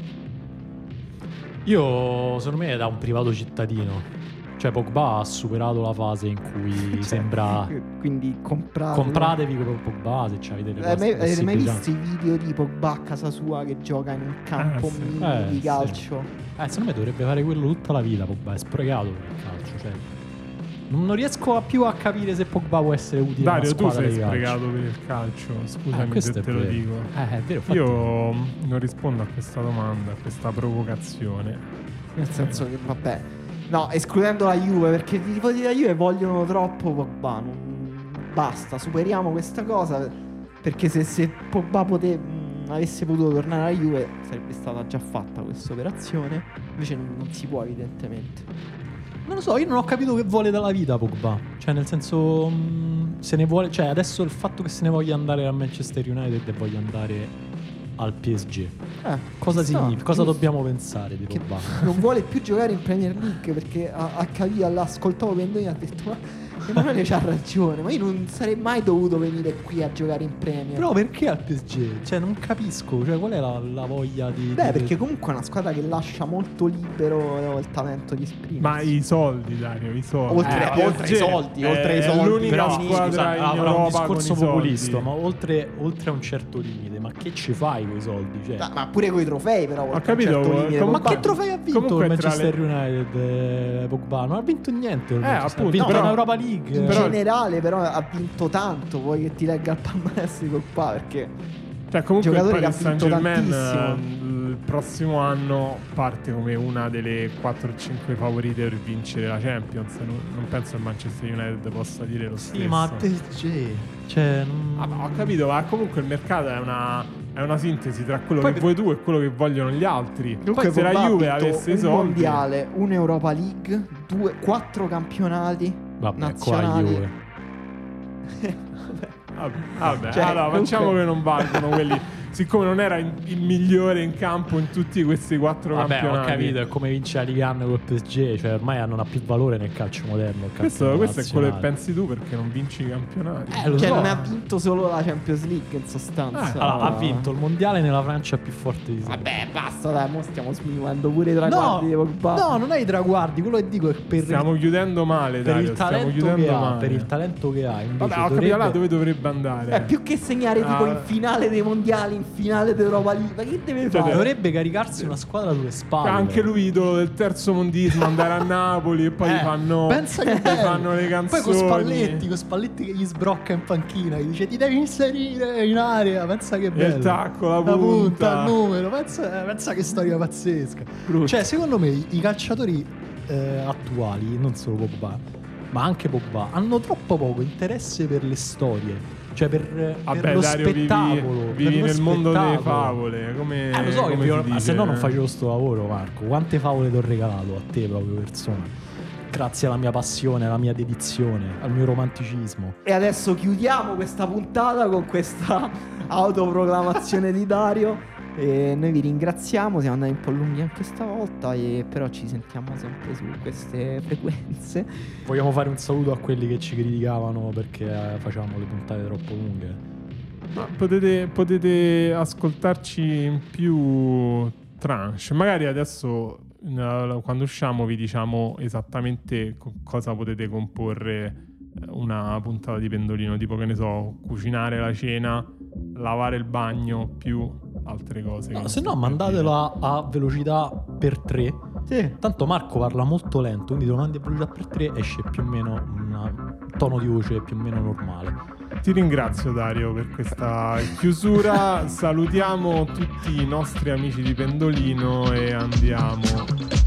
Io, secondo me, è da un privato cittadino. Cioè, Pogba ha superato la fase in cui sembra... Quindi comprate. Compratevi con Pogba se ci avete le Avete mai, avete mai possibilità. visto i video di Pogba a casa sua che gioca in un campo Eh, sì. mini Eh, di sì. calcio? Eh, secondo me dovrebbe fare quello tutta la vita. Pogba è sprecato per il calcio. Cioè, non non riesco a più a capire se Pogba può essere utile a una Dario, tu squadra sei di calcio. sprecato per il calcio. Scusami Eh, questo se è te lo vero. dico. Eh, è vero, infatti- Io non rispondo a questa domanda, a questa provocazione. Nel senso che, vabbè, no, escludendo la Juve, perché i tifosi della Juve vogliono troppo Pogba. Non... Basta, superiamo questa cosa. Perché se, se Pogba pote... mh, avesse potuto tornare alla Juve, sarebbe stata già fatta questa operazione. Invece non, non si può, evidentemente. Non lo so, io non ho capito che vuole dalla vita Pogba. Cioè, nel senso, mh, se ne vuole. Cioè, adesso il fatto che se ne voglia andare al Manchester United e voglia andare al P S G. Eh, Cosa chissà, significa? Cosa giusto. dobbiamo pensare di Che Pogba? non vuole più giocare in Premier League perché ha, ha capito, l'ascoltavo Pendoni e ha detto ma Emanuele c'ha ragione, ma io non sarei mai dovuto venire qui a giocare in Premier. Però perché al P S G? Cioè, non capisco. Cioè, qual è la, la voglia di. Beh, di- perché comunque è una squadra che lascia molto libero il talento di esprimersi. Ma i soldi, Dario, i soldi. Oltre- Eh, oltre ai soldi, è oltre ai soldi, l'unica Però, squadra scusa, in avrà un Europa discorso con i populista, soldi. ma oltre, oltre a un certo limite, ma che ci fai con i soldi? Cioè, Ah, ma pure coi trofei, però. oltre Ho un capito, certo limite. com- ma Pogba- che trofei ha vinto comunque il tra Manchester le- United eh, Pogba? Non ha vinto niente. il Eh, Manchester. appunto, ha vinto però- l'Europa League. In però- generale, però, ha vinto tanto. Vuoi che ti legga il palmarès di Pogba? Perché Cioè, comunque il Giocatore che ha Paris vinto Saint Germain tantissimo. il prossimo anno parte come una delle quattro cinque favorite per vincere la Champions. Non, non penso che il Manchester United possa dire lo stesso. Sì, ma P S G. Cioè, non- Ah, ma ho capito, ma comunque il mercato è una, è una sintesi tra quello Poi che per- vuoi tu e quello che vogliono gli altri. Comunque Poi se Pogba la ha Juve vinto avesse i un soldi, mondiale, un'Europa League, due, quattro campionati Vabbè, qua nazionali. Juve. Vabbè, vabbè. Cioè, allora comunque- facciamo che non valgono quelli. Siccome non era in- il migliore in campo in tutti questi quattro Vabbè, campionati. ho capito, è come vincere la Ligue uno col P S G, cioè ormai non ha più valore nel calcio moderno. Il Questo, campionato questo è quello che nazionale. pensi tu perché non vinci i campionati. Eh, lo Cioè so. non ha vinto solo la Champions League in sostanza. Eh, Allora, ha vinto il mondiale nella Francia più forte di sempre. Vabbè, basta, dai, mo stiamo sminuendo pure i traguardi di Pogba. no, non hai i traguardi, quello che dico è per, Stiamo chiudendo male, per Dario, il stiamo talento chiudendo che ha, male. per il talento che ha. Invece Vabbè, ho capito dovrebbe... là dove dovrebbe andare. È più che segnare tipo Ah. in finale dei mondiali, in finale d'Europa League. Ma che deve Cioè, fare? Dovrebbe caricarsi una squadra sulle spalle. Anche lui idolo del terzo mondismo, andare a Napoli e poi Eh, gli fanno pensa che gli bello. fanno le canzoni. Poi con Spalletti, con Spalletti che gli sbrocca in panchina, gli dice ti devi inserire in area, pensa che bello. il tacco, la La punta. il numero, pensa, pensa che storia pazzesca. Brutto. Cioè, secondo me i calciatori eh, attuali, non solo Pogba, ma anche Pogba, hanno troppo poco interesse per le storie. Cioè per, per Vabbè, lo Dario, vivi, spettacolo. vivi per lo nel mondo delle spettacolo. favole. Come, Eh, lo so che come vivo- si ma dice. se no non facevo sto lavoro, Marco. Quante favole ti ho regalato a te, proprio persona. Grazie alla mia passione, alla mia dedizione, al mio romanticismo. E adesso chiudiamo questa puntata con questa autoproclamazione di Dario. E noi vi ringraziamo, siamo andati un po' lunghi anche stavolta, e però ci sentiamo sempre su queste frequenze. Vogliamo fare un saluto a quelli che ci criticavano perché eh, facevamo le puntate troppo lunghe. Ma potete, potete ascoltarci in più tranche. Magari adesso eh, quando usciamo vi diciamo esattamente co- cosa potete comporre eh, una puntata di Pendolino, tipo che ne so, cucinare la cena, lavare il bagno più altre cose. No, se no mandatela a velocità per tre. Sì. Tanto Marco parla molto lento, quindi se lo mandi a velocità per tre esce più o meno un tono di voce più o meno normale. Ti ringrazio Dario per questa chiusura. Salutiamo tutti i nostri amici di Pendolino e andiamo